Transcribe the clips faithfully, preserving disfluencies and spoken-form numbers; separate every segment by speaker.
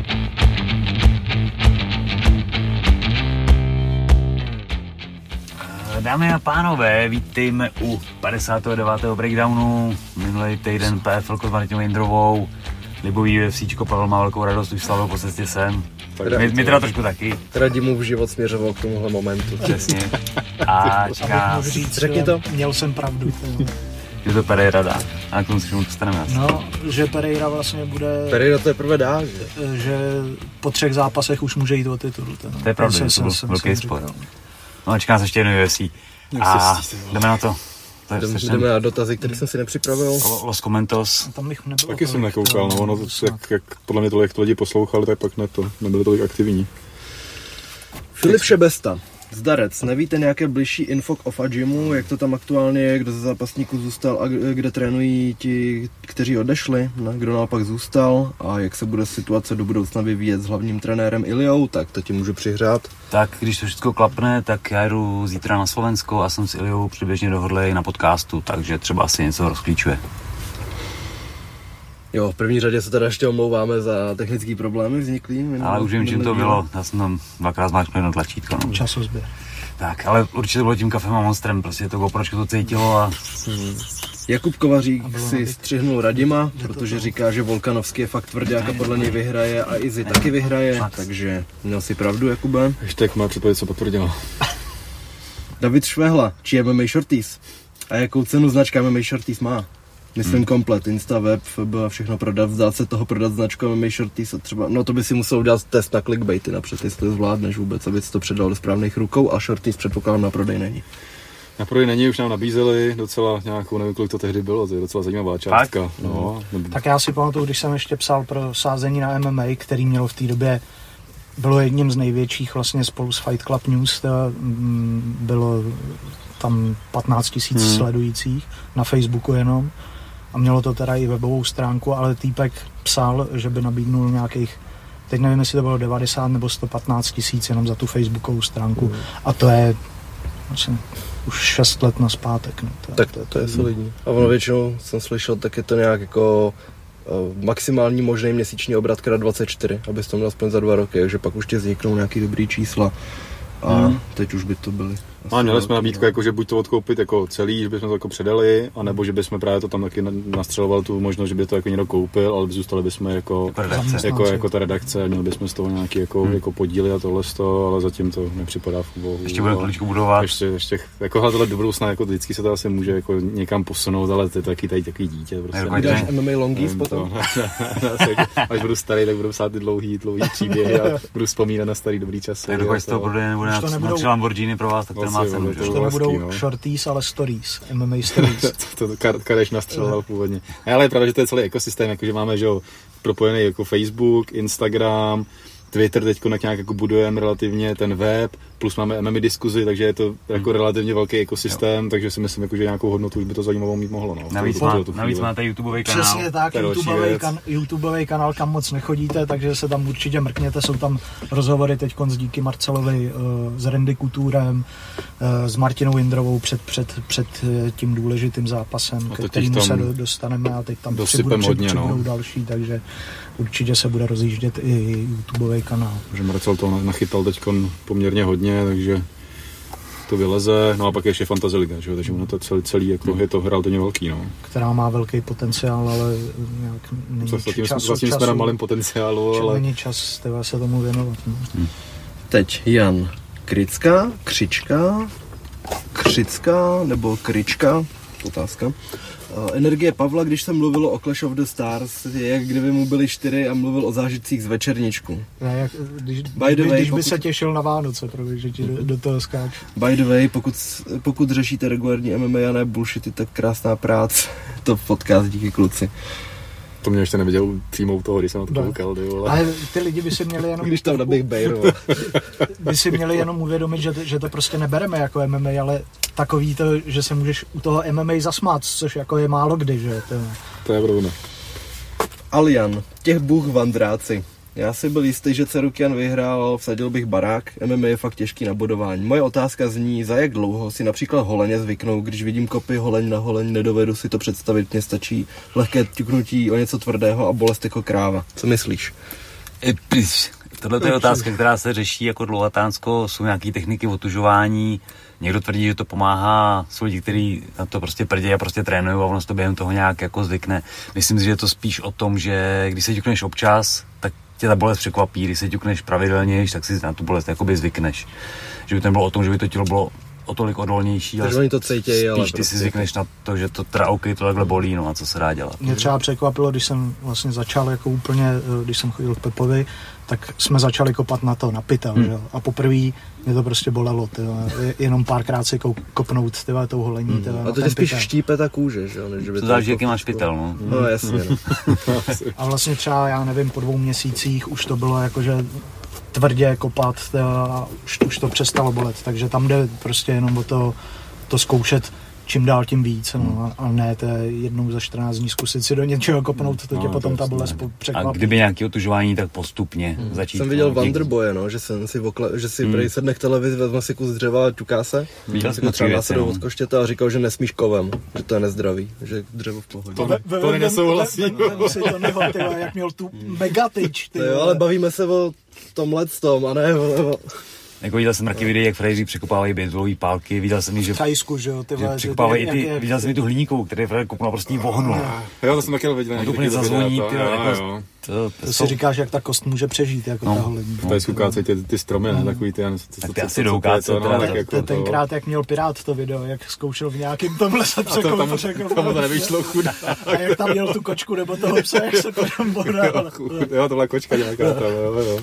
Speaker 1: Dámy a pánové, vítejme u padesátého devátého breakdownu. Minulý týden P F L s Martinou Jindrovou. Libový UFCčko, Pavel má velkou radost, už slavil po cestě sem. My, my teda trošku taky.
Speaker 2: Radimův život směřoval k tomuhle momentu.
Speaker 1: Přesně. A čeká...
Speaker 2: Řekni to.
Speaker 3: Měl jsem pravdu.
Speaker 1: Že to Pereira dá. A k tomu si dostaneme asi.
Speaker 3: No, že Pereira vlastně bude...
Speaker 2: Pereira to je prvé dá, že?
Speaker 3: Že po třech zápasech už může jít o titul. Ten,
Speaker 1: to je pravda, to byl velký spor. No a čeká se ještě jednou U F C. A jdeme na to. to je
Speaker 2: jdeme, jdeme na dotazy, které jsem si nepřipravil.
Speaker 1: Los Comentos.
Speaker 3: Tam bych nebylo.
Speaker 4: Taky jsem nekoukal, no, no jak, jak podle mě tolik lidi poslouchali, tak pak ne to, nebyli tolik aktivní.
Speaker 2: Filip Šebesta. Zdarec, nevíte nějaké bližší info k Ofa Gymu, jak to tam aktuálně je, kdo ze zápasníků zůstal a kde trénují ti, kteří odešli, ne? Kdo naopak zůstal a jak se bude situace do budoucna vyvíjet s hlavním trenérem Iliou, tak to ti můžu přihřát.
Speaker 1: Tak když to všechno klapne, tak já jdu zítra na Slovensko a jsem s Iliou předběžně dohodlej na podcastu, takže třeba asi něco rozklíčuje.
Speaker 2: Jo, v první řadě se teda ještě omlouváme za technické problémy vzniklý.
Speaker 1: Ale už vím, čím to bylo. Já jsem tam dvakrát zmáčkl jedno tlačítko. No.
Speaker 3: Časozběr.
Speaker 1: Tak, ale určitě bylo tím kafem a monstrem, prostě to GoPročko to cítilo a...
Speaker 2: Hmm. Jakub Kovařík si střihnul Radima, protože říká, že Volkanovský je fakt tvrdák a podle něj vyhraje a Izzy taky vyhraje, takže měl si pravdu, Jakube.
Speaker 4: Ještě jak má předpověď, co potvrdila.
Speaker 2: David Švehla, či M M A Shorties. A jakou cenu značka M M A Shorties má? Myslím hmm. komplet, Insta, web, F B, všechno prodat, vzdát se toho prodat značku M M A Shorties a třeba, no to by si musel udělat test na clickbaity napřed, jestli to zvládneš vůbec, aby si to předal do správných rukou a Shorties předpokládám na prodej není.
Speaker 4: Na prodej není, už nám nabízeli docela nějakou, nevím kolik to tehdy bylo, to je docela zajímavá částka. No,
Speaker 3: hmm. Tak já si pamatuju, když jsem ještě psal pro sázení na M M A, který mělo v té době, bylo jedním z největších vlastně spolu s Fight Club News, to bylo tam patnáct tisíc hmm. sledujících na Facebooku jenom. A mělo to teda i webovou stránku, ale týpek psal, že by nabídnul nějakých, teď nevím, jestli to bylo devadesát nebo sto patnáct tisíc jenom za tu facebookovou stránku. Mm. A to je vlastně už šest let naspátek. Ne? To,
Speaker 2: tak to, to je solidní. A ono většinou jsem slyšel, tak je to nějak jako uh, maximální možný měsíční obrat krát dvacet čtyři, abys to měl aspoň za dva roky, takže pak už ti vzniknou nějaký dobrý čísla. A hmm. teď už by to byly.
Speaker 4: A měli jsme nabídku, jako, že buď to odkoupit jako celý, že bychom to jako předali, anebo že bychom právě to tam taky nastřelovali tu možnost, že by to jako někdo koupil, ale zůstali bychom jako, jako, jako ta redakce, měli bychom z toho nějaký jako, hmm. jako podíly a tohle z toho, ale zatím to nepřipadá v úvahu.
Speaker 1: Ještě budeme chviličku budovat.
Speaker 4: Ještě, ještě jako tohle do budoucna, jako vždycky se to asi může jako někam posunout, ale to je taky tady takový dítě. Prostě.
Speaker 2: Dáš M M A longies potom?
Speaker 4: Až budu starý, tak budu psát ty dlouhý, dlouhý příběhy a budu vzpomínat na starý dobrý časy.
Speaker 1: Dokud z toho prodej nebude na tři Lamborghini pro vás, tak to má cenu.
Speaker 3: Už to nebudou no. Shorties, ale stories, M M A stories.
Speaker 4: to to Kadeš nastřeloval původně. Ale je pravda, že to je celý ekosystém, jakože máme že jo, propojený jako Facebook, Instagram, Twitter teďko nějak jako budujeme relativně ten web, plus máme M M A diskuzi, takže je to jako relativně velký ekosystém, jo. Takže si myslím, jako, že nějakou hodnotu už by to zajímavou mít mohlo. No.
Speaker 1: Navíc, má, navíc máte YouTubeový kanál.
Speaker 3: Přesně tak, YouTubeový, kan, YouTubeový kanál, kam moc nechodíte, takže se tam určitě mrkněte, jsou tam rozhovory teďkonc díky Marcelovi uh, s Randy Couturem, uh, s Martinou Jindrovou před, před, před tím důležitým zápasem, ke kterému se dostaneme a teď tam přibudou
Speaker 4: hodně, no.
Speaker 3: další, takže určitě se bude rozjíždět i YouTubeový kanál.
Speaker 4: Že Marcel to nachytal teď poměrně hodně, takže to vyleze. No a pak ještě Fantasy Liga, že? Takže ono to celý, celý jako je to relativně velký. No.
Speaker 3: Která má velký potenciál, ale nějak není
Speaker 4: Zatím
Speaker 3: času.
Speaker 4: Vlastně času, jsme na malém potenciálu, ale...
Speaker 3: Není čas teba se tomu věnovat. No.
Speaker 2: Hmm. Teď Jan Kricka, Křička, Křicka nebo Kryčka, otázka. Energie Pavla, když se mluvilo o Clash of the Stars, je jak kdyby mu byly čtyři a mluvil o zážitcích z večerničku.
Speaker 3: Ne, jak, když, by the way, když pokud, by se těšil na Vánoce, protože že ti do, do toho skáču.
Speaker 2: By the way, pokud, pokud řešíte regulární M M A a ne bullshity, tak krásná práce. To podcast, díky kluci.
Speaker 4: To mě ještě neviděl přímo u toho, když jsem na to koukal, ale...
Speaker 3: ale ty lidi by si měli jenom...
Speaker 2: Když tam naběh Bejro.
Speaker 3: by si měli jenom uvědomit, že to, že to prostě nebereme jako M M A, ale takový to, že se můžeš u toho M M A zasmát, což jako je málo kdy, že? To,
Speaker 4: to je pravda.
Speaker 2: Aljan, těch bůh vandráci. Já si byl jistý, že Cerukian vyhrál, vsadil bych barák, M M A je fakt těžký na bodování. Moje otázka zní, za jak dlouho si například holeně zvyknou, když vidím kopy holeň na holeň, nedovedu si to představit, mně stačí lehké ťuknutí o něco tvrdého a bolest jako kráva. Co myslíš?
Speaker 1: Tohle je otázka, která se řeší jako dlouhatánsko, jsou nějaké techniky otužování, někdo tvrdí, že to pomáhá, jsou lidi, kteří na to prostě prdějí a prostě trénují a ono se to během toho nějak jako zvykne. Myslím si, že je to spíš o tom, že když se ťukneš občas, tak tě ta bolest překvapí, když se ťukneš pravidelně, tak si na tu bolest jakoby zvykneš. Že by to nebylo o tom, že by to tělo bylo o tolik odolnější,
Speaker 2: takže oni to cítějí, ale
Speaker 1: spíš ty
Speaker 2: prostě
Speaker 1: si zvykneš na to, že to teda OK, to takhle bolí, no a co se dá dělat.
Speaker 3: Mě třeba překvapilo, když jsem vlastně začal jako úplně, když jsem chodil k Pepovi, tak jsme začali kopat na to, na pytel, hmm. že? A poprvé mě to prostě bolelo, tyhle. Jenom párkrát si kopnout tyhle, tou holení.
Speaker 2: Hmm.
Speaker 3: Tyhle,
Speaker 2: a to tě spíš štípe ta kůže, že? Než by
Speaker 1: to záleží, jaký máš pytel, no.
Speaker 2: No jasně. No.
Speaker 3: A vlastně třeba, já nevím, po dvou měsících už to bylo jakože tvrdě kopat a už, už to přestalo bolet, takže tam jde prostě jenom o to, to zkoušet čím dál tím víc, no, a ne to jednou za čtrnáct dní zkusit si do něčeho kopnout, to tě no, potom ta bolest překvapí.
Speaker 1: A kdyby nějaké otužování, tak postupně hmm. začít.
Speaker 2: Jsem viděl Wonderboye, no, že jsem si vokle, že si hmm. prej sedne k televizi, vezme si kus dřeva a ťuká se.
Speaker 1: Viděl
Speaker 2: jsem třeba následou od koštěta a říkal, že nesmíš kovem, že to je nezdravý, že dřevo v pohodě.
Speaker 4: To, ne, to nesouhlasím.
Speaker 3: Vem si to neho, tyhle, jak měl tu megatyč, ty.
Speaker 2: Jo, ale bavíme se o tomhlet tom, a ne o...
Speaker 1: Jako viděl jsem mraky videí, jak frajeři překopávají bězdolový pálky, viděl jsem, že,
Speaker 3: v Thajsku, že jo, ty
Speaker 1: že překopávají i ty, je... viděl jsem i tu hliníkovou, který frajer kopnul prostě jí vohnul.
Speaker 4: Jo, to jsem taky viděl.
Speaker 1: To úplně zazvoní, ty, jako,
Speaker 3: to, to, to si říkáš, jak ta kost může přežít, jako
Speaker 1: no,
Speaker 3: ta holení.
Speaker 4: V Thajsku kácejí ty, ty stromy, ne, takový ty,
Speaker 1: tak ty asi jdou kácet.
Speaker 3: Tenkrát, jak měl Pirát to video, jak zkoušel v nějakým tomhle se překopal.
Speaker 4: Tomu to nevyšlo, chudá.
Speaker 3: A jak tam měl tu kočku, nebo toho psa, jak se to tam bodal.
Speaker 4: Jo, to byla kočka nějaká, jo, jo.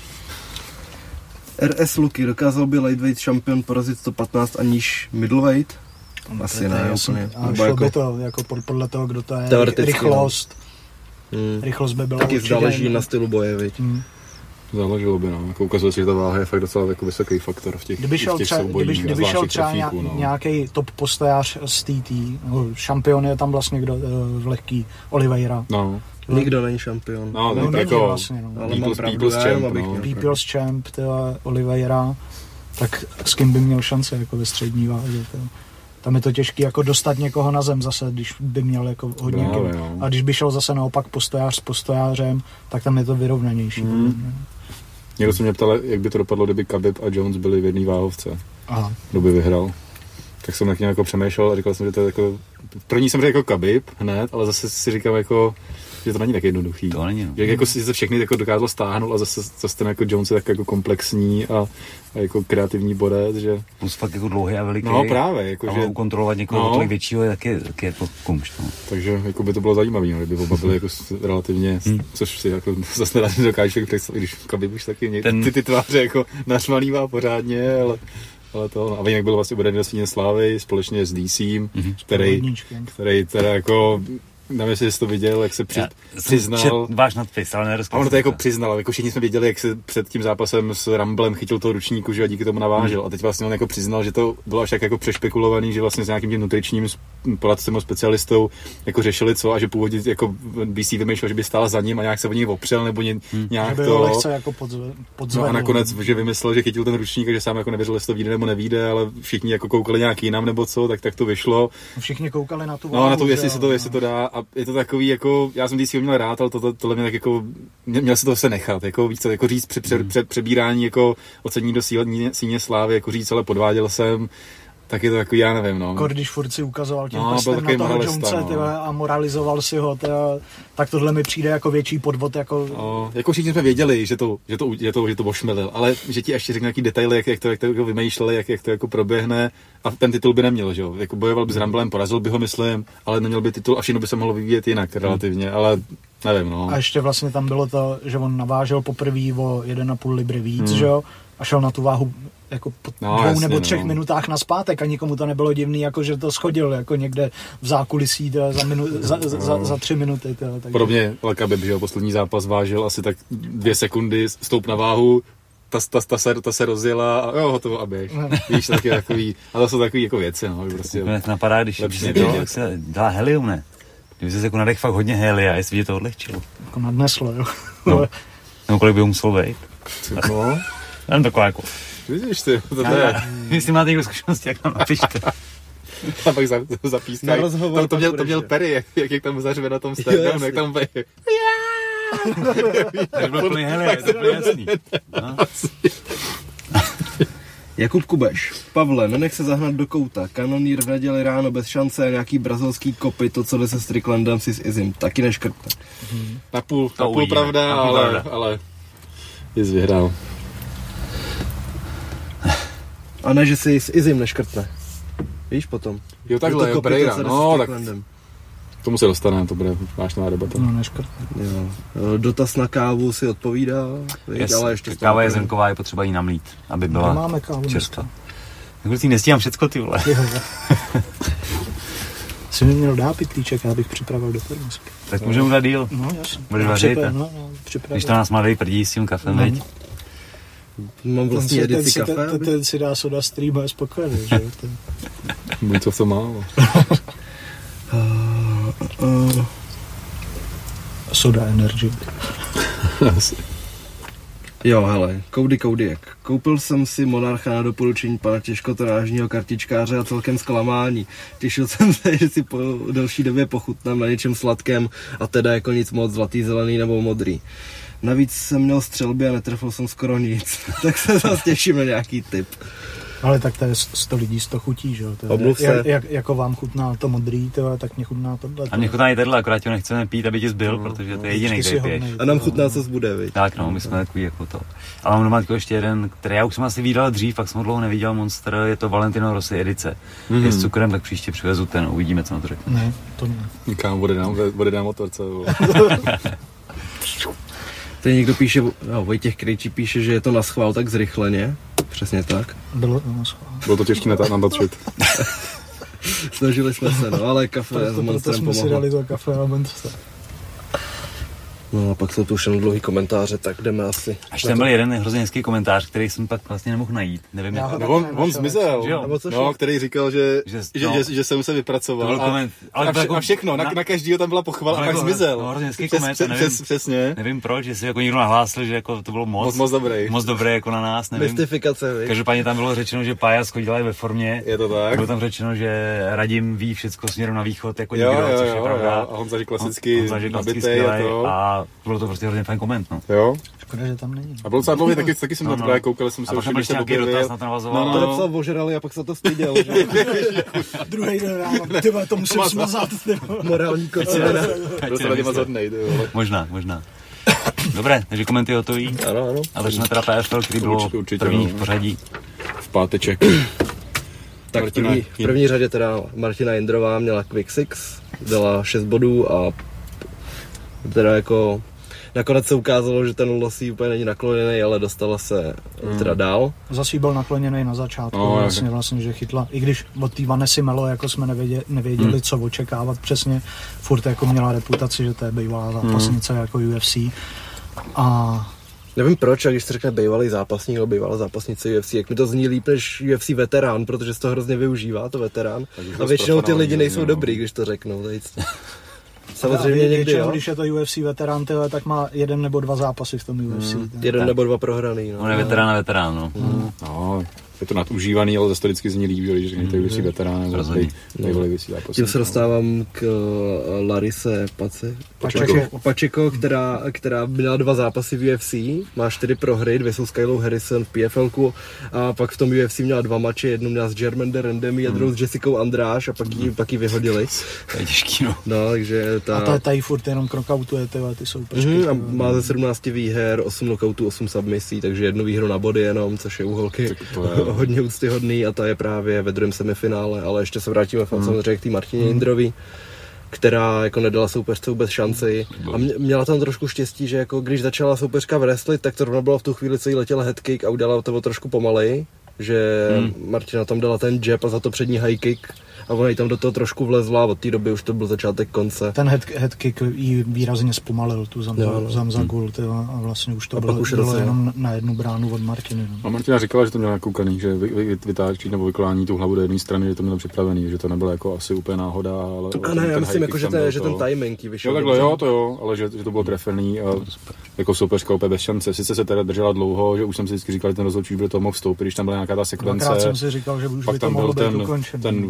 Speaker 2: R S Luky, dokázal by lightweight šampion porazit sto patnáct a níž middleweight? Asi ne, úplně.
Speaker 3: Ale šlo by to, jako podle toho, kdo to je, rychlost.
Speaker 2: Hmm.
Speaker 3: Rychlost by byla
Speaker 2: taky
Speaker 3: určitě.
Speaker 2: záleží na stylu boje, viď? Hmm.
Speaker 4: Záležilo by, no. Jako ukazuje se, že ta váha je fakt docela jako vysoký faktor v těch,
Speaker 3: kdyby šel
Speaker 4: v těch
Speaker 3: třeba,
Speaker 4: soubojích,
Speaker 3: kdyby, kdyby šel třeba
Speaker 4: trafíků, no.
Speaker 3: nějaký top postojář z T T, no, šampion je tam vlastně kdo, v lehký, Oliveira.
Speaker 4: No.
Speaker 2: Nikdo není šampion.
Speaker 4: No, no, no jako
Speaker 3: vlastně, no.
Speaker 2: Ale mám pravdu,
Speaker 4: People's Champ,
Speaker 2: no.
Speaker 3: People's Champ, tyhle, Oliveira, tak s kým by měl šance jako ve střední váze. Tyhle. Tam je to těžké jako dostat někoho na zem zase, když by měl jako hodně
Speaker 4: Právě,
Speaker 3: kil.
Speaker 4: no.
Speaker 3: A když by šel zase naopak postojář s postojářem, tak tam je to vyrovnanější.
Speaker 4: Mm. Někdo se mě ptal, jak by to dopadlo, kdyby Khabib a Jones byli v jedné váhovce.
Speaker 3: Aha.
Speaker 4: Kdo by vyhrál. Tak jsem tak nějak jako přemýšlel a říkal jsem, že to je jako... První jsem řekl jako Khabib hned, ale zase si říkal jako... že to není tak jednoduchý.
Speaker 1: To není, no.
Speaker 4: Že jako si se všechny jako dokázal stáhnout a zase, zase ten jako Jones je tak jako komplexní a, a jako kreativní bodec, že...
Speaker 1: Plus fakt jako dlouhý a veliký.
Speaker 4: No právě, jako
Speaker 1: a
Speaker 4: že...
Speaker 1: ukontrolovat někoho
Speaker 4: no.
Speaker 1: tolik většího je taky, taky jako kumšt, no.
Speaker 4: Takže jako by to bylo zajímavé, no, kdyby oba byli jako relativně, hmm. což si jako zase nedokážeš představit, když Khabib už taky ten... ty, ty tváře jako nařmalývá pořádně, ale... Ale to, no. A jinak byl vlastně uvedený do Stíně slávy společně s D C, mm-hmm. který, který teda jako, nevím, jestli jsi to viděl, jak se při, přiznal.
Speaker 1: Čet váš nadpis, ale nerozkazil.
Speaker 4: A ono to jako přiznal, jako všichni jsme věděli, jak se před tím zápasem s Rumblem chytil toho ručníku, že a díky tomu navážil. Mm. A teď vlastně on jako přiznal, že to bylo až tak jako přešpekulovaný, že vlastně s nějakým tím nutričním poradcem a specialistou jako řešili co a že původně jako B C vymýšlel, že by stál za ním a nějak se o něj opřel nebo ně, mm. nějak to.
Speaker 3: Lehce jako podzve,
Speaker 4: no a nakonec, že vymyslel, že chytil ten ručník a že sám jako nevěřil, jestli to vyjde nebo nevyjde, ale všichni jako koukali nějak jinam nebo co, tak tak to vyšlo.
Speaker 3: Všichni koukali na tu
Speaker 4: váhu, no na to, jestli se to, jestli to dá a je to takový jako, já jsem D C měl rád, ale to, to, tohle mě tak jako, měl se to se nechat, jako víc, jako říct při pře, pře, přebírání jako ocení do síně slávy, jako říct, ale podváděl jsem, tak je to takový, já nevím, no.
Speaker 3: Kor, když furt si ukazoval tím
Speaker 4: no,
Speaker 3: prstem na toho Jonese,
Speaker 4: no.
Speaker 3: tyhle, a moralizoval si ho, tyhle, tak tohle mi přijde jako větší podvod, jako...
Speaker 4: No, jako všichni jsme věděli, že to, že to, že to, že to ošmelil, ale že ti ještě řekne nějaký detaily, jak, jak to, jak to jako vymýšleli, jak, jak to jako proběhne a ten titul by neměl, že jo, jako bojoval by s Rumblem, porazil by ho, myslím, ale neměl by titul a všechno by se mohlo vyvíjet jinak relativně, hmm. ale nevím, no.
Speaker 3: A ještě vlastně tam bylo to, že on navážel poprvé o jeden a půl libry víc, hmm. že jo, a šel na tu váhu jako po no, dvou jasně, nebo třech no. minutách naspátek a nikomu to nebylo divný, jako že to schodil jako někde v zákulisí za, minu, za, za, za, za tři minuty. Teda, takže...
Speaker 4: Podobně Khabib, že jo, poslední zápas vážil asi tak dvě sekundy, stoup na váhu, ta, ta, ta, se, ta se rozjela a jo, hotovo a běž. Víš, taky takový, a to jsou takový jako věci, no. Prostě
Speaker 1: mě napadá, když je to, jak se dělá helium, ne? Kdyby se jako nadech fakt hodně helia, jestli by to odlehčilo.
Speaker 3: Jako nadneslo, jo.
Speaker 1: No. Nebo kolik by ho muselo být.
Speaker 4: No.
Speaker 1: Jen taková jako...
Speaker 4: Vidíš ty, to
Speaker 1: já,
Speaker 4: je.
Speaker 1: Jestli máte někdo zkušenosti, jak nám napište.
Speaker 4: A pak za, zapískají. To, to, měl, to měl Perry, jak, jak, jak tam zařve na tom stand jak tam bude.
Speaker 1: To byl plný heli, to byl jasný. No.
Speaker 2: Jakub Kubeš. Pavle, nenech se zahnat do kouta. Kanonýr v neděli ráno bez šance a nějaký brazilský kopy, to, co jde se Stricklandem, si s Izim. Taky neškrtne.
Speaker 4: Hmm. Napůl, napůl pravda, napůl ale, pravda. ale Iz vyhrál.
Speaker 2: A ne, že si s Izim neškrtne. Víš potom.
Speaker 4: Jo, takhle, jo, Pereira. No, tak k tomu se dostane, to bude vážná debata.
Speaker 3: No, neškrtne.
Speaker 2: Jo. Dotaz na kávu si odpovídá.
Speaker 1: Yes, ale ještě káva je zrnková, je potřeba jí namlít, aby byla
Speaker 3: máme kávu
Speaker 1: čerstvá. Tak si nestíhám všecko, ty vole.
Speaker 3: Jsi mi měl dát pitlíček, já bych připravil do termosky.
Speaker 1: Tak no. Můžeme udělat díl.
Speaker 3: No, jasně.
Speaker 1: Budeš vařit,
Speaker 3: no, no,
Speaker 1: když to nás mladý prdí s tím kafem, veď.
Speaker 2: Mám vlastně edici kafe.
Speaker 3: Ten, ten, ten si dá soda stream a je spokojený, že jo?
Speaker 4: Bude to co málo.
Speaker 2: Uh, uh.
Speaker 3: Soda Energy.
Speaker 2: Jo, hele, Koudy Koudiek. Koupil jsem si Monarcha na doporučení pana těžkotonážního kartičkáře a celkem zklamání. Těšil jsem se, že si po delší době pochutnám na něčem sladkém a teda jako nic moc zlatý, zelený nebo modrý. Navíc jsem měl střelby a netrefil jsem skoro nic, tak se zase těším na nějaký tip.
Speaker 3: Ale tak to je sto lidí, sto chutí, že jo?
Speaker 2: Omluv se.
Speaker 3: Jak, jak, jako vám chutná to modrý, to, tak mě chutná tohle.
Speaker 1: A mě chutná i tohle, akorát tě nechceme pít, aby ti zbyl, no, protože to je jediný, který piješ.
Speaker 2: A nám chutná, co zbude, viď?
Speaker 1: Tak no, my jsme takový jako to. Ale mám doma ještě jeden, který já už jsem asi viděl dřív, pak jsem ho dlouho neviděl, Monster, je to Valentino Rossi edice. Mm-hmm. Je s cukrem, tak příště přivezu ten, uvidíme, co na to řekne.
Speaker 3: Ne, to ne.
Speaker 4: Kam bude nám, bude nám motorce.
Speaker 2: Tady někdo píše, no, Vojtěch Krejčí píše, že je to na schvál tak zrychleně. Přesně tak.
Speaker 3: Bylo to na schvál.
Speaker 4: Bylo to těžké natočit.
Speaker 2: Snažili jsme se, no, ale kafe
Speaker 3: proto,
Speaker 2: s Monsterem
Speaker 3: proto jsme
Speaker 2: pomohlo.
Speaker 3: si dali to kafe a Monster.
Speaker 2: No a pak jsou tu už jenom dlouhý komentáře, tak jdeme asi.
Speaker 1: Až tam byl jeden hrozně hezký komentář, který jsem pak vlastně nemohl najít. Nevím, jak...
Speaker 4: No, on, on zmizel, no, který říkal, že, že, že, no, že, že jsem se vypracoval a, koment, ale a, vše, jako, a všechno, na, na, na každýho tam byla pochvala a pak zmizel.
Speaker 1: No, hrozně hezký
Speaker 4: přes,
Speaker 1: koment,
Speaker 4: přes,
Speaker 1: nevím,
Speaker 4: přes, přesně.
Speaker 1: Nevím proč, že si jako někdo nahlásil, že jako to bylo moc.
Speaker 4: Moc, moc dobrý.
Speaker 1: Moc dobré jako na nás, nevím.
Speaker 2: Mystifikace, víš.
Speaker 1: Každopádně tam bylo řečeno, že Pája schodila ve formě.
Speaker 4: Je to tak.
Speaker 1: Bylo tam řečeno, že Radim ví všecko směrem na východ, jako
Speaker 4: jo,
Speaker 1: nikdo,
Speaker 4: jo,
Speaker 1: což je pravda.
Speaker 4: A Honza řík klasicky nabitej a to.
Speaker 1: A bylo to prostě hrozně fajn koment, no.
Speaker 4: Jo.
Speaker 3: Škoda, že tam není.
Speaker 4: A bylo docela dlouhý, taky, taky jsem
Speaker 1: no,
Speaker 4: to
Speaker 1: no.
Speaker 4: koukal, jsem se
Speaker 1: už ještě nějaký dotaz na to navazoval.
Speaker 2: No, no. To napsal ožrali a pak se to styděl.
Speaker 3: Druhý den ráno, tyhle, to musím smazat.
Speaker 2: Morální kocina.
Speaker 4: Byl se Radima zadnej,
Speaker 1: Možná, možná. Dobré, takže komenty hotový.
Speaker 2: Ano, ano.
Speaker 1: A začne teda P F L, který bylo první v pořadí.
Speaker 4: V páteček.
Speaker 2: Tak v první, v první řadě teda Martina Jindrová měla Quick Six, dala šest bodů a teda jako nakonec se ukázalo, že ten losí úplně není nakloněný, ale dostala se mm. teda dál.
Speaker 3: Zase byl nakloněný na začátku,
Speaker 4: no,
Speaker 3: vlastně, vlastně, že chytla, i když od té Vanessy Melo, jako jsme nevěděli, nevěděli mm. co očekávat přesně, furt jako měla reputaci, že to je bývalá zápasnice mm. jako U F C. A
Speaker 2: nevím proč, a když se řekne bývalý zápasník nebo bývalá zápasnice U F C, jak mi to zní líp než U F C veterán, protože se to hrozně využívá, to veterán. A většinou ty lidi nejsou no. dobrý, když to řeknou. Samozřejmě někdy, jo.
Speaker 3: Když je to U F C veterán, tyhle, tak má jeden nebo dva zápasy v tom U F C.
Speaker 2: Hmm. Jeden tak. nebo dva prohraný. No.
Speaker 1: On je veterán a veterán, no.
Speaker 2: Hmm.
Speaker 4: no. Je to nadužívaný, ale zase to vždycky zní líbí, když řeknete U F C veterán nebo bývalý U F C zápasník.
Speaker 2: Tím se dostávám k Larise Pace.
Speaker 3: Pačeko.
Speaker 2: Pačeko, která, která měla dva zápasy v U F C, má čtyři prohry, dvě jsou s Kylou Harrison v P F L ku a pak v tom U F C měla dva mače, jednu měla s Germaine Rendemi a druhou s Jessicou Andráš a pak ji, pak ji vyhodili.
Speaker 1: To je těžký, no.
Speaker 2: No, takže ta...
Speaker 3: A ta tady furt jenom knockoutuje tyhle, ty soupeřky.
Speaker 2: Mm, a má ze sedmnácti výher, osm knockoutů, osm submisí, takže jednu výhru na body jenom, což je u holky hodně úctyhodný a ta je právě ve druhém semifinále, ale ještě se vrátíme mm. samozřejmě k té Martině mm. Jindrový, která jako nedala soupeřce vůbec šanci a měla tam trošku štěstí, že jako když začala soupeřka wrestlit, tak to rovno bylo v tu chvíli, co jí letěla headkick a udělala to trošku pomaleji, že mm. Martina tam dala ten jab a za to přední high kick a ona jí tam do toho trošku vlezla a od té doby už to byl začátek konce.
Speaker 3: Ten head, head kick jí výrazně zpomalil tu zam, no, no. Zamzagul hmm. a vlastně už to a bylo, už bylo jenom na jednu bránu od Martiny. No.
Speaker 4: A Martina říkala, že to měla nakoukaný, že vy, vy, vytáčí nebo vyklání tu hlavu do jedné strany, že to mělo připravený, že to nebylo jako asi úplně náhoda. Ale
Speaker 2: to, a ne, já myslím, jako, že, ten, že ten timing jí vyšel.
Speaker 4: Jo, takhle, jo, to jo, ale že, že to bylo trefený a jako soupeřka úplně bez šance. Sice se teda držela dlouho, že už jsem si vždycky říkal, že ten rozhodčí by do toho mohl vstoupit, když tam byla nějaká ta sekvence.
Speaker 3: Dvakrát jsem si říkal, že už by to mohlo být ukončené.
Speaker 4: Ten, že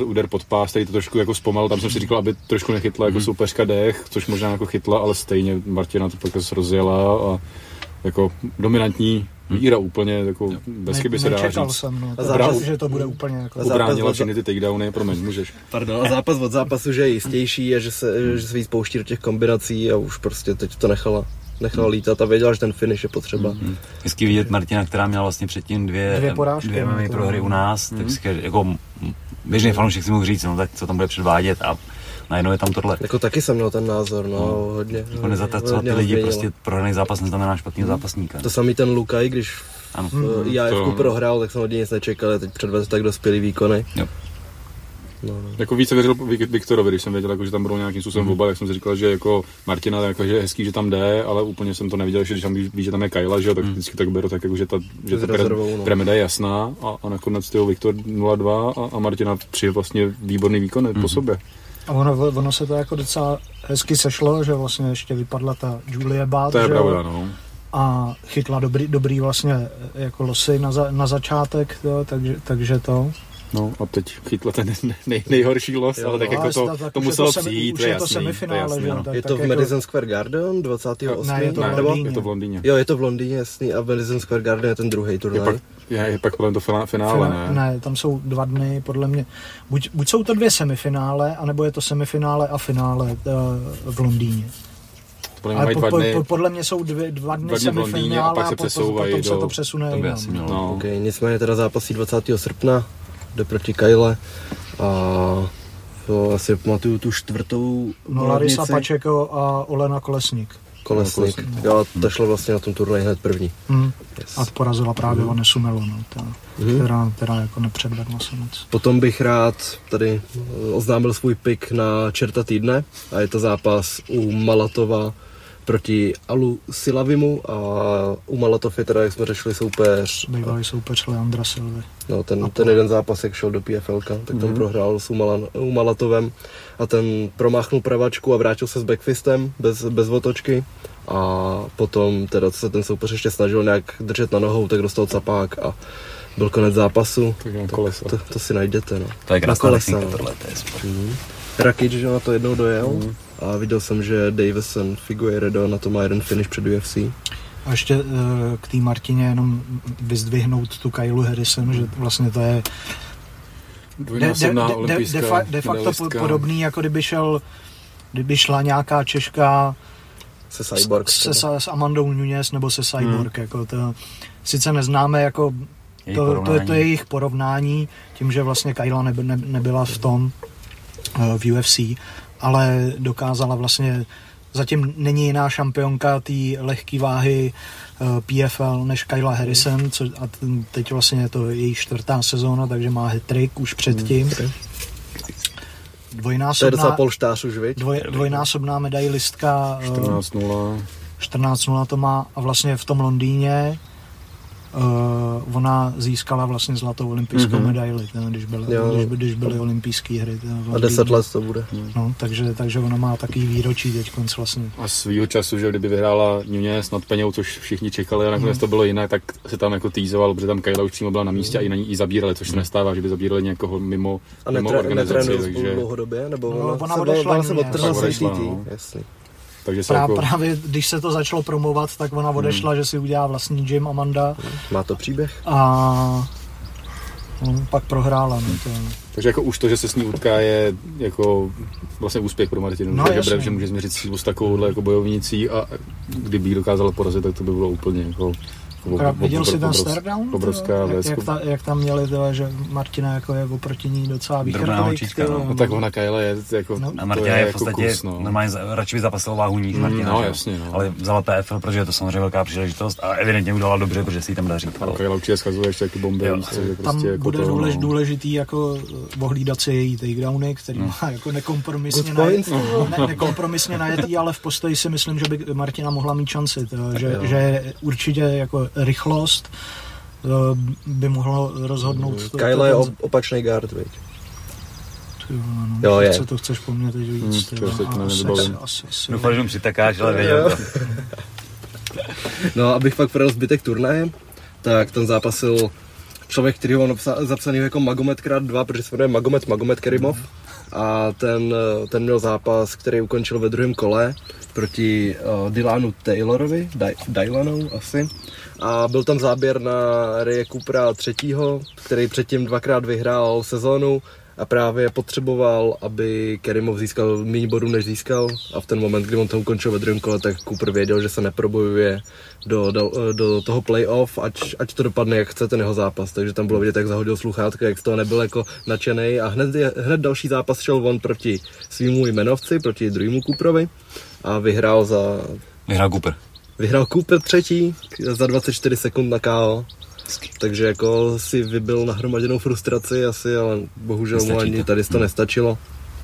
Speaker 4: chytl úder pod pás, který to trošku jako zpomalil, tam jsem si říkal, aby trošku nechytla jako soupeřka dech, což možná jako chytla, ale stejně Martina to pak se rozjela a jako dominantní výhra úplně, jako bez chyby se dá říct.
Speaker 3: Nečekal jsem, no,
Speaker 2: zápas,
Speaker 3: že to bude úplně jako...
Speaker 4: Ubránila všechny ty takedowny, promiň, můžeš.
Speaker 2: Pardon, a zápas od zápasu, že je jistější a že se, že se víc pouští do těch kombinací a už prostě teď to nechala. nechala lítat a věděla, že ten finish je potřeba.
Speaker 1: Mm-hmm. Hezky vidět Martina, která měla vlastně předtím dvě,
Speaker 3: dvě, porážky,
Speaker 1: dvě M M A prohry u nás, mm-hmm. tak si, jako běžný fanoušek si mohl říct, no tak co tam bude předvádět a najednou je tam tohle.
Speaker 2: Jako taky jsem měl ten názor, no, no hodně.
Speaker 1: Jako nezatracovat ty lidi, prostě prohraný zápas neznamená špatného zápasníka.
Speaker 2: To samý ten Lukaj, když
Speaker 1: ano.
Speaker 2: v I A F ku prohrál, tak jsem od něj nic nečekal, teď předvedl tak dospělý výkony.
Speaker 1: Jo.
Speaker 4: No, no. Jako více věřil Viktorovi, když jsem věděl, jako, že tam budou nějakým způsobem mm. oba, tak jsem si říkal, že jako Martina, jako, že je hezký, že tam jde, ale úplně jsem to neviděl, že když tam ví, že tam je Kayla, že, tak mm. vždycky tak beru tak, jako, že ta, že ta no. premida je jasná a, a nakonec tyho Viktor nula dva a, a Martina tři vlastně výborný výkon mm. po sobě.
Speaker 3: A ono, ono se to jako docela hezky sešlo, že vlastně ještě vypadla ta Julia Bát,
Speaker 4: to je pravda, no.
Speaker 3: A chytla dobrý, dobrý vlastně jako losy na, za, na začátek, to, takže, takže to...
Speaker 4: No a teď chytla ten nej, nejhorší los, jo, ale tak no, jako to, to, to muselo přijít, to je jasný.
Speaker 3: Semifinále,
Speaker 4: to je,
Speaker 3: tak,
Speaker 2: je to
Speaker 3: tak
Speaker 2: v
Speaker 3: jako...
Speaker 2: Madison Square Garden dvacátého osmého
Speaker 3: Ne, je to,
Speaker 4: ne,
Speaker 3: nebo?
Speaker 4: je to v Londýně.
Speaker 2: Jo, je to v Londýně, jasný, a v Madison Square Garden je ten druhý turnaj.
Speaker 4: Je pak, je, je pak podle to finále, finále, ne?
Speaker 3: Ne, tam jsou dva dny, podle mě. Buď, buď jsou to dvě semifinále, anebo je to semifinále a finále uh, v Londýně. Ale po, po, po, podle mě jsou dvě, dva dny, dny semifinále a, pak se a po, potom do, se to přesune to jinam.
Speaker 1: No.
Speaker 3: No.
Speaker 2: Okay, nicméně teda zápasí dvacátého srpna, jde proti Kayle a to asi pamatuju tu čtvrtou
Speaker 3: No Larisa Pačeko a Olena Kolesník.
Speaker 2: Kolesník, jo, ta šla vlastně na tom turnaji hned první.
Speaker 3: Mm. Yes. A porazila právě mm. Vanesu Melonu, ta, mm. která, která jako nepředvedla se moc.
Speaker 2: Potom bych rád tady oznámil svůj pick na čerta týdne a je to zápas u Malatova proti Alu Silavimu a u Malatov je teda, jak jsme řešili, soupeř.
Speaker 3: Bývalý soupeř Leandra Silvy.
Speaker 2: No, ten, ten jeden zápas, jak šel do P F L ka, tak tam mm. prohrál s Umalan, Umalatovem a ten promáchnul pravačku a vrátil se s backfistem bez, bez otočky a potom teda se ten soupeř ještě snažil nějak držet na nohou, tak dostal capák a byl konec zápasu.
Speaker 4: Tak to,
Speaker 2: to, to si najděte, no.
Speaker 1: To je krásná technika, tohle, to je super.
Speaker 2: Mm. Rakic, že na to jednou dojel mm. a viděl jsem, že Davison Figueiredo na to má jeden finish před U F C.
Speaker 3: A ještě k té Martině jenom vyzdvihnout tu Kaylu Harrison, že vlastně to je
Speaker 4: dvojnásobná olympijská
Speaker 3: de, de, de, de facto podobný, jako kdyby šel, kdyby šla nějaká Češka
Speaker 2: se Cyborg,
Speaker 3: se, se, s Amandou Nunes nebo se Cyborg, hmm. jako to, sice neznáme jako to, to, to je jejich porovnání, tím, že vlastně Kayla ne, ne, nebyla v tom v U F C, ale dokázala vlastně, zatím není jiná šampionka té lehké váhy P F L než Kayla Harrison, co, a teď vlastně je to její čtvrtá sezóna, takže má hat-trick už předtím. Dvojnásobná,
Speaker 2: už,
Speaker 3: dvoj, dvojnásobná medailistka
Speaker 4: čtrnáct nula
Speaker 3: čtrnáct nula to má a vlastně v tom Londýně Uh, ona získala vlastně zlatou olympijskou mm-hmm. medaili, když byly, když, když byly olympijské hry.
Speaker 2: A deset let to bude.
Speaker 3: No, takže, takže ona má takový výročí teď konc vlastně.
Speaker 4: A svýho času, že kdyby vyhrála Nunes nad Peňou, což všichni čekali a nakonec mm. to bylo jinak, tak se tam jako týzoval, protože tam Kayla už přímo byla na místě mm. a i na ní i zabírali, což se nestává, že by zabírali někoho mimo,
Speaker 2: a
Speaker 4: mimo
Speaker 2: netre,
Speaker 4: organizaci.
Speaker 2: A takže... dlouhodobě? Nebo
Speaker 3: no,
Speaker 2: ona,
Speaker 3: ona odešla
Speaker 2: se odtrhla se
Speaker 4: odešla, no.
Speaker 2: Jasný.
Speaker 4: Takže se
Speaker 3: Prá,
Speaker 4: jako...
Speaker 3: Právě když se to začalo promovat, tak ona odešla, hmm. že si udělá vlastní gym Amanda.
Speaker 2: Má to příběh.
Speaker 3: A no, pak prohrála. No, to...
Speaker 4: Takže jako už to, že se s ní utká, je jako vlastně úspěch pro Martinu.
Speaker 3: No,
Speaker 4: že, že může změřit sílu s takovouhle jako bojovnicí a kdyby ji dokázala porazit, tak to by bylo úplně jako...
Speaker 3: Ob, viděl jsi ten staredown?
Speaker 4: Obrovská věc.
Speaker 3: Jak, jak, ta, jak tam měli, tyhle, že Martina jako je oproti ní docela výchrtlik.
Speaker 1: No.
Speaker 4: no tak ona Kayla je jako...
Speaker 1: No. A Martina je, je v podstatě
Speaker 4: jako kus, no.
Speaker 1: normálně radši by zapasila váhu níž Martina.
Speaker 4: No, jasně, no.
Speaker 1: Ale vzala P F L, protože je to samozřejmě velká příležitost a evidentně udělala dobře, protože si ji tam daří.
Speaker 4: A Kayla určitě schazuje ještě taky bomby.
Speaker 3: Jo,
Speaker 4: víc, že
Speaker 3: tam
Speaker 4: prostě jako
Speaker 3: bude
Speaker 4: to,
Speaker 3: důlež,
Speaker 4: no.
Speaker 3: důležitý jako ohlídat si její takedowny, který no. má jako nekompromisně,
Speaker 2: najet,
Speaker 3: ne, nekompromisně najetý, ale v postoji si myslím, že by Martina mohla mít šanci. To, že, že určitě jako rychlost by mohlo rozhodnout.
Speaker 2: Kayla je opačný guard, viď?
Speaker 3: No,
Speaker 2: jo, je.
Speaker 3: Co to chceš po mně teď víc?
Speaker 4: Hmm,
Speaker 1: Doufám, že mu přitakáš, ale věděl to.
Speaker 2: No, abych pak prodal zbytek turnaje, tak ten zápasil člověk, který ho napsa- zapsaný jako Magomed krát dva, protože se jmenuje Magomed Magomed Kerimov. A ten, ten měl zápas, který ukončil ve druhém kole proti uh, Dylanu Taylorovi, Dylanu asi. A byl tam záběr na Rye Coopera třetího, který předtím dvakrát vyhrál sezónu a právě potřeboval, aby Kerimov získal méně bodů, než získal. A v ten moment, kdy on to ukončil ve druhém kole, tak Cooper věděl, že se neprobojuje do, do, do toho playoff, ať, ať to dopadne, jak chce ten jeho zápas. Takže tam bylo vidět, jak zahodil sluchátka, jak z toho nebyl jako nadšenej. A hned, hned další zápas šel on proti svýmu jmenovci, proti druhému Cooperovi a vyhrál za...
Speaker 1: Vyhrál Cooper.
Speaker 2: Vyhrál Cooper třetí za dvacet čtyři sekund na K O. Takže jako si vybil nahromaděnou frustraci asi, ale bohužel mu ani tady to nestačilo.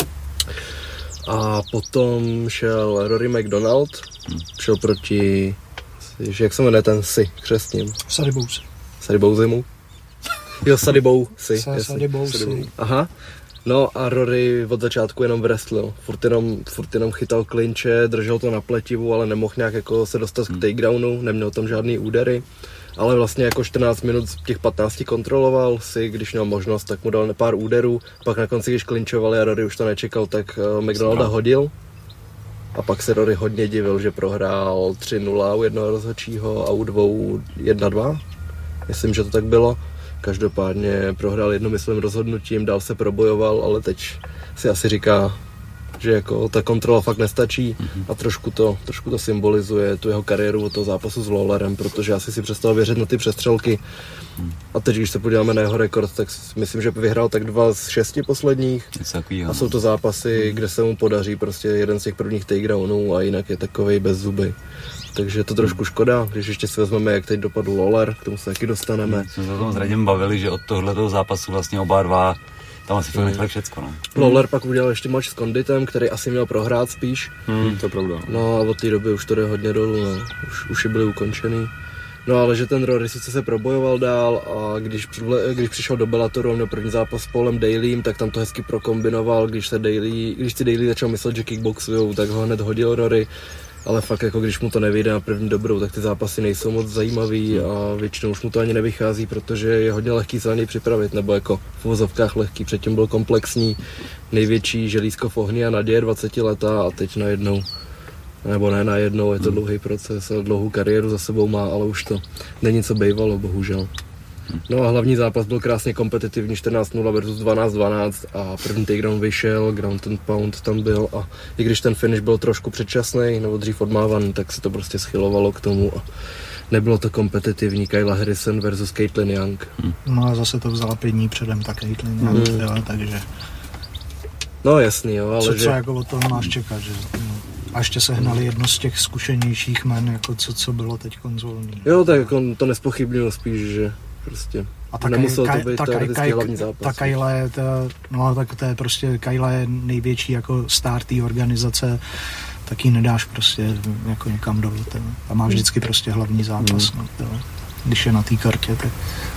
Speaker 2: A potom šel Rory McDonald, hmm. šel proti, jak se jmenuje ten si křestním?
Speaker 3: Sadibous.
Speaker 2: Sadibouzimu? Jo, Sadibou si.
Speaker 3: Sadibou si.
Speaker 2: Aha. No a Rory od začátku jenom wrestlil. Furt jenom, furt jenom chytal klinče, držel to na pletivu, ale nemohl nějak jako se dostat k takedownu, neměl tam žádný údery. Ale vlastně jako čtrnáct minut z těch patnácti kontroloval si, když měl možnost, tak mu dal pár úderů. Pak na konci, když klinčovali a Rory už to nečekal, tak McDonalda hodil. A pak se Rory hodně divil, že prohrál tři nula u jednoho rozhodčího a u dvou jedna dva. Myslím, že to tak bylo. Každopádně prohrál jednomyslným rozhodnutím, dál se probojoval, ale teď si asi říká, že jako ta kontrola fakt nestačí a trošku to, trošku to symbolizuje tu jeho kariéru od toho zápasu s Lawlerem, protože asi si přestal věřit na ty přestřelky. A teď, když se podíváme na jeho rekord, tak myslím, že vyhrál tak dva z šesti posledních. A jsou to zápasy, kde se mu podaří prostě jeden z těch prvních takedownů a jinak je takovej bez zuby. Takže je to trošku škoda, když ještě si vezmeme, jak teď dopadl Lawler, k tomu se taky dostaneme.
Speaker 1: Jsme se o tom s Radím bavili, že od tohletoho zápasu vlastně oba dva tam asi fakt nechali všecko, no.
Speaker 2: Lawler pak udělal ještě match s Conditem, který asi měl prohrát spíš.
Speaker 4: Hmm, to je pravda.
Speaker 2: No a od té doby už to jde hodně dolů, no. Už, už je byly ukončený. No ale že ten Rory sice se probojoval dál a když, když přišel do Bellatoru, měl první zápas s Paulem Daileym, tak tam to hezky prokombinoval, když se Daly, když si Daly začal myslet, že kickboxujou, tak ho hned hodil Rory. Ale fakt jako když mu to nevyjde na první dobrou, tak ty zápasy nejsou moc zajímavý a většinou už mu to ani nevychází, protože je hodně lehký se na něj připravit, nebo jako v uvozovkách lehký, předtím byl komplexní, největší želízko v ohni a naděje dvacetiletá a teď najednou, nebo ne najednou, je to dlouhý proces a dlouhou kariéru za sebou má, ale už to není co bejvalo, bohužel. No a hlavní zápas byl krásně kompetitivní, čtrnáct nula versus dvanáct dvanáct a první takedown vyšel, ground and pound tam byl a i když ten finish byl trošku předčasný nebo dřív odmávaný, tak se to prostě schylovalo k tomu a nebylo to kompetitivní. Kyla Harrison versus Caitlin Young.
Speaker 3: Hmm. No a zase to vzala pět dní předem ta Caitlin Young, hmm. jo, takže...
Speaker 2: No jasný, jo, ale
Speaker 3: co,
Speaker 2: že...
Speaker 3: Co jako od toho máš čekat, že... No. A ještě se hnali jedno z těch zkušenějších men, jako co, co bylo teď konzolní.
Speaker 2: Jo, tak jako to nespochybnil spíš, že prostě
Speaker 3: a ta
Speaker 2: nemusel
Speaker 3: kaj,
Speaker 2: to být
Speaker 3: ta,
Speaker 2: teoreticky
Speaker 3: kaj,
Speaker 2: hlavní zápas.
Speaker 3: Ta Kyla je, ta, no tak to je prostě, Kyla je největší jako star té organizace, tak ji nedáš prostě jako někam dolů. A má vždycky prostě hlavní zápas, mm. no, když je na té kartě, tak...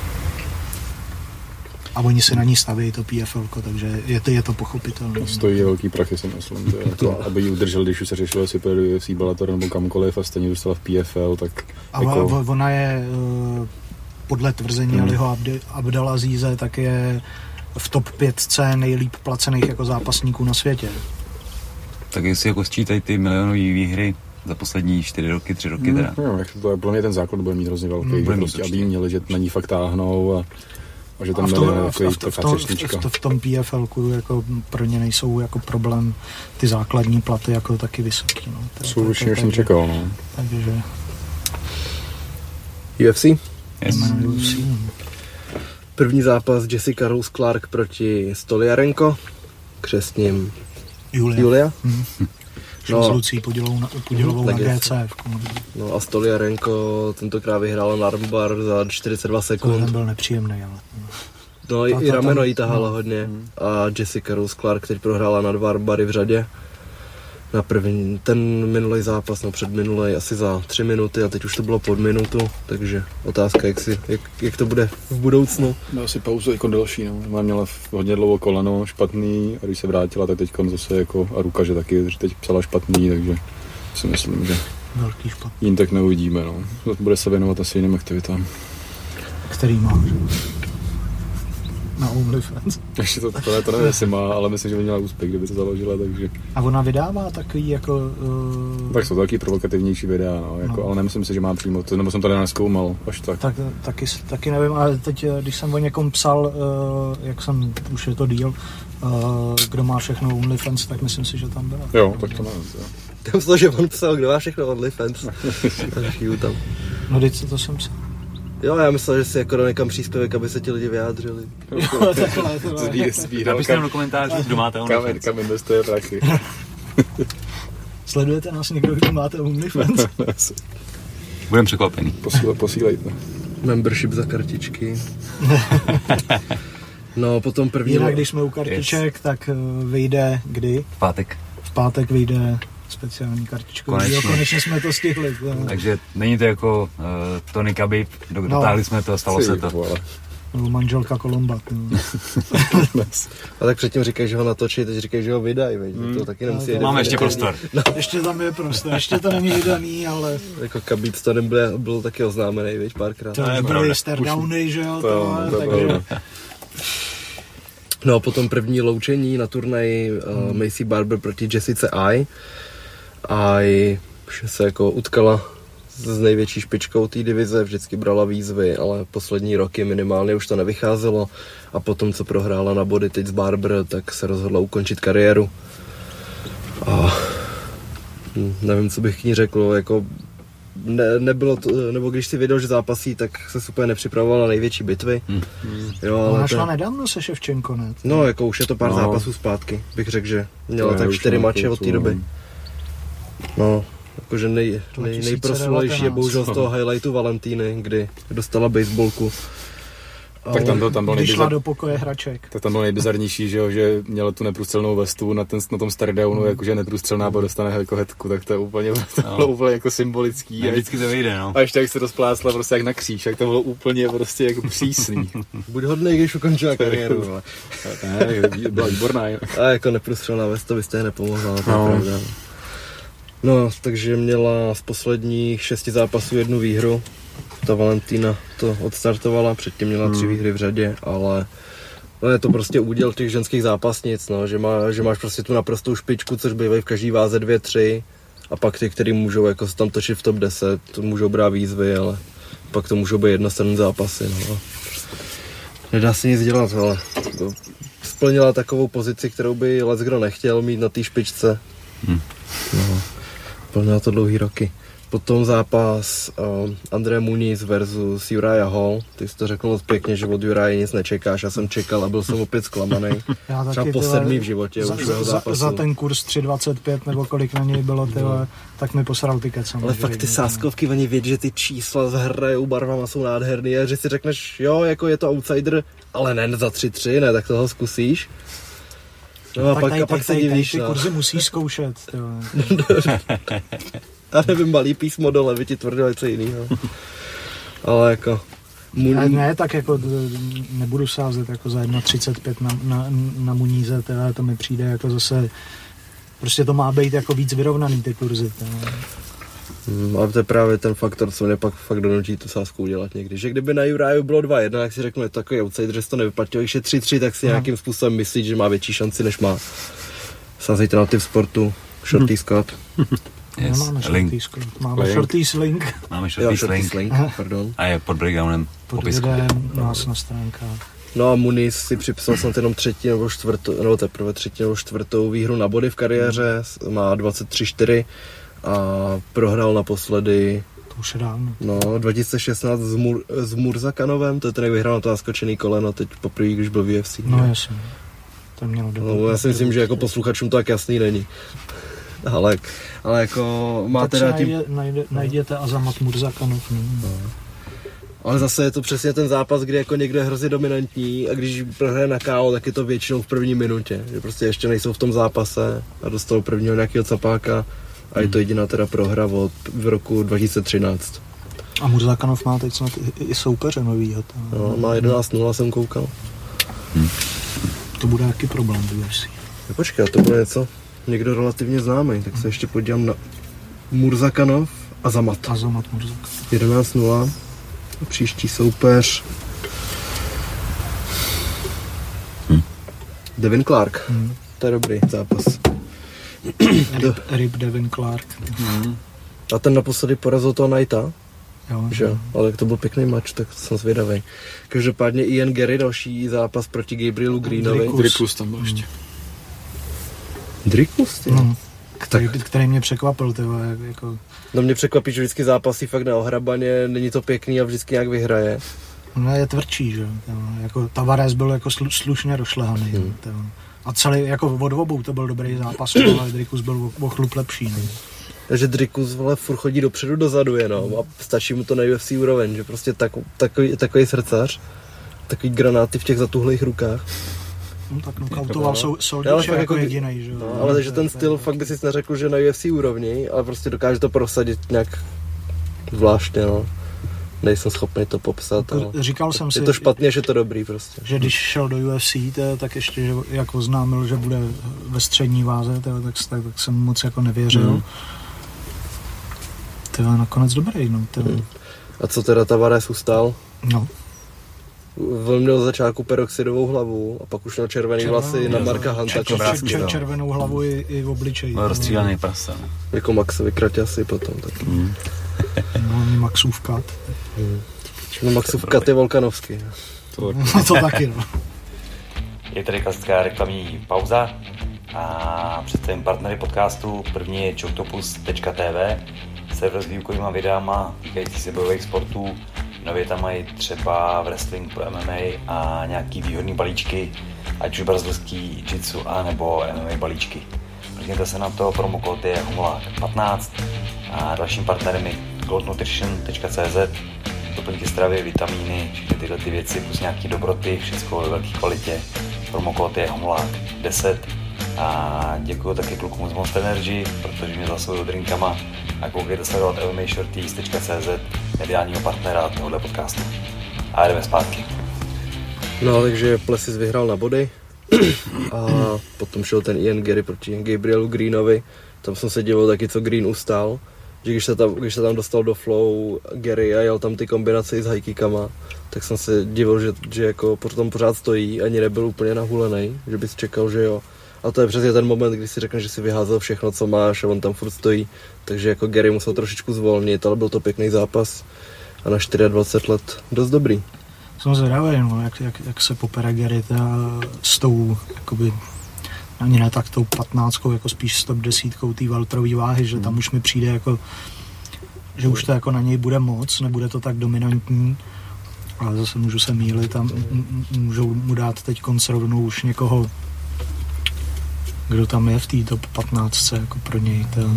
Speaker 3: A oni se na ní staví to P F L ko, takže je to, je to pochopitelné.
Speaker 4: To stojí velký prachy, si myslím. To je, to, aby ji udržel, když už se řešilo, jestli půjde do U F C, Bellator nebo kamkoliv a stejně dostala v P F L, tak
Speaker 3: a
Speaker 4: jako...
Speaker 3: ona je... Uh, podle tvrzení hmm. Aliho Abdelazíze, tak je v top pětce nejlíp placených jako zápasníků na světě.
Speaker 1: Tak jestli jako sčítají ty milionové výhry za poslední čtyři roky, tři roky teda.
Speaker 4: Hmm, jak to je, pro mě ten základ bude mít hrozně velký, hmm. prostě, aby jí měli, že na ní fakt táhnou a, a že tam měli
Speaker 3: v, v tom P F L ku jako pro ně nejsou jako problém ty základní platy jako taky vysoký. No.
Speaker 4: Jsou už než nečekal, no.
Speaker 3: Takže...
Speaker 2: U F C?
Speaker 1: Yes.
Speaker 2: První zápas Jessica Rose Clark proti Stoliarenko, křestním
Speaker 3: Julia.
Speaker 2: Julia.
Speaker 3: Mm. No, s Lucí Pudilovou na, Pudilovou na G C.
Speaker 2: No a Stoliarenko tentokrát vyhrála na armbar za čtyřicet dva sekund.
Speaker 3: To byl nepříjemný, ale...
Speaker 2: No ta, i rameno jí tahalo no. hodně a Jessica Rose Clark teď prohrála na dva arbary v řadě. Na první, ten minulý zápas, no před minulý asi za tři minuty a teď už to bylo pod minutu, takže otázka, jak, si, jak, jak to bude v budoucnu.
Speaker 4: Měla si pauzu jako delší, no. Má měla hodně dlouho koleno, špatný a když se vrátila, tak teď zase jako a ruka, že taky, že teď psala špatný, takže si myslím, že
Speaker 3: velký špatný.
Speaker 4: Jím tak neuvidíme, no. Bude se věnovat asi jiným aktivitám.
Speaker 3: Který má? na OnlyFans.
Speaker 4: Ještě to, to, to nevím, jestli má, ale myslím, že by měla úspěch, kdyby to založila, takže...
Speaker 3: A ona vydává takový jako... Uh...
Speaker 4: Tak jsou to taky provokativnější videa, no, jako, no. Ale nemyslím si, že má přímo to, nebo jsem to nezkoumal, až tak.
Speaker 3: tak. Taky, taky nevím, ale teď, když jsem o někom psal, uh, jak jsem, už je to díl, uh, kdo má všechno OnlyFans, tak myslím si, že tam byla.
Speaker 4: Jo, tak to nevím, jo.
Speaker 2: Já myslím, že on psal, kdo má všechno OnlyFans. Takže tam.
Speaker 3: No teď co to jsem psal.
Speaker 2: Jo, já myslel, že si jako do někam příspěvek, aby se ti lidi vyjádřili.
Speaker 3: Jo, takhle, takhle.
Speaker 1: Napište nám do komentářů, kdo máte OnlyFans.
Speaker 4: Kam investuje prachy.
Speaker 3: Sledujete nás někdo, kdo máte OnlyFans?
Speaker 1: Budeme překvapený.
Speaker 4: Posíle, posílejte.
Speaker 2: Membership za kartičky. No, potom první...
Speaker 3: Jinak, když jsme u kartiček, yes. tak vyjde kdy?
Speaker 1: V pátek.
Speaker 3: V pátek vyjde speciální kartičku.
Speaker 1: Konečně.
Speaker 3: Jo, konečně jsme to stihli.
Speaker 1: Takže není to jako uh, Tony Khabib, dotáhli no. jsme to, stalo se to.
Speaker 3: Nebo manželka Kolomba.
Speaker 2: A tak předtím říkají, že ho natočí, teď říkají, že ho vydají, mm. to taky nemusí.
Speaker 3: No,
Speaker 1: máme ještě prostor.
Speaker 3: No. Ještě tam je prostor, ještě to není vydaný, ale...
Speaker 2: Jako Khabib s Tonem byl, byl taky oznámený, víš, párkrát.
Speaker 3: To byly stardowny, že jo, to, to, takže...
Speaker 2: No a potom první loučení na turnaji uh,
Speaker 3: hmm.
Speaker 2: Macy Barber proti Jessice Ai. Ai se jako utkala s největší špičkou té divize, vždycky brala výzvy, ale poslední roky minimálně už to nevycházelo a potom, co prohrála na body teď s Barber, tak se rozhodla ukončit kariéru. A nevím, co bych k ní řekl, jako ne, nebylo to, nebo když si věděl, že zápasí, tak se super nepřipravoval na největší bitvy. Hmm.
Speaker 3: Jo, ale ona šla ten... nedávno se Ševčenko, ne?
Speaker 2: No, jako už je to pár no. zápasů zpátky, bych řekl, že měla to tak čtyři mače od té doby. No, jakože nej, nej, nejproslulejší je bohužel z toho highlightu Valentíny, kdy dostala baseballku.
Speaker 4: Tak tam byl, tam byl
Speaker 3: když šla do pokoje hraček.
Speaker 4: Tak tam byl nejbizarnější, že jo, že měla tu neprůstřelnou vestu na, ten, na tom stardownu, mm. jakože neprůstřelná, bo dostane jako hetku, tak to je úplně, to no. bylo úplně jako symbolický.
Speaker 1: Ne, vždycky to vyjde, no.
Speaker 4: A ještě jak se rozplásla prostě jak na kříž, tak to bylo úplně prostě jako přísný.
Speaker 2: Buď hodnej, když ukončila kariéru, ale.
Speaker 4: Ne, byla výborná. Jo.
Speaker 2: A jako neprůstřelná vesta by stejně nepomohla, to je pravda. No, takže měla z posledních šesti zápasů jednu výhru. Ta Valentína to odstartovala, předtím měla tři výhry v řadě, ale no je to prostě úděl těch ženských zápasnic, no, že, má, že máš prostě tu naprostou špičku, což bývají v každý váze dvě, tři a pak ty, který můžou jako se tam točit v top deset, to můžou brát výzvy, ale pak to můžou být jednostranné zápasy, no. Nedá se nic dělat, ale to splnila takovou pozici, kterou by leckdo nechtěl mít na té špičce. Hmm. No, splnila to dlouhý roky. Potom zápas uh, André Muniz versus Uriah Hall. Ty jsi to řekl moc pěkně, že od Uriah nic nečekáš. Já jsem čekal a byl jsem opět zklamaný. Třeba po sedmý v životě
Speaker 3: za,
Speaker 2: už
Speaker 3: za, zápasu. Za ten kurz tři dvacet pět nebo kolik na něj bylo, tyhle, no. tak mi posral tiket.
Speaker 2: Ale fakt ty sázkovky, oni vědí, že ty čísla hrajou barvama, jsou nádherný a že si řekneš, jo, jako je to outsider, ale ne za tři tři, ne, tak toho zkusíš. No a pak, tady, a pak tady, se divíš,
Speaker 3: ty kurzy musíš zkoušet.
Speaker 2: Já nevím, malý písmo dole, by ti tvrdilo něco jinýho. Ale jako...
Speaker 3: Mun... Ne, ne, tak jako nebudu sázet jako za jedna třicet pět na, na, na Muníze, teda to mi přijde jako zase... Prostě to má být jako víc vyrovnaný ty kurzy.
Speaker 2: Hmm, ale to je právě ten faktor, co mě pak fakt donutí tu sázku udělat někdy. Že kdyby na Uriah bylo dva jedna, tak si řeknu, je to takový outsider, že to nevyplatil, když je tři tři, tak si no. nějakým způsobem myslí, že má větší šanci, než má. Sázejte na ty v sportu, shorty hmm. Scott.
Speaker 1: Yes.
Speaker 3: Máme shorty Scott, máme shorty link.
Speaker 1: Máme shorty
Speaker 2: slink, slink. pardon.
Speaker 1: A je pod breakdownem
Speaker 3: pod videem nás na stránkách.
Speaker 2: No a Muniz si připsal snad jenom třetí nebo čtvrtou, nebo teprve třetí nebo čtvrtou výhru na body v kariéře, má dvacet tři čtyři a prohrál naposledy
Speaker 3: to už je dávno.
Speaker 2: No, dva tisíce šestnáct s, Mur, s Murzakanovem, to je ten, jak vyhrál na to naskočený koleno, teď poprvé, když byl v U F C.
Speaker 3: No jasně, to mělo dobrý.
Speaker 2: No, já si myslím, že jako posluchačům to tak jasný není. Ale, ale jako má teda tím...
Speaker 3: Najde, najde, najděte Azamat Murzakanov. No. No.
Speaker 2: Ale zase je to přesně ten zápas, kdy jako někdo je hrozně dominantní a když prohraje na ká ó, tak je to většinou v první minutě. Že prostě ještě nejsou v tom zápase a dostal prvního nějakého capáka a je to jediná teda prohra od v roku dva tisíce třináct.
Speaker 3: A Murzakanov má teď snad i, i soupeře novýho.
Speaker 2: No, má jedenáct nula, jsem koukal.
Speaker 3: Hmm. To bude jaký problém v U F C.
Speaker 2: No, počkej, to bude něco někdo relativně známý, tak se ještě podívám na Murzakanov a Azamat.
Speaker 3: Azamat Murzakanov.
Speaker 2: jedenáct nula. Příští soupeř. Devin Clark.
Speaker 3: Hmm.
Speaker 2: To je dobrý zápas.
Speaker 3: Rip, Rip Devin Clark.
Speaker 2: Hmm. A ten naposledy porazil toho Knighta.
Speaker 3: Jo,
Speaker 2: že?
Speaker 3: jo.
Speaker 2: Ale to byl pěkný match, tak jsem zvědavý. Každopádně Ian Gary, další zápas proti Gabrielu Greenovi.
Speaker 4: Dricus tam byl ještě.
Speaker 2: Dricus, ty?
Speaker 3: No, který, který mě překvapil, tyvo, jako...
Speaker 2: No mě překvapí, že vždycky zápasí fakt neohrabaně, není to pěkný a vždycky nějak vyhraje.
Speaker 3: No je tvrdší, že? Tyvo, jako Tavares byl jako slu, slušně rošlehaný. Hmm. Tyvo. A celý, jako od obou to byl dobrý zápas, ale Dricus byl o chlup lepší. Ne?
Speaker 2: Takže Dricus, vole, furt chodí dopředu, dozadu jenom a stačí mu to na U F C úroveň, že prostě tak, takový, takový srdcař, takový granáty v těch zatuhlých rukách.
Speaker 3: No tak nokautoval sou, Soldiče
Speaker 2: jako,
Speaker 3: jako
Speaker 2: jako
Speaker 3: jedinej, že?
Speaker 2: No, ale takže ten styl fakt by si neřekl, že na U F C úrovni, ale prostě dokáže to prosadit nějak zvláštně, no. Nejsem schopný to popsat, ale
Speaker 3: říkal jsem si,
Speaker 2: je to špatně, že to dobrý prostě.
Speaker 3: Že když šel do U F C, to, tak ještě, že, jak oznámil, že bude ve střední váze, to, tak, tak, tak jsem moc jako nevěřil. Hmm. To je nakonec dobrý, no. Hmm.
Speaker 2: A co teda Tavares ustál?
Speaker 3: No.
Speaker 2: On měl za začátku peroxidovou hlavu a pak už měl červený Červenou, vlasy na Marka Hunta.
Speaker 3: Čer, čer, čer, červenou hlavu i, i v obličeji.
Speaker 1: Byl rozstřílený prsa.
Speaker 2: Jako Maxovi kraťasy potom taky.
Speaker 1: Mm.
Speaker 3: No, Maxův kat.
Speaker 2: Mm. No Maxův kat je Volkanovský.
Speaker 3: To, no, to taky, no.
Speaker 1: Je tady klasická reklamní pauza a představím partnery podcastu. První je choctopus tečka té vé, server s výukovýma videama týkající se bojových sportů. Nově tam mají třeba wrestling pro M M A a nějaký výhodný balíčky, ať už brazilský jiu-jitsu a nebo M M A balíčky. Mrkněte se na to, promokód je Homolák patnáct a dalším partnerem je gold nutrition tečka cé zet, doplňky stravy, vitamíny, všechny tyhle ty věci plus nějaký dobroty, všechno ve velké kvalitě. Promokód je Homolák deset a děkuji taky klukům z Monster Energy, protože mě zasují drinkama a koukejte sledovat M M A shorties tečka cé zet, mediálního partnera tohoto podcastu. A jdeme zpátky.
Speaker 2: No, takže Plessis vyhrál na body a potom šel ten Ian Gary proti Gabrielu Greenovi. Tam jsem se díval taky, co Green ustál, že když se tam, když se tam dostal do flow Gary a jel tam ty kombinace s highkickama, tak jsem se divil, že, že jako potom pořád stojí, ani nebyl úplně nahulený, že bys čekal, že jo. A to je přesně ten moment, kdy si řekneš, že si vyházel všechno, co máš a on tam furt stojí. Takže jako Gary musel trošičku zvolnit, ale byl to pěkný zápas a na dvacet čtyři let dost dobrý.
Speaker 3: Jsem zvědavý, no, jak, jak, jak se popere Gary s tou, jakoby, ani ne tak tou patnáctkou, jako spíš s top desítkou té welterový váhy, že tam už mi přijde jako, že už to jako na něj bude moc, nebude to tak dominantní, ale zase můžu se mýlit a m- můžou mu dát teď konc rovnou už někoho, kdo tam je v té top patnáctce jako pro něj. To...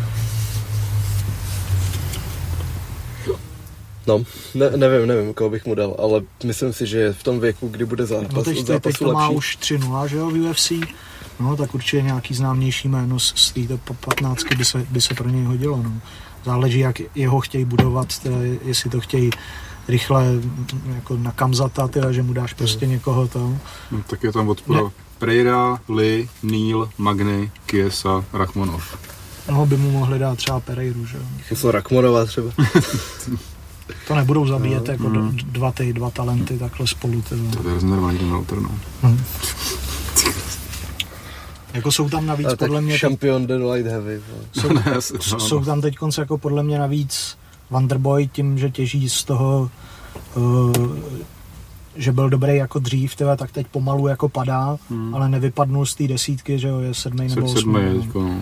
Speaker 2: No, ne, nevím, nevím, koho bych mu dal, ale myslím si, že v tom věku, kdy bude zápas,
Speaker 3: no teď, teď, teď to má už tři nula, že jo, v U F C, no tak určitě nějaký známější jméno z, z té top patnáctky by se, by se pro něj hodilo, no. Záleží, jak jeho chtějí budovat, teda, jestli to chtějí rychle jako na Kamzata, teda, že mu dáš prostě někoho to.
Speaker 4: No, tak je tam odpor Pereira, Lee, Neal, Magny, Chiesa, Rachmanov.
Speaker 3: No, by mu mohli dát třeba Pereiru, že jo.
Speaker 2: Chiesa Rachmanova třeba.
Speaker 3: To nebudou zabíjet
Speaker 2: no,
Speaker 3: jako
Speaker 2: mm.
Speaker 3: dva ty dva talenty takhle spolu. Teda.
Speaker 4: To je normální ten autor, no.
Speaker 3: Hmm. Jako jsou tam navíc
Speaker 2: ale
Speaker 3: podle mě...
Speaker 2: Champion the light heavy.
Speaker 3: Jsou, no, ne, no, jsou no. tam teď konce jako podle mě navíc Wonderboy tím, že těží z toho, uh, že byl dobrý jako dřív, teda, tak teď pomalu jako padá, hmm. ale nevypadnul z té desítky, že jo, je sedmý nebo osmý.
Speaker 4: No.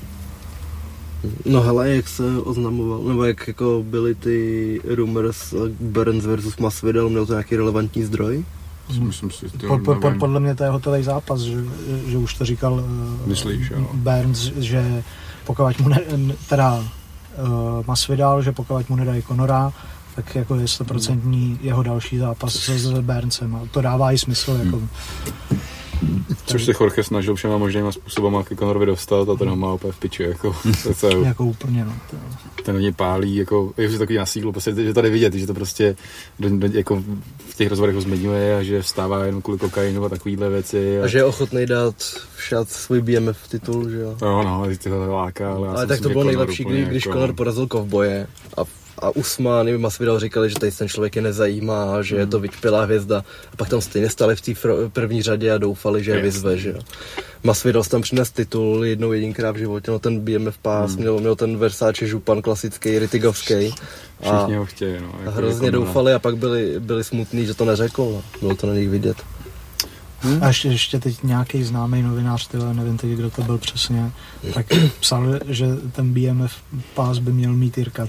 Speaker 2: No hele, jak se oznamoval, nebo jak jako byly ty rumors Burns versus Masvidal, měl to nějaký relevantní zdroj?
Speaker 4: Myslím si,
Speaker 3: po, po, po, podle mě to je hotový zápas, že, že už to říkal
Speaker 4: Myslíš, jo?
Speaker 3: Burns, že pokud mu ne, teda uh, Masvidal, že pokud mu nedají Conora, tak jako je stoprocentní jeho další zápas s, s Burnsem a to dává i smysl. Jako.
Speaker 4: Což se Jorge snažil všema možnýma způsobama ke Conorovi dostat a ten ho má úplně v piči, jako. To je,
Speaker 3: jako úplně, no. To...
Speaker 4: Ten hodně pálí, jako, je to takový nasíklo, prostě, že tady vidět, že to prostě do, do, jako v těch rozhovorech ho zmiňuje a že vstává jenom kvůli kokainu a takovýhle věci. A,
Speaker 2: a že je ochotný dát všat svůj B M F titul, že jo?
Speaker 4: No, no, ty to láká, ale já
Speaker 2: ale tak to bylo nejlepší, kdy, když jako... Conor porazil kovboje a a Usman i Masvidal říkali, že tady ten člověk je nezajímá, že je to vyčpělá hvězda. A pak tam stejně stali v té první řadě a doufali, že je vyzve, že jo. Masvidal tam přines titul jednou jedinkrát v životě, no ten B M F pás, hmm. měl, měl ten Versace župan klasický, rytigovský.
Speaker 4: Všichni ho chtějí, no.
Speaker 2: A hrozně jako doufali a pak byli, byli smutní, že to neřekl, no. Bylo to na nich vidět.
Speaker 3: Hmm. A ještě, ještě teď nějaký známý novinář, tyhle, nevím teď, kdo to byl přesně, tak psal, že ten B M F pás by měl mít Jirka.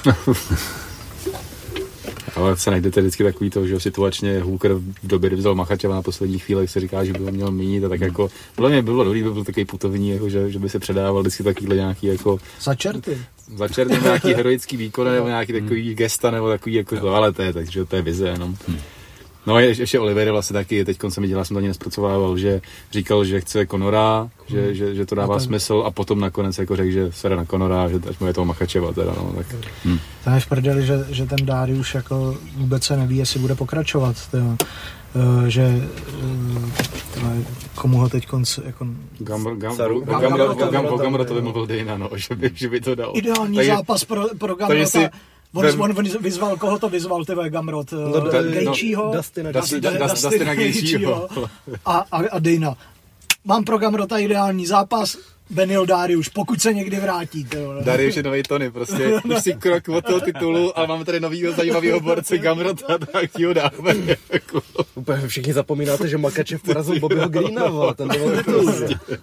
Speaker 4: Ale se najdete vždycky takový to, že situačně Hooker v době, kdy vzal Makhačeva na poslední chvíli, se říká, že by ho měl mít a tak jako, podle mě bylo dobrý, by byl takový putovní, jako, že, že by se předával vždycky takovýhle nějaký jako...
Speaker 3: Za čerty.
Speaker 4: Za čerty nějaký heroický výkon nebo nějaký takový gesta nebo takový jako, ale to je, takže to je vize jenom. No je, ještě Oliveira vlastně taky, teď jsem mi dělal, jsem to ani nespracovával, že říkal, že chce Conora, hmm. že, že, že to dává ten... smysl a potom nakonec jako řekl, že se jde na Conora, že ať mu je toho Makhačeva teda, no, tak. Hmm.
Speaker 3: Tam je v prdeli, že, že ten Dáry už jako vůbec se neví, jestli bude pokračovat, tyjo. Uh, že uh, komu ho teď konc, jako...
Speaker 4: Gamro to vymluvil Dana, no, že by, že by to dal.
Speaker 3: Ideální tak zápas pro, pro Gamrota. On, vem... on vyzval, koho to vyzval, ty Gamrot? No, Gaethjeho?
Speaker 2: Dustina
Speaker 3: Gaethjeho. A, a, a Dana. Mám pro Gamrota ideální zápas, Beneil Dariush, pokud se někdy vrátí.
Speaker 4: Dariush je nový Tony, prostě už si krok od toho titulu a máme tady novýho zajímavého borce Gamrota, tak ti ho dáme.
Speaker 2: Úplně všichni zapomínáte, že Makhačev porazil Bobbyho Greena, ten byl titul.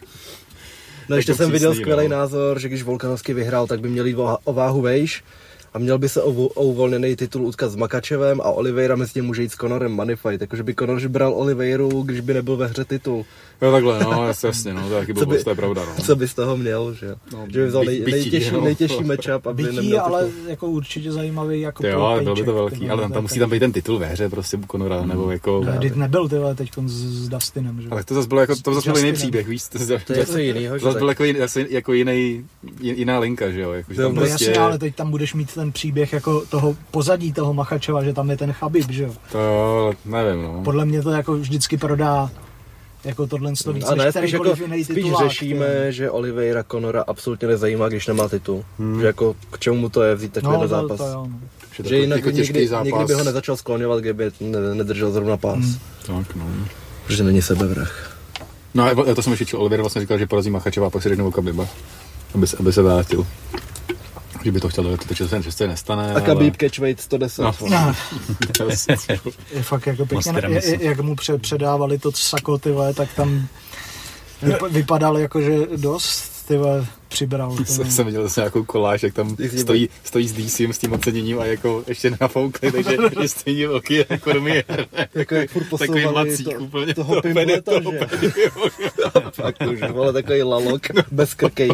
Speaker 2: No ještě jsem viděl skvělý názor, že když Volkanovský vyhrál, tak by měl jít o váhu vejš. A měl by se o, o uvolněný titul utkat s Makhačevem a Oliveira mezi tím může jít s Conorem money fight, jakože by Conor bral Oliveiru, když by nebyl ve hře titul.
Speaker 4: Jo takhle, no jasně, no, to je taky blbost, to je pravda, no.
Speaker 2: Co by z toho měl, že? No, že by vzal nej, bytí, nejtěžší, no. nejtěžší matchup, aby
Speaker 3: bytí,
Speaker 2: neměl
Speaker 3: ale
Speaker 2: titul.
Speaker 3: Jako určitě zajímavý jako
Speaker 4: jo, ale bylo by to velký, ale tam, tam musí tam být ten titul ve hře prostě u Conora, hmm. nebo jako...
Speaker 3: Ne, nebyl tyhle teď s, s Dustinem, že?
Speaker 4: Ale to zase bylo jako, to zase byl jiný příběh, víš?
Speaker 2: To, to je něco jinýho, že?
Speaker 4: To zase byl jako, jako jiný, jiná linka, že jo? Jako, že
Speaker 3: tam no prostě... jasně, ale teď tam budeš mít ten příběh jako toho pozadí toho Makhačeva, že tam je ten Chabib, že jo?
Speaker 4: To nevím, no.
Speaker 3: Podle mě to jako vždycky prodá jako tohle sto víc,
Speaker 2: a ne,
Speaker 3: než
Speaker 2: spíš, jako, spíš
Speaker 3: titulák,
Speaker 2: řešíme, který... že Oliveira Conora absolutně nezajímá, když nemá titul. Hmm. Že jako k čemu mu to je vzít takový
Speaker 3: no,
Speaker 2: zápas.
Speaker 3: To, to jo, no.
Speaker 2: Že, že jinak jako někdy, někdy by ho nezačal skloňovat, kdyby ne, nedržel zrovna pás. Hmm.
Speaker 4: Tak no.
Speaker 2: Protože není sebevrah.
Speaker 4: No a to jsem ještě čil, Oliveira vlastně říkal, že porazí Makhačeva a pak si řekne o Khabiba, aby se, aby se vrátil. Že by to chtěl dojet, takže se to nestane.
Speaker 2: A Khabib catchweight sto deset. No.
Speaker 3: No. Je fakt jako pěkně, je, jak mu pře- předávali to sako, ty vole, tak tam vyp- vypadal jako, že dost, ty vole, přibral.
Speaker 4: Jsem, jsem viděl zase nějakou koláž, jak tam stojí, stojí s D C s tím oceněním a jako ještě nenafoukli, takže je stejně velký ekonomiér.
Speaker 2: Jako jak furt
Speaker 4: takový macík to, úplně.
Speaker 2: Toho pimbleta, že? Fakt už, vole, takový lalok, bez krkej.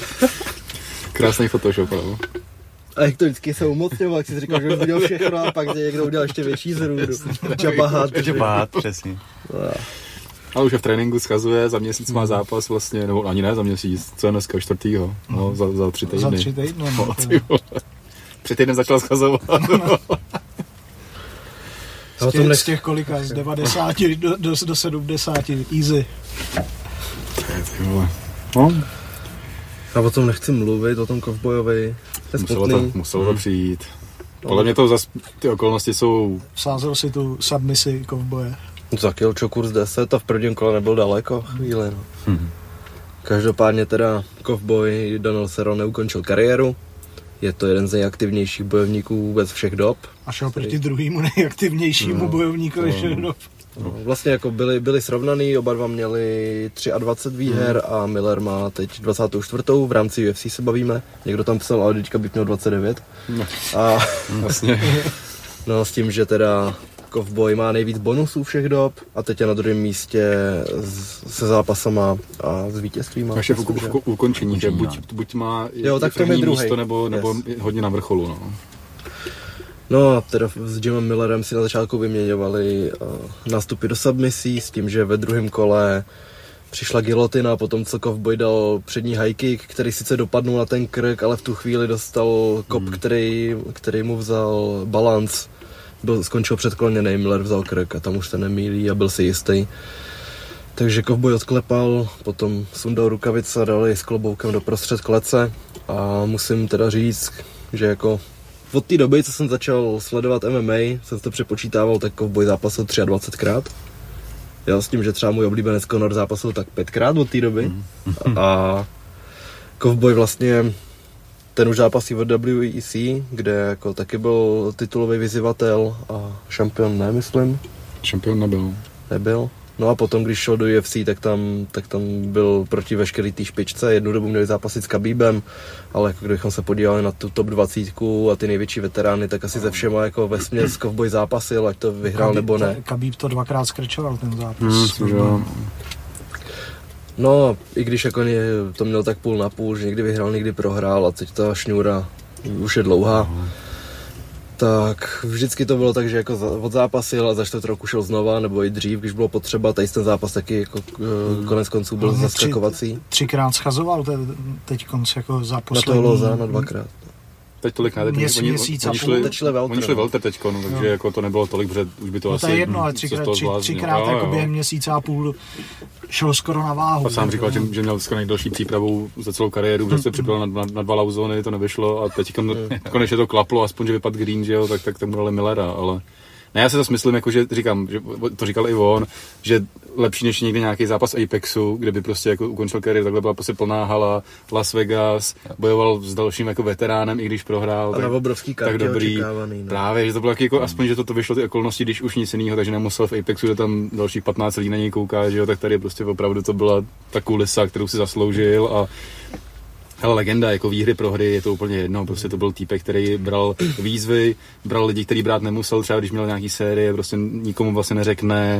Speaker 4: Krásný Photoshop, no.
Speaker 2: A jak to vždycky se umocňoval, jak jsi říkal, že už udělal všechno a pak někdo udělal ještě větší zrůdu. Čabahat.
Speaker 1: Čabahat, přesně.
Speaker 4: Ale už je v tréninku schazuje, za měsíc má zápas vlastně, nebo ani ne za měsíc, co je dneska čtvrtýho, no, za, za tři týdny.
Speaker 3: Za tři týdny, no.
Speaker 4: Před týdnem začal schazovat.
Speaker 3: Z těch, z těch kolika, z devadesáti do, do, do sedmdesáti, easy.
Speaker 4: No.
Speaker 2: A o tom nechci mluvit, o tom kovbojovi.
Speaker 4: Muselo to, muselo to přijít. Podle mě to zase, ty okolnosti jsou...
Speaker 3: Sázel si tu submisi kovboje.
Speaker 2: Za kilčo kurz deset a v prvním kole nebyl daleko chvíli. No. Hmm. Každopádně teda kovboj Donald Cerrone neukončil kariéru. Je to jeden z nejaktivnějších bojovníků vůbec všech dob.
Speaker 3: A šel proti druhému nejaktivnějšímu no, bojovníkovi všech dob.
Speaker 2: No, vlastně jako byli, byli srovnaný, oba dva měli dvacet tři výher hmm. a Miller má teď dvacátou čtvrtou v rámci U F C se bavíme. Někdo tam psal, ale teďka by měl dvacet devět. No. A
Speaker 4: vlastně.
Speaker 2: No s tím, že teda Kovboj má nejvíc bonusů všech dob a teď je na druhém místě se zápasama a s vítězstvím.
Speaker 4: Ještě v, v, v ukončení, že buď, buď má
Speaker 2: jo, tak první
Speaker 4: místo nebo, nebo yes. hodně na vrcholu. No.
Speaker 2: No a teda s Jimem Millerem si na začátku vyměňovali uh, nástupy do submisí s tím, že ve druhém kole přišla gilotina a potom co Kovboj dal přední high kick, který sice dopadnul na ten krk, ale v tu chvíli dostal kop, hmm. který, který mu vzal balanc. Byl, skončil předkloněný, Miller vzal krk a tam už se nemýlí a byl si jistý. Takže Kovboj odklepal, potom sundal rukavice a dali s kloboukem do prostřed klece a musím teda říct, že jako od té doby, co jsem začal sledovat M M A, jsem to přepočítával, tak Kovboj zápasil dvacetkrát. Jo, s tím, že třeba můj oblíbenec Conor zápasil tak pětkrát od té doby. Mm. A Kovboj vlastně, ten už zápasí od W E C, kde jako taky byl titulový vyzývatel a šampion, ne, myslím.
Speaker 4: Šampion nebyl.
Speaker 2: Nebyl. No a potom, když šel do U F C, tak tam, tak tam byl proti veškerý té špičce. Jednu dobu měli zápasit s Khabibem, ale jako kdybychom se podívali na tu top dvacet a ty největší veterány, tak asi ze všema jako vesměs Kovboj zápasil, ať to vyhrál
Speaker 3: Khabib,
Speaker 2: nebo ne.
Speaker 3: Khabib to dvakrát skrčoval ten zápas.
Speaker 4: Hmm,
Speaker 2: no, i když jako to měl tak půl na půl, že někdy vyhrál, někdy prohrál a teď ta šňůra už je dlouhá. Tak vždycky to bylo tak, že jako odzápasil a za čtvrt roku šel znova, nebo i dřív, když bylo potřeba. Tady ten zápas taky jako konec konců byl zaskakovací.
Speaker 3: Tři, třikrát schazoval te, teď konc jako za poslední...
Speaker 2: Na toho Loza, na dvakrát.
Speaker 4: Teď tolik ne,
Speaker 3: Měs,
Speaker 4: oni,
Speaker 3: měsíc
Speaker 4: oni,
Speaker 3: a půl.
Speaker 4: oni šli, oni šli welter teďko, no, takže no. Jako to nebylo tolik, protože už by to
Speaker 3: no
Speaker 4: asi...
Speaker 3: To je jedno, ale třikrát, tři, třikrát jo, jako jo. Během měsíce a půl šel skoro na váhu.
Speaker 4: A sám říkal, že, že měl skoro nejdelší přípravu za celou kariéru, že se připravil na, na, na dva lauzony, to nevyšlo a teď konečně to klaplo, aspoň, že vypadl Green, že jo, tak, tak tam dali Millera, ale... Ne, já se to myslím, jako, že říkám, že to říkal i on, že lepší než někdy nějaký zápas Apexu, kde by prostě jako ukončil kariéru, takhle byla prostě plná hala, Las Vegas, bojoval s dalším jako veteránem, i když prohrál,
Speaker 2: tak, obrovský
Speaker 4: tak dobrý.
Speaker 2: No.
Speaker 4: Právě, že to bylo jako, aspoň, že to, to vyšlo ty okolnosti, když už nic jiného, takže nemusel v Apexu, kde tam dalších patnáct lidí na něj kouká, že jo, tak tady prostě opravdu to byla ta kulisa, kterou si zasloužil a hele, legenda, jako výhry, prohry, je to úplně jedno, prostě to byl týpek, který bral výzvy, bral lidi, který brát nemusel, třeba když měl nějaký série, prostě nikomu vlastně neřekne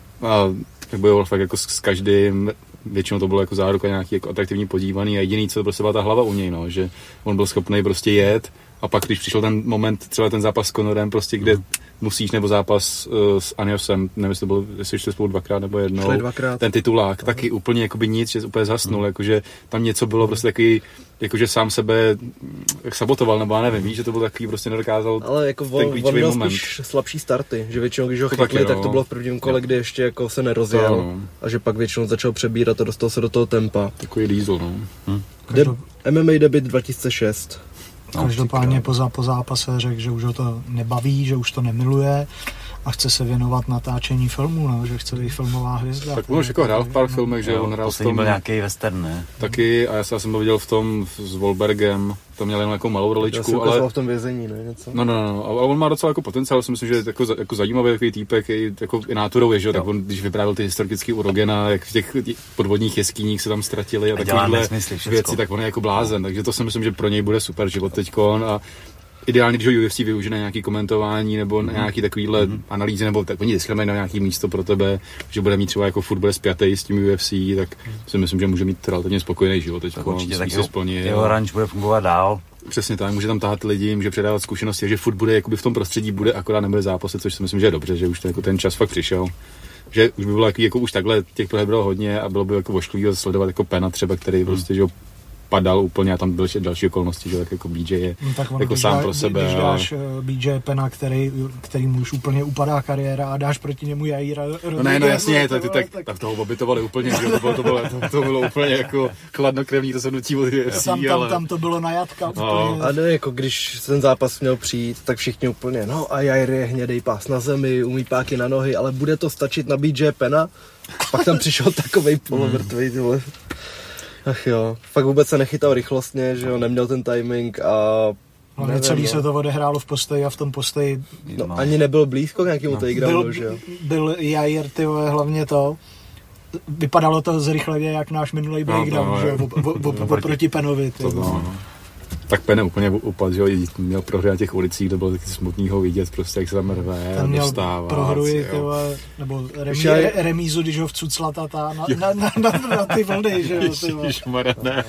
Speaker 4: a tak bojoval fakt jako s, s každým, většinou to bylo jako záruka nějaký jako atraktivní podívaný a jediný, co prostě byla ta hlava u něj, no, že on byl schopný prostě jet a pak, když přišel ten moment, třeba ten zápas s Conorem, prostě kde musíš, nebo zápas uh, s Aniosem, nevím, jestli to bylo, jestli ještě spolu dvakrát nebo jednou,
Speaker 2: dvakrát.
Speaker 4: Ten titulák, Aha. taky úplně jakoby nic, že úplně zhasnul, mm. jakože tam něco bylo prostě takový, jakože sám sebe sabotoval, nebo já nevím, víš, že to byl takový, prostě nedokázal.
Speaker 2: Ale jako
Speaker 4: ten
Speaker 2: on, on měl
Speaker 4: moment.
Speaker 2: spíš slabší starty, že většinou, když ho
Speaker 4: to
Speaker 2: chytli,
Speaker 4: taky,
Speaker 2: tak
Speaker 4: no.
Speaker 2: to bylo v prvním kole, kdy ještě jako se nerozjel
Speaker 4: no.
Speaker 2: a že pak většinou začal přebírat a dostal se do toho tempa.
Speaker 4: Takový diesel, no.
Speaker 2: Hm. De- M M A debut dva tisíce šest.
Speaker 3: No, každopádně po, po zápase řekl, že už ho to nebaví, že už to nemiluje a chce se věnovat natáčení filmů, no, že chce být filmová hvězda.
Speaker 4: Tak on už jako hrál v pár filmech, že jo, on hrál v tom...
Speaker 1: byl nějaký western, ne?
Speaker 4: Taky, a já jsem to viděl v tom s Wahlbergem, to měl jen jako malou roličku,
Speaker 2: ale...
Speaker 4: ale...
Speaker 2: v tom vězení, ne, něco?
Speaker 4: No, no, no, ale on má docela jako potenciál, si myslím, že je jako, jako zajímavý takový týpek, jako i náturou je, že jo, tak on, když vyprávěl ty historické urogena, jak v těch podvodních jeskyních se tam ztratili a, a takovýhle věci, tak on je jako blázen, takže to si myslím, že pro něj bude super život teďkon a ideálně, když ho U F C využije na nějaké komentování nebo na nějaký takovýhle mm-hmm. analýzy, nebo tak oni vždycky mají na nějaký místo pro tebe, že bude mít třeba jako furt bude spjatý s tím U F C, tak si myslím, že může mít relativně spokojený život teď.
Speaker 1: Určitě, tak jeho, jeho ranč bude fungovat dál.
Speaker 4: Přesně tak, může tam tahat lidi, může předávat zkušenosti, že furt bude jakoby v tom prostředí, bude akorát nebude zápasy, což si myslím, že je dobře, že už ten, jako ten čas fakt přišel. Že už by bylo jako, jako už takhle těch proher bylo hodně a bylo by jako ošklivý sledovat jako Pena třeba, který mm. prostě, že padal úplně a tam byly další okolnosti, že tak jako B J je no, tak ono, jako sám dá, pro sebe.
Speaker 3: Když dáš a... B J Pena, který, který mu už úplně upadá kariéra a dáš proti němu Jaira Rodriguez.
Speaker 4: No ne, no jasně, to, ty, tak, tak toho obytovali úplně, že to bylo, to bylo, to, to bylo úplně jako chladnokrevní rozhodnutí od U F C,
Speaker 3: tam,
Speaker 4: ale...
Speaker 3: tam, tam to bylo na jatka
Speaker 2: no.
Speaker 3: úplně.
Speaker 2: A ne, jako když ten zápas měl přijít, tak všichni úplně, no a Jair je hnědej pás na zemi, umí páky na nohy, ale bude to stačit na B J Pena? Pak tam přišel takovej polomrtvej, tyhle. Ach jo, fakt vůbec se nechytal rychlostně, že jo, neměl ten timing a...
Speaker 3: Hlavně celý no. se to odehrálo v postoji a v tom postoji...
Speaker 2: No, no. Ani nebyl blízko k nějakému no. takedownu, že jo.
Speaker 3: Byl Jair, ty vole, hlavně to... Vypadalo to zrychleně jak náš minulý breakdown, no, že jo, oproti Penovi, ty vole.
Speaker 4: Tak Pen úplně upad, že jo, měl prohry na těch ulicích, kde bylo taky smutný ho vidět, prostě jak se tam rve a dostává.
Speaker 3: Prohruji, tyhle, nebo remí, re, remízu, když ho vcucla tata na, na, na, na, na ty vlny, že jo, tyhle.
Speaker 4: Ježišmarja, ne,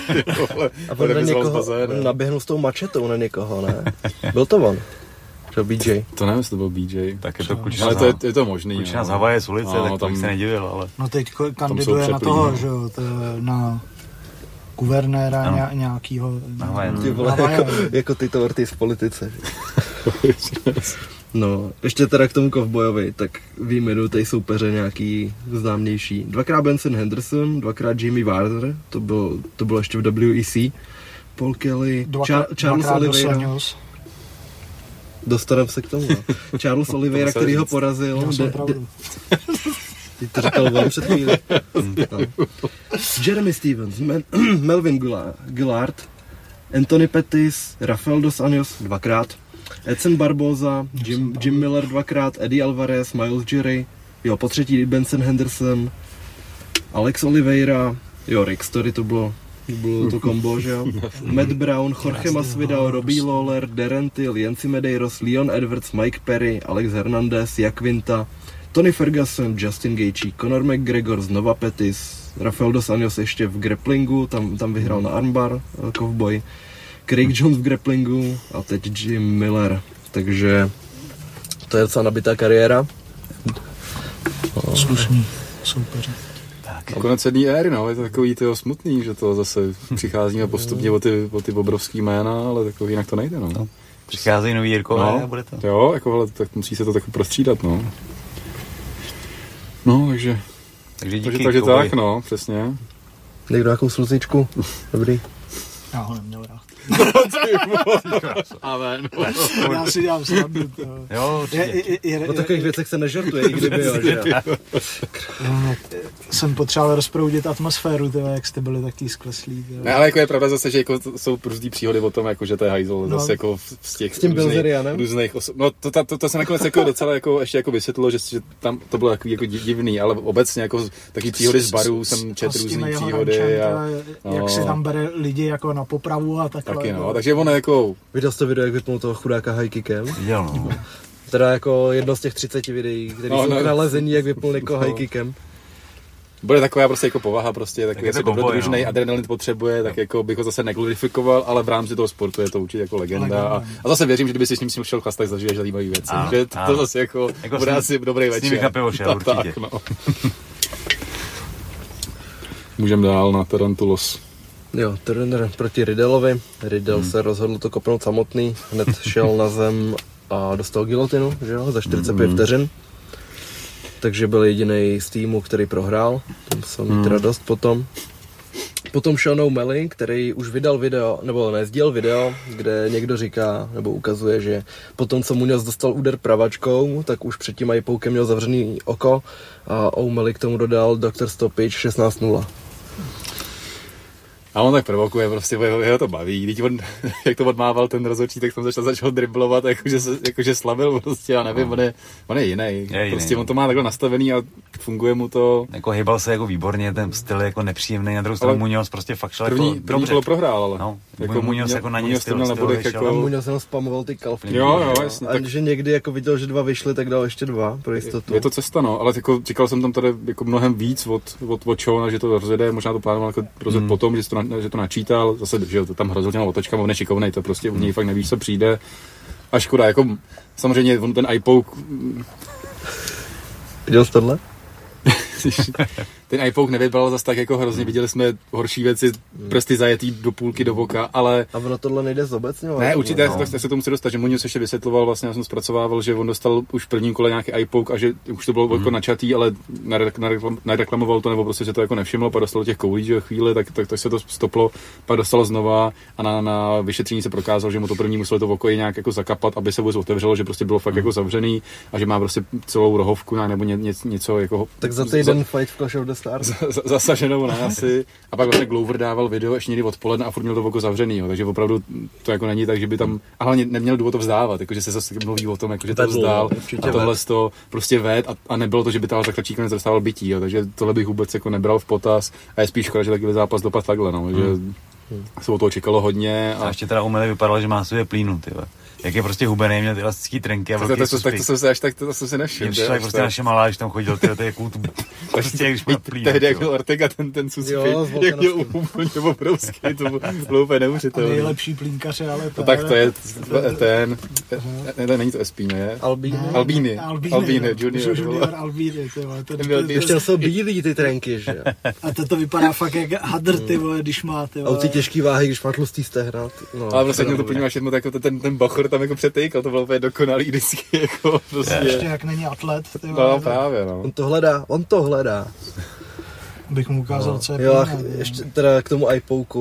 Speaker 2: a on na někoho naběhnul s tou mačetou na někoho, ne? Byl to on? To B J.
Speaker 4: To nevím, jestli to byl B J.
Speaker 1: Tak je to klučina,
Speaker 4: ale to je, je to možný.
Speaker 1: Klučina z Havaje z ulice, no, tak tam se nedivil, ale...
Speaker 3: No teď kandiduje na toho, že jo, na... guvernéra ně, nějakýho...
Speaker 2: Ty vole, jako, jako Tito Ortiz v politice. No, ještě teda k tomu kovbojovi, tak vyjmenujte soupeře nějaký známější. Dvakrát Benson Henderson, dvakrát Jimmy Wilder, to bylo, to bylo ještě v W E C. Paul Kelly,
Speaker 3: dvakrát,
Speaker 2: Char- Charles Oliveira. Dostaneme se k tomu. No. Charles Oliveira, který ho porazil.
Speaker 3: Já jsem pravdu.
Speaker 2: Ty to říkal vám před chvíli. No. Jeremy Stevens, Mel- Melvin Gillard, Anthony Pettis, Rafael dos Anjos dvakrát, Edson Barboza, Jim, Jim Miller dvakrát, Eddie Alvarez, Miles Jury, jo, po třetí Benson Henderson, Alex Oliveira, jo, Rick Story to bylo, bylo to kombo, že jo, Matt Brown, Jorge Masvidal, Robbie Lawler, Darren Till, Yancy Medeiros, Leon Edwards, Mike Perry, Alex Hernandez, Jack Vinta, Tony Ferguson, Justin Gaethje, Conor McGregor, znova Pettis, Rafael dos Anjos ještě v grapplingu, tam, tam vyhrál na armbar, kovboj, Craig Jones v grapplingu a teď Jim Miller, takže to je docela nabitá kariéra.
Speaker 3: Slušný soupeři.
Speaker 4: Konec jedné éry, no, je to takový tyho smutný, že to zase přicházíme postupně o ty, o ty obrovský jména, ale takový jinak to nejde, no. no.
Speaker 1: Přicházejí nový Jirkové
Speaker 4: no,
Speaker 1: a bude to.
Speaker 4: Jo, jako, ale tak musí se to tak prostřídat, no. No, takže...
Speaker 1: Takže díky,
Speaker 4: takže, takže tak, no, přesně.
Speaker 2: Někdo nějakou sluzničku? Dobrý.
Speaker 3: Já ho neměl rád.
Speaker 4: Amen.
Speaker 3: Já si dělám srandu.
Speaker 1: Jo, určitě.
Speaker 2: O takových věcech se nežartuje, i kdyby jo, že jo.
Speaker 3: Jsem potřeboval rozproudit atmosféru, tyhle, jak jste byli taky skleslí.
Speaker 4: Ne, ale jako je pravda zase, že jako jsou různý příhody o tom, jako, že to je hajzl, no. Zase jako z těch
Speaker 2: s tím
Speaker 4: různých, různých osob. No to, to, to, to se nakonec jako docela jako, ještě jako vysvětlilo, že, že tam to bylo takový jako divný, ale obecně jako taky příhody z barů jsem četl různý příhody. A,
Speaker 3: a, jak si tam bere lidi jako na popravu a takhle.
Speaker 4: Taky no, takže ono jako...
Speaker 2: Viděl jste video, jak vypnul toho chudáka high kickem?
Speaker 1: Viděl, no.
Speaker 2: Teda jako jedno z těch třiceti videí, které no, jsou no, nalezení, jak vypnul někoho no. high kickem.
Speaker 4: Bude taková prostě jako povaha, prostě takový
Speaker 1: tak
Speaker 4: asi dobrodružnej no. adrenalin potřebuje, tak jako bych ho zase neglorifikoval, ale v rámci toho sportu je to určitě jako legenda. A, a zase věřím, že kdyby si s ním šel chlastat, tak zažiješ zajímavé věci. A, že to, to zase jako, jako bude asi dobrý večer.
Speaker 1: S nimi pivo šel, určitě.
Speaker 4: Tak, no. Můžeme dál na Tarantulos.
Speaker 2: Jo, Turner proti Riddelovi. Riddle hmm. se rozhodl to kopnout samotný, hned šel na zem a dostal gilotinu, že jo, za čtyřicet pět hmm. vteřin. Takže byl jediný z týmu, který prohrál, tam jsem mít hmm. radost potom. Potom Sean O'Malley, který už vydal video, nebo nezdíl video, kde někdo říká, nebo ukazuje, že potom, co Muñoz dostal úder pravačkou, tak už předtím i poukem měl zavřený oko a O'Malley k tomu dodal doktor Stoppage šestnáct nula.
Speaker 4: A on tak provokuje, prostě jeho to baví, když on, jak to odmával ten rozhodčí, tak tam začal, začal driblovat, jakože, jakože slavil prostě, já nevím, on je, on je jiný, je prostě jiný. On to má takhle nastavený a funguje mu to.
Speaker 1: Jako hýbal se jako výborně, ten styl je jako nepříjemný, na druhou stranu Muñoz prostě fakt šel
Speaker 4: první,
Speaker 1: jako
Speaker 4: první kolo prohrál, ale.
Speaker 1: No, jako Muñoz jako na něj styl,
Speaker 2: styl jako... A Muñoz jenom spamoval ty kalfky.
Speaker 4: Jo, jo, jasně.
Speaker 2: A tak... že někdy jako viděl, že dva vyšly, tak dal ještě dva pro jistotu.
Speaker 4: Je, je to cesta, no, ale jako říkal jsem tam tady jako mnohem víc od, od, od Seana, že to rozjede, možná to plánoval jako rozjet hmm. potom, že to, na, že to načítá. Zase, že to tam hrozil těma otočkama, on je šikovnej, to prostě u něj fakt nevíš, co přijde. A škoda, jako samozřejmě on ten iPoke...
Speaker 2: Viděl jsi tohle?
Speaker 4: Ten iPoke nevybral zase tak jako hrozně, viděli jsme horší věci, prsty zajetý do půlky do voka, ale...
Speaker 2: A ono tohle nejde zobecňovat?
Speaker 4: Ne, určitě, no. tak se tomu musí dostat, že Muñoz ještě vysvětloval, vlastně já jsem zpracovával, že on dostal už v prvním kole nějaký iPoke a že už to bylo mm. jako načatý, ale nareklamoval to, nebo prostě se to jako nevšimlo, pak dostalo těch koulí, že chvíli, tak, tak, tak se to stoplo, pak dostalo znova a na, na vyšetření se prokázalo, že mu to první muselo to oko nějak jako zakapat, aby se vůbec otevřelo, že prostě bylo fakt mm. jako zavřený a že má prostě celou rohovku nebo ně, ně, něco jako...
Speaker 2: Tak za týden fight v Clash of the Stars.
Speaker 4: Zasaženou na asi. A pak vlastně Glover dával video ještě někdy odpoledne a furt měl to oko zavřený, takže opravdu to jako není tak, že by tam, a hlavně neměl důvod to vzdávat, jakože se zase mluví o tom, jako, že to vzdál a tohle to prostě ved a, a nebylo to, že by tal tak tlačík nedostával bytí, jo, takže tohle bych vůbec jako nebral v potaz a je spíš škoda, že takový zápas dopadl takhle, no, že hmm. se o toho čekalo hodně.
Speaker 1: A, a ještě teda O'Malley vypadalo, že má sobě plínu, tyhle. Jak je prostě hubený, měl ty elastický trenky a
Speaker 4: velký
Speaker 1: to,
Speaker 4: to, tak to jsem se až tak, to, to jsem se nevšiml.
Speaker 1: Mě přišla prostě naše malá, když tam chodil, tyhle, ty jakou tu... Prostě jak když má plín.
Speaker 4: Tehdy jak byl Ortega, ten, ten suspěch, jak měl úplně obrovský, to bylo úplně neuvěřitelné.
Speaker 3: Nejlepší plínkař, ale
Speaker 4: to tak to je ten, ne, není to Espino, je?
Speaker 2: Albíny.
Speaker 4: Albíny, Albíny, junior.
Speaker 3: Junior Albíny, ty vole.
Speaker 2: Ještě jsou bílý ty trenky, že?
Speaker 3: A to vypadá fakt jak hadr, ty vole, když má, ty vole.
Speaker 2: A ty těžký váhy, když má tlustý stehna.
Speaker 4: Ale prostě měl to podíváš jedno, tak ten Bachor tam jako přetejkal, to bylo úplně dokonalý vždycky, jako prostě.
Speaker 3: Ještě jak není atlet, ty
Speaker 4: vole. No právě, no.
Speaker 2: On to hledá, on to hledá.
Speaker 3: Bych mu ukázal, no. Co je
Speaker 2: jo, plná, ještě teda k tomu iPoku.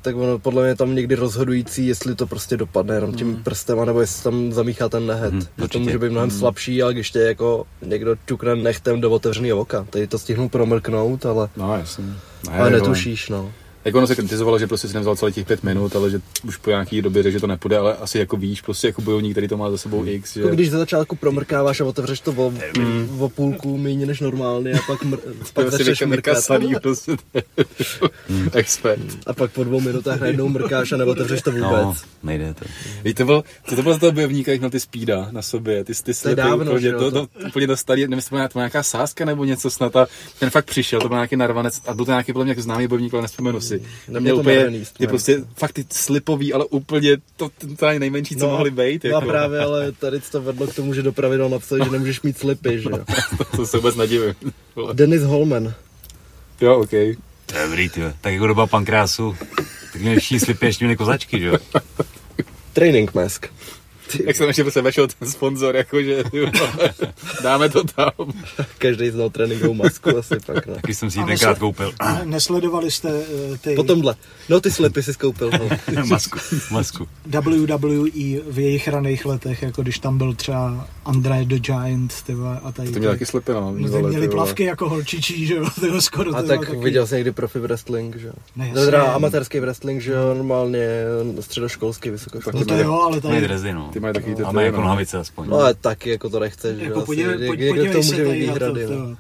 Speaker 2: tak ono podle mě tam někdy rozhodující, jestli to prostě dopadne jenom tím mm. prstem, nebo jestli tam zamíchá ten nehet. Mm, to může být mnohem mm. slabší, ale když tě jako někdo ťukne nechtem do otevřeného oka, tady to stihnu promrknout, ale,
Speaker 4: no, jasně. Ne,
Speaker 2: ale netušíš, no.
Speaker 4: Jako ono se kritizovalo, že prostě si nevzal celých těch pět minut, ale že už po nějaký době řekl, že to nepůjde, ale asi jako víš, prostě jako bojovník, který to má za sebou X, že...
Speaker 2: Jako když za začátku promrkáváš a otevřeš to o, mm. o půlku méně než normálně a pak, mr, pak začneš mrkat.
Speaker 4: Prostě expert.
Speaker 2: A pak po dvou minutách najednou mrkáš a nebo otevřeš to vůbec.
Speaker 1: No, nejde to.
Speaker 4: Víš, to bylo, co to bylo za toho bojovníka, jak měl ty speeda na sobě, ty, ty slipy,
Speaker 2: dávno,
Speaker 4: úplně, to,
Speaker 2: to,
Speaker 4: to, úplně to starý, nevím, to byla nějaká sázka nebo něco snad a ten fakt přišel, to byl nějaký narvanec a byl to nějaký podle mě jako známý bojovník, ale nespomenu si. Měl úplně ty prostě fakt ty slipový, ale úplně to, to, to nejmenší, co
Speaker 2: no,
Speaker 4: mohly být.
Speaker 2: No
Speaker 4: jako.
Speaker 2: právě, ale tady to vedlo k tomu, že do pravidel napsali, že nemůžeš mít slipy, že jo.
Speaker 4: to, to se vůbec nedivím.
Speaker 2: Dennis Holman.
Speaker 4: Jo, okej.
Speaker 1: Okay. Dobrý, tyhle. Tak jako doba pankrásu, tak měli všichni slipy, ještě měli kozačky, že jo.
Speaker 2: Training mask.
Speaker 4: Jak jsem ještě se vešel ten sponzor, jakože dáme to tam.
Speaker 2: Každý znal tréninkovou masku asi pak, ne?
Speaker 1: Taky jsem si ji tenkrát koupil.
Speaker 3: Nesledovali jste ty...
Speaker 2: Po tomhle. No ty slipy si koupil.
Speaker 1: masku, masku.
Speaker 3: W W E v jejich raných letech, jako když tam byl třeba Andre the Giant, tyva, a tady...
Speaker 4: To měl taky slipy, no.
Speaker 3: Měli, měli plavky jako holčičí, že jo, tyva, skoro.
Speaker 2: A tak taky. Viděl jsi někdy profi wrestling, že jo?
Speaker 3: Ne,
Speaker 2: Teda amatérský wrestling, že jo, normálně středoškolský, vysokoškolský.
Speaker 3: No to jo, ale tady...
Speaker 1: Mají drezy, no.
Speaker 4: Ty mají taky ty...
Speaker 1: A mají jako nohavice aspoň.
Speaker 2: No ale taky jako to nechceš, že
Speaker 3: jako
Speaker 2: jo.
Speaker 3: Podívej,
Speaker 2: Asi,
Speaker 3: podívej
Speaker 2: někdo to může mít výhrady, no.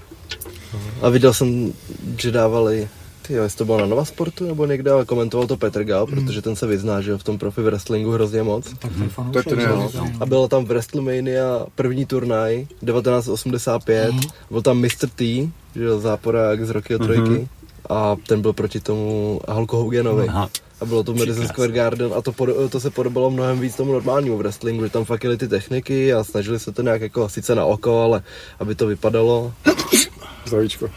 Speaker 2: A viděl jsem, že dávali... Tyjo, jestli to bylo na Nova Sportu nebo někde, ale komentoval to Petr Gal, mm. protože ten se vyzná, že v tom profi wrestlingu hrozně moc.
Speaker 3: Tak ten
Speaker 4: to je ten, no.
Speaker 2: A bylo tam v WrestleMania první turnaj devatenáct osmdesát pět, mm. byl tam mister T, že jo, záporák z Rockyho trojky, mm-hmm. a ten byl proti tomu Hulku Hoganovi. Aha. A bylo to v Madison Square Garden a to, pod, to se podobalo mnohem víc tomu normálnímu wrestlingu, že tam fakt jeli ty techniky a snažili se to nějak jako sice na oko, ale aby to vypadalo.
Speaker 4: Zdravíčko.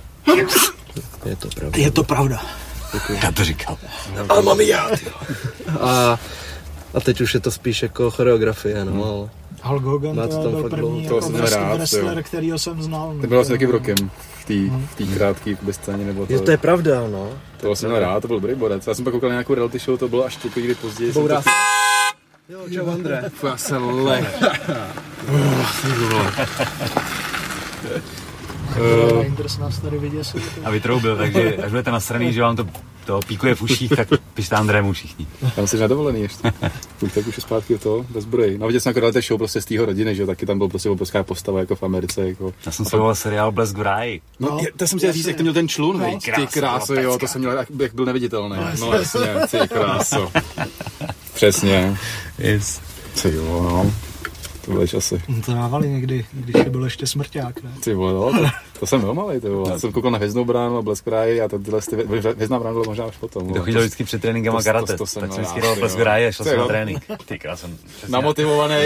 Speaker 2: Je to pravda.
Speaker 3: Je to pravda.
Speaker 2: Děkuji.
Speaker 1: Já to říkal.
Speaker 2: Ale mami já, a, a teď už je to spíš jako choreografie, no, hmm. ale...
Speaker 3: Hulk Hogan to, to byl první
Speaker 4: to
Speaker 3: jako wrestler, wrestler kterýho jsem znal.
Speaker 4: To bylo asi taky v rokem, v té hmm. krátké scéně, nebo to...
Speaker 2: Je, to je pravda, no.
Speaker 4: To byl jsem měl rád, to byl dobrý bodec. Já jsem pak koukal na nějakou reality show, to bylo až těko někdy později.
Speaker 2: Bourá.
Speaker 4: To...
Speaker 2: Jo, čau André.
Speaker 4: Fuj, já se lech.
Speaker 1: A vytroubil, takže až budete nasraný, že vám to, to píkuje v uších, tak pište Andrému všichni.
Speaker 4: Tam jsi nedovolený ještě. Půjď tak už je zpátky to, bez zbroj. No viděl jsem jako reality show prostě z tého rodiny, že taky tam byl prostě obrovská postava jako v Americe. Jako.
Speaker 1: Já jsem sledoval seriál Blesk v ráji.
Speaker 4: No, no to jsem chtěl říct, jak to měl ten člun, no, ty kráso, jo, to jsem měl, jak, jak byl neviditelný. No jasně, ty kráso. Přesně.
Speaker 1: Yes.
Speaker 4: Ty jo, no. To byly časy.
Speaker 3: To dávali někdy, když byl ještě smrťák, ne?
Speaker 4: Ty vole, no, to, to jsem byl malej, ty vole. Já jsem koukal na Hvězdnou bránu a Blesk v ráji a tyhle ty, Hvězdná brána byla možná až potom.
Speaker 1: Kdo chodil vždycky před tréninkem a karate, to, to, to tak jsem vždycky dal Blesk v ráji a šel jsem na trénink. Ty krás, jsem
Speaker 4: namotivovaný.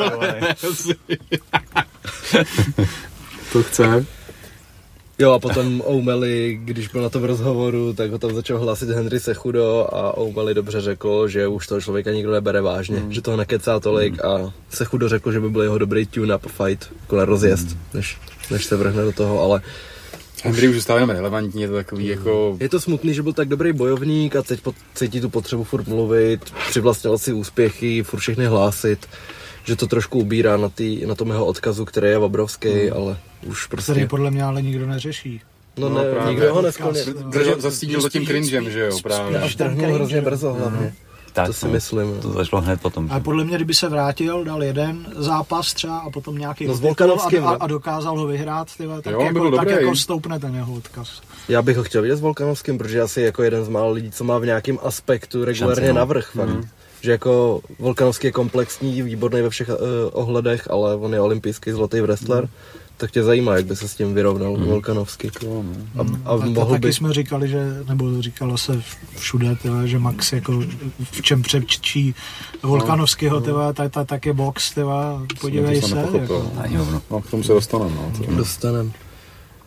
Speaker 4: To chce.
Speaker 2: Jo, a potom O'Malley, když byl na tom rozhovoru, tak ho tam začal hlásit Henry Cechudo a O'Malley dobře řekl, že už toho člověka nikdo nebere vážně, mm. že toho nekecá tolik mm. a Cechudo řekl, že by byl jeho dobrý tune-up fight, jako na rozjezd, mm. než, než se vrhne do toho, ale...
Speaker 4: Henry už zůstává jenom relevantní, je to takový mm. jako...
Speaker 2: Je to smutný, že byl tak dobrý bojovník a teď cítí tu potřebu furt mluvit, přivlastňovat si úspěchy, furt všechny hlásit, že to trošku ubírá na, tý, na tom jeho odkazu, který je obrovský, mm. ale už prostě...
Speaker 3: Který podle mě ale nikdo neřeší.
Speaker 2: No, no ne, právě. Nikdo ho neskloně...
Speaker 4: Zastínil za tím cringem, že jo, právě.
Speaker 2: Až trhnul hrozně brzo hlavně. Tak, to si no, myslím.
Speaker 1: To začalo hned potom.
Speaker 3: A podle mě, kdyby se vrátil, dal jeden zápas třeba a potom nějaký
Speaker 2: no, Volkanovským,
Speaker 3: a, a dokázal ho vyhrát, tyhle, tak,
Speaker 4: jo,
Speaker 3: jako, tak jako stoupne ten jeho odkaz.
Speaker 2: Já bych ho chtěl vidět s Volkanovským, protože asi jako jeden z mála lidí, co má v nějakém aspektu regulárně navrch. Mm. Že jako Volkanovský je komplexní, výborný ve všech uh, ohledech, ale on je olympijský zlatý wrestler. Mm. Tak tě zajímá, jak by se s tím vyrovnal mm. Volkanovský.
Speaker 3: A, a, a mohl taky by... jsme říkali, že, nebo říkalo se všude, tyhle, že Max jako v čem přečí Volkanovského, tyhle, tak, tak, tak je box, tyhle, podívej se. Jako.
Speaker 4: No, k tomu se dostaneme. No,
Speaker 2: dostaneme.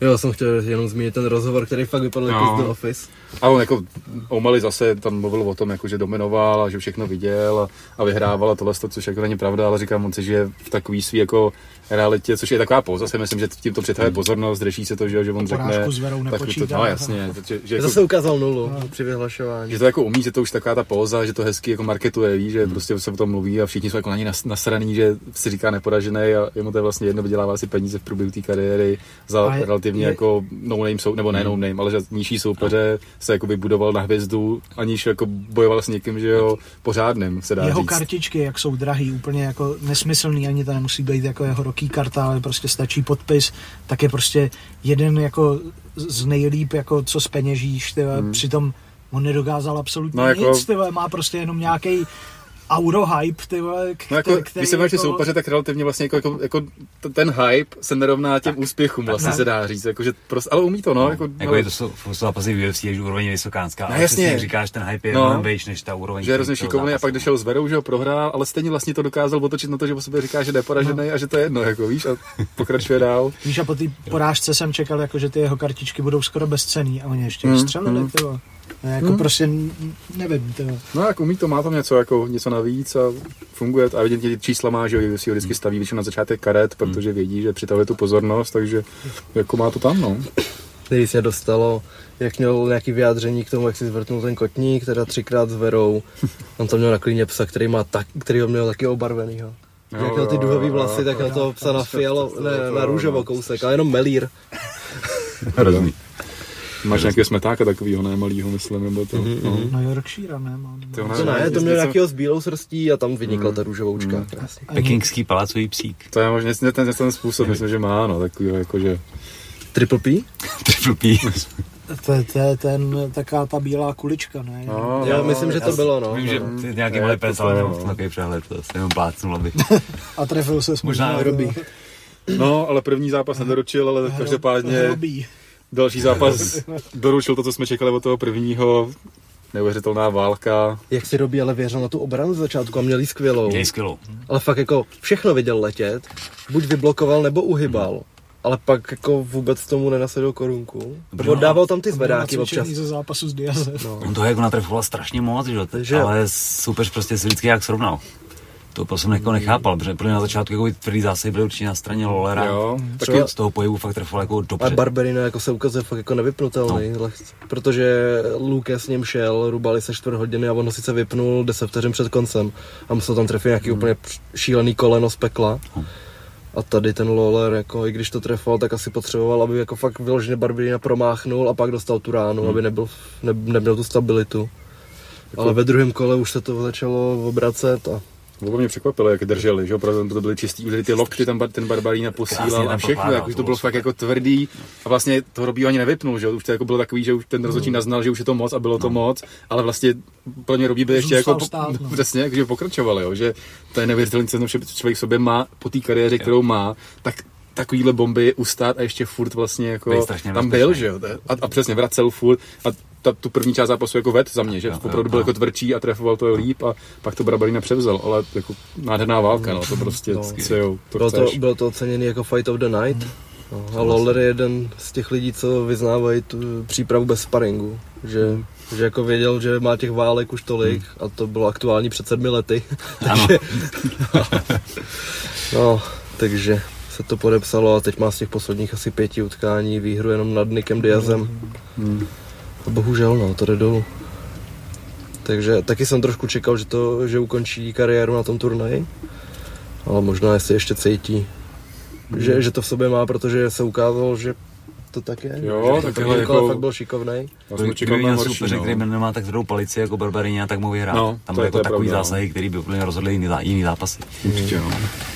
Speaker 2: Jo, jsem chtěl jenom zmínit ten rozhovor, který fakt vypadal no. jako z The Office.
Speaker 4: A on jako O'Malley zase tam mluvil o tom, jako, že dominoval a že všechno viděl a, a vyhrával a tohle, což jako není pravda, ale říkám, on si žije v takový svý jako realitě, což je taková póza, si myslím, že tím to přitahuje pozornost, řeší se to, že, že on řekne...
Speaker 3: takový
Speaker 4: to, no jasně. Že, že jako,
Speaker 2: zase ukázal nulu no. při vyhlašování.
Speaker 4: Že to jako umí, že to už taková ta póza, že to hezky jako marketuje, ví, že hmm. prostě se o tom mluví a všichni jsou jako na ní nasraný, že si říká neporažený a jemu to je vlastně jedno, vydělává si peníze v průběhu té kariéry za je, relativně je, jako no-name, sou, nebo ne no-name, ale že nižší soupeře se jako vybudoval na hvězdu, aniž jako bojoval s někým, že jo, pořádným, se dá
Speaker 3: jeho
Speaker 4: říct.
Speaker 3: Kartičky, jak jsou drahý, úplně jako nesmyslný, ani to nemusí být jako jeho rocký karta, ale prostě stačí podpis, tak je prostě jeden jako z nejlíp, jako co zpeněžíš, tyhle, hmm. přitom on nedokázal absolutně no, jako... nic, tyhle, má prostě jenom nějaký Eurohype, ty vole,
Speaker 4: no jako, který když se máš jako... soupeře, tak relativně vlastně jako, jako, jako ten hype se nerovná těm tak, úspěchům, vlastně tak, se dá říct, jako, že prostě, ale umí to, no.
Speaker 1: no
Speaker 4: jako,
Speaker 1: jako je to jsou, jsou zápasy v U F C, že úroveň je vysokánská,
Speaker 4: no,
Speaker 1: ale přesně jak říkáš, ten hype je no, mnohem vejš než ta úroveň.
Speaker 4: Že je hrozně šikovný a pak došel s Verou, že ho prohrál, ale stejně vlastně to dokázal otočit na to, že po sobě říká, že jde poražený no. a že to je jedno, jako víš, a pokračuje dál.
Speaker 3: Víš, a po té porážce jsem čekal, jako, že ty jeho kartičky budou skoro bezcenný a oni ještě mm, vystřelili, mm. tyvo. Jako hmm. prostě nevím. Tyvo.
Speaker 4: No jak umí to, má tam něco, jako něco navíc a funguje to. A vidíte, ty čísla má, že si ho vždycky staví většinou na začátek karet, protože vědí, že přitahuje tu pozornost, takže jako má to tam, no.
Speaker 2: Který se dostalo, jak měl nějaký vyjádření k tomu, jak si zvrtnul ten kotník, teda třikrát s Verou. On tam měl na klíně psa, který, má tak, který ho měl taky obarvenýho. Jo, jak měl ty duhový vlasy, tak měl toho psa na fialo, ne, na růžovo kousek, ale jenom melír.
Speaker 4: Rozumím. Máš nějakého smetáka takovýho, ne malýho, myslím, nebo to.
Speaker 3: Mm-hmm. No, no Yorkshire, ne, mám.
Speaker 2: To, to ne, to měl nějakého s bílou srstí a tam vynikla mm. ta růžovoučka. Mm.
Speaker 1: Pekingský palácový psík.
Speaker 4: To je možná ten, ten způsob, myslím, že má, no, takovýho, jakože...
Speaker 2: Triple P?
Speaker 1: Triple P.
Speaker 3: To je, to je ten, taká ta bílá kulička, ne?
Speaker 2: No, já no, myslím, že to bylo, no.
Speaker 1: Vím, že
Speaker 2: no.
Speaker 1: nějaký malý pes, ale nemám takový přehled, to se jenom plácnul, aby...
Speaker 3: A trefil se možná Robí.
Speaker 4: No, ale první zápas nedoručil, ale každopádně... Další zápas doručil to, co jsme čekali od toho prvního. Neuvěřitelná válka.
Speaker 2: Jak si Robí ale věřil na tu obranu z začátku a měl jí skvělou.
Speaker 1: Měl skvělou.
Speaker 2: Ale fakt jako všechno viděl letět, buď vyblokoval nebo uhybal. Hmm. Ale pak jako vůbec tomu nenasadil korunku. Nebo dával tam ty zvedáky občas.
Speaker 3: ze zápasu s Diazem.
Speaker 1: No. On toho jako natrefoval strašně moc, že? Takže... ale super prostě si vždycky jak srovnal. To prostě jsem jako nechápal, protože pro mě na začátku jako tvrdý zásahy byly určitě na straně Lawlera. Jo, taky z toho pohybu fakt trefoval jako dobře.
Speaker 2: A Barberina jako se ukazuje fakt jako nevypnutelný, no. Protože Luke s ním šel, rubali se čtvrt hodiny a on ho sice vypnul deset vteřin před koncem a musel tam trefit nějaký hmm. úplně šílený koleno z pekla. Hmm. A tady ten Lawler, jako, i když to trefoval, tak asi potřeboval, aby jako fakt vyloženě Barberina promáchnul a pak dostal tu ránu, hmm. aby nebyl, ne, neměl tu stabilitu. Jako... Ale ve druhém kole už se to začalo obracet a
Speaker 4: Vůbec mě překvapilo, jak drželi, že opravdu to byly čistý, už ty lokty ten, bar, ten Barbarina posílal a všechno, jak už to bylo fakt jako tvrdý a vlastně to Robího ani nevypnul, že už to jako bylo takový, že už ten rozhodčí naznal, že už je to moc a bylo to no. moc, ale vlastně pro mě Robí byl ještě jako stát, no. přesně, že pokračovali, jo, že to je neuvěřitelný, co člověk sobě má po té kariéře, kterou má, tak takovýhle bomby ustát a ještě furt vlastně jako tam byl, že jo, a, a přesně vracel furt a ta, tu první část zápasu jako ved za mě, že opravdu byl jako tvrdší a trefoval to líp a pak to Barbarina převzal, ale jako nádherná válka, no to prostě, no. co jo, to
Speaker 2: bylo, to, bylo to oceněný jako Fight of the Night no, a Lawler je jeden z těch lidí, co vyznávají tu přípravu bez sparingu, že, hmm. že jako věděl, že má těch válek už tolik hmm. a to bylo aktuální před sedmi lety, takže, no, no, takže se to podepsalo a teď má z těch posledních asi pěti utkání výhru jenom nad Nickem Diazem. Hmm. A bohužel, no, to jde dolů. Takže taky jsem trošku čekal, že to, že ukončí kariéru na tom turnaji, ale možná jestli ještě cítí, hmm. že, že to v sobě má, protože se ukázalo, že to tak je.
Speaker 4: Jo,
Speaker 2: že
Speaker 4: tak
Speaker 2: to
Speaker 4: jako...
Speaker 2: fakt byl šikovnej.
Speaker 1: Kdyby měl soupeře, který nemá tak tvrdou palici jako Barbarina, tak mohl vyhrát. No, tam byly jako takový pravda, zásahy, který by úplně rozhodli jiný, jiný zápasy.
Speaker 4: Určitě, no.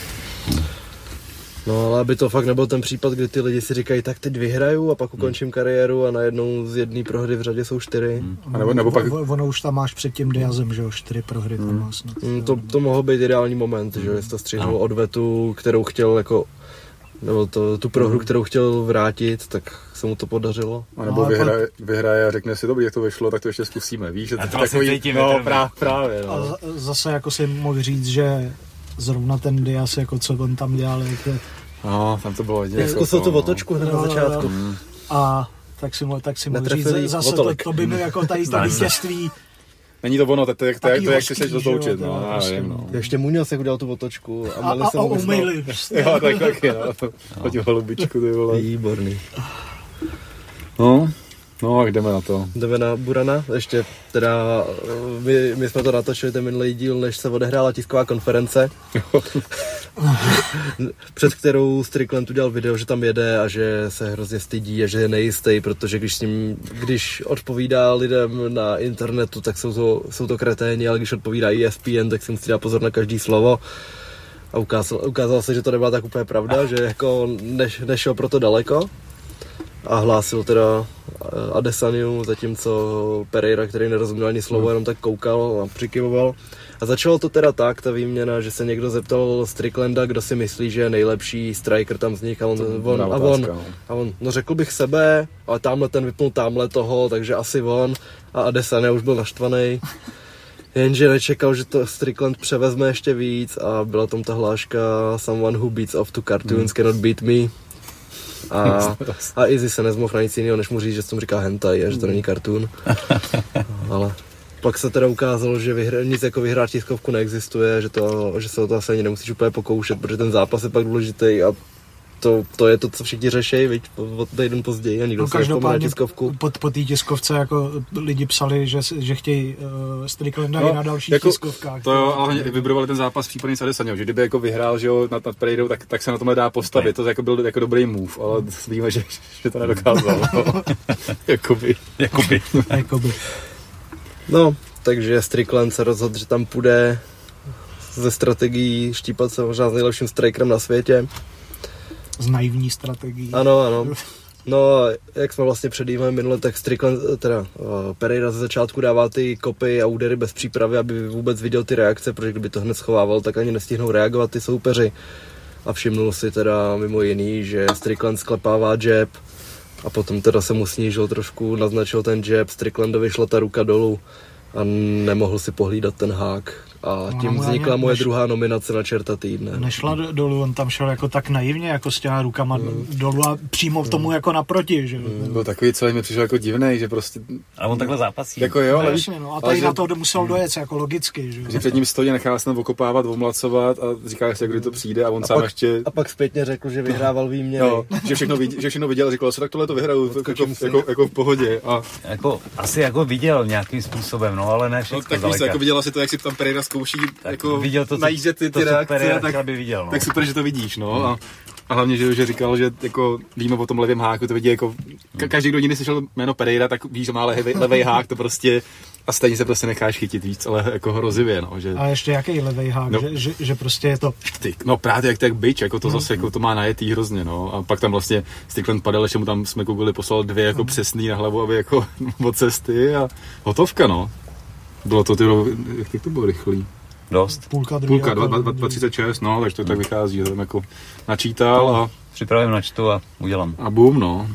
Speaker 2: No ale aby to fakt nebyl ten případ, kdy ty lidi si říkají, tak teď vyhraju a pak ukončím hmm. kariéru a najednou z jedné prohry v řadě jsou čtyři. Hmm.
Speaker 3: A nebo, nebo pak... Ono už tam máš před tím Diazem, že jo, čtyři prohry tam má snad.
Speaker 2: Hmm, to, to mohl být ideální moment, hmm. že jsi to střihnul no. odvetu, kterou chtěl jako, nebo to, tu prohru, hmm. kterou chtěl vrátit, tak se mu to podařilo.
Speaker 4: A nebo no, vyhraje, pak... vyhraje a řekne si, dobrý, jak to vyšlo, tak to ještě zkusíme, víš? Že to,
Speaker 1: to
Speaker 4: takový,
Speaker 1: cítím,
Speaker 4: no, právě, právě. No.
Speaker 3: A zase jako si mohl říct, že zrovna ten Diaz, jako co on tam dělal, jak
Speaker 4: No, tam to bylo hodně.
Speaker 2: Zkusil tu otočku hned na začátku.
Speaker 3: A tak si mohl, tak si mohl říct,
Speaker 2: Netrefili
Speaker 3: zase to,
Speaker 2: otolik.
Speaker 3: to by mi jako tady to vítězství.
Speaker 4: Není to ono, to, to, to, to, to,
Speaker 3: Taky
Speaker 4: jak
Speaker 3: hořký,
Speaker 4: chceš to
Speaker 3: že jo,
Speaker 4: zloučit,
Speaker 3: to
Speaker 4: no, já
Speaker 3: prostě,
Speaker 4: vím,
Speaker 3: no.
Speaker 4: no.
Speaker 2: Ještě Muňoz se udělal tu otočku a
Speaker 3: A,
Speaker 2: Mali
Speaker 3: a,
Speaker 2: se
Speaker 3: a
Speaker 2: mu vysmál.
Speaker 3: umýli.
Speaker 4: Jo, tak taky, no. Pojď holubičku, ty vole.
Speaker 2: Výborný.
Speaker 4: No, no, jak jdeme na to.
Speaker 2: Jdeme na Burana, ještě teda, my, my jsme to natočili ten minulý díl, než se odehrála tisková konference, před kterou Strickland udělal video, že tam jede a že se hrozně stydí a že je nejistý, protože když, s ním, když odpovídá lidem na internetu, tak jsou to, jsou to kreténi, ale když odpovídá E S P N, tak si musí dát pozor na každý slovo. A ukázalo, ukázalo se, že to nebyla tak úplně pravda, že jako neš, nešel pro to daleko. A hlásil teda Adesaniu, zatímco Pereira, který nerozuměl ani slovo, jenom tak koukal a přikyvoval. A začalo to teda tak, ta výměna, že se někdo zeptal Stricklanda, kdo si myslí, že je nejlepší striker tam z nich a on, on, a on, a on, no řekl bych sebe, ale tamhle ten vypnul tamhle toho, takže asi on. A Adesanya už byl naštvaný. Jenže nečekal, že to Strickland převezme ještě víc a byla tam ta hláška Someone who beats off two cartoons cannot beat me. A, a Izzy se nezmohl na nic jiného, než mu říct, že se tomu říká hentai a že to není cartoon. Ale pak se teda ukázalo, že vyhr, nic jako vyhrát tiskovku neexistuje, že, to, že se o to asi ani nemusíš úplně pokoušet, protože ten zápas je pak důležitý a to, to je to, co všichni řeší, viď, o týden později a nikdo
Speaker 3: No,
Speaker 2: se nevzpomíná na tiskovku.
Speaker 3: Po, po té tiskovce jako lidi psali, že, že chtějí uh, Stricklanda
Speaker 4: No,
Speaker 3: i na dalších
Speaker 4: jako,
Speaker 3: tiskovkách.
Speaker 4: To jo, ale vybudovali ten zápas případně s Adesanou, že kdyby jako vyhrál, že jo, nad, nad Pereirou, tak, tak se na tomhle dá postavit. To jako byl jako dobrý move, ale víme, že, že to nedokázal. No. Jakoby.
Speaker 1: Jakoby.
Speaker 3: Jakoby.
Speaker 2: No, takže Strickland se rozhodl, že tam půjde ze strategií štípat se možná s nejlepším strikerem na světě.
Speaker 3: Z naivní strategií.
Speaker 2: Ano, ano. No, jak jsme vlastně předjímali minule, tak Strickland, teda uh, Pereira ze začátku dává ty kopy a údery bez přípravy, aby vůbec viděl ty reakce, protože kdyby to hned schovával, tak ani nestihnou reagovat ty soupeři. A všimnul si teda mimo jiný, že Strickland sklepává jab a potom teda se mu snížil trošku, naznačil ten jab, Stricklandovi šla ta ruka dolů a nemohl si pohlídat ten hák. A
Speaker 3: No,
Speaker 2: tím
Speaker 3: mu
Speaker 2: vznikla
Speaker 3: ani
Speaker 2: moje
Speaker 3: neš-
Speaker 2: druhá nominace na čerta týdne.
Speaker 3: Nešla do- dolů, on tam šel jako tak naivně, jako s těma rukama mm. dolů a přímo v tomu jako naproti, že jo.
Speaker 4: Mm, byl takový celý, mi přišel jako divnej, že prostě...
Speaker 1: A on takhle zápasí.
Speaker 4: Jako jo,
Speaker 3: No,
Speaker 4: ale,
Speaker 3: jasně, no. A
Speaker 4: ale
Speaker 3: tady
Speaker 4: že,
Speaker 3: na to musel dojet jako logicky, že jo.
Speaker 4: že před ním stojí, nechá se tam okopávat, omlacovat a říká si, kdy to přijde a on
Speaker 2: A
Speaker 4: sám
Speaker 2: pak,
Speaker 4: ještě...
Speaker 2: a pak zpětně řekl, že vyhrával výměny.
Speaker 4: No, že všechno, viděl, že všechno viděl a říkal, že tak tohle to vyhraju jako,
Speaker 2: Odskočím si.
Speaker 4: jako, jako, v pohodě. A,
Speaker 1: Jako, asi jako viděl nějakým způsobem, no ale ne
Speaker 4: no,
Speaker 1: všechno
Speaker 4: tak víš,
Speaker 1: zdaleka.
Speaker 4: jako viděla si to, jak si tam Pereira zkouší
Speaker 1: Tak
Speaker 4: jako
Speaker 1: viděl to, co-
Speaker 4: najíždět ty,
Speaker 1: to,
Speaker 4: ty
Speaker 1: co
Speaker 4: reakce,
Speaker 1: Pereira
Speaker 4: tak,
Speaker 1: chtěl, aby viděl, no.
Speaker 4: tak super, že to vidíš, no. A, a hlavně, že, že říkal, že jako víme o tom levém háku, to vidí jako, ka- každý, kdo jiný slyšel jméno Pereira, tak ví, že má levý, levý hák, to prostě, a stejně se prostě necháš chytit víc, ale jako hrozivě, no. Že,
Speaker 3: A ještě jaký levej hák,
Speaker 4: No.
Speaker 3: že, že, že prostě je to...
Speaker 4: ty, no právě jak tak bič, jako to zase jako to má najetý hrozně, no. A pak tam vlastně Strickland padal, ještě mu tam jsme koukali, poslal dvě jako přesný na hlavu, aby jako od cesty a hotovka, no. Bylo to ty, jak to bylo rychlý.
Speaker 1: Dost.
Speaker 3: Půlka druhý.
Speaker 4: Půlka, dva třicet šest, no, takže to tak vychází, že tam jako načítal a,
Speaker 1: Připravím, načtu a udělám.
Speaker 4: a boom, no.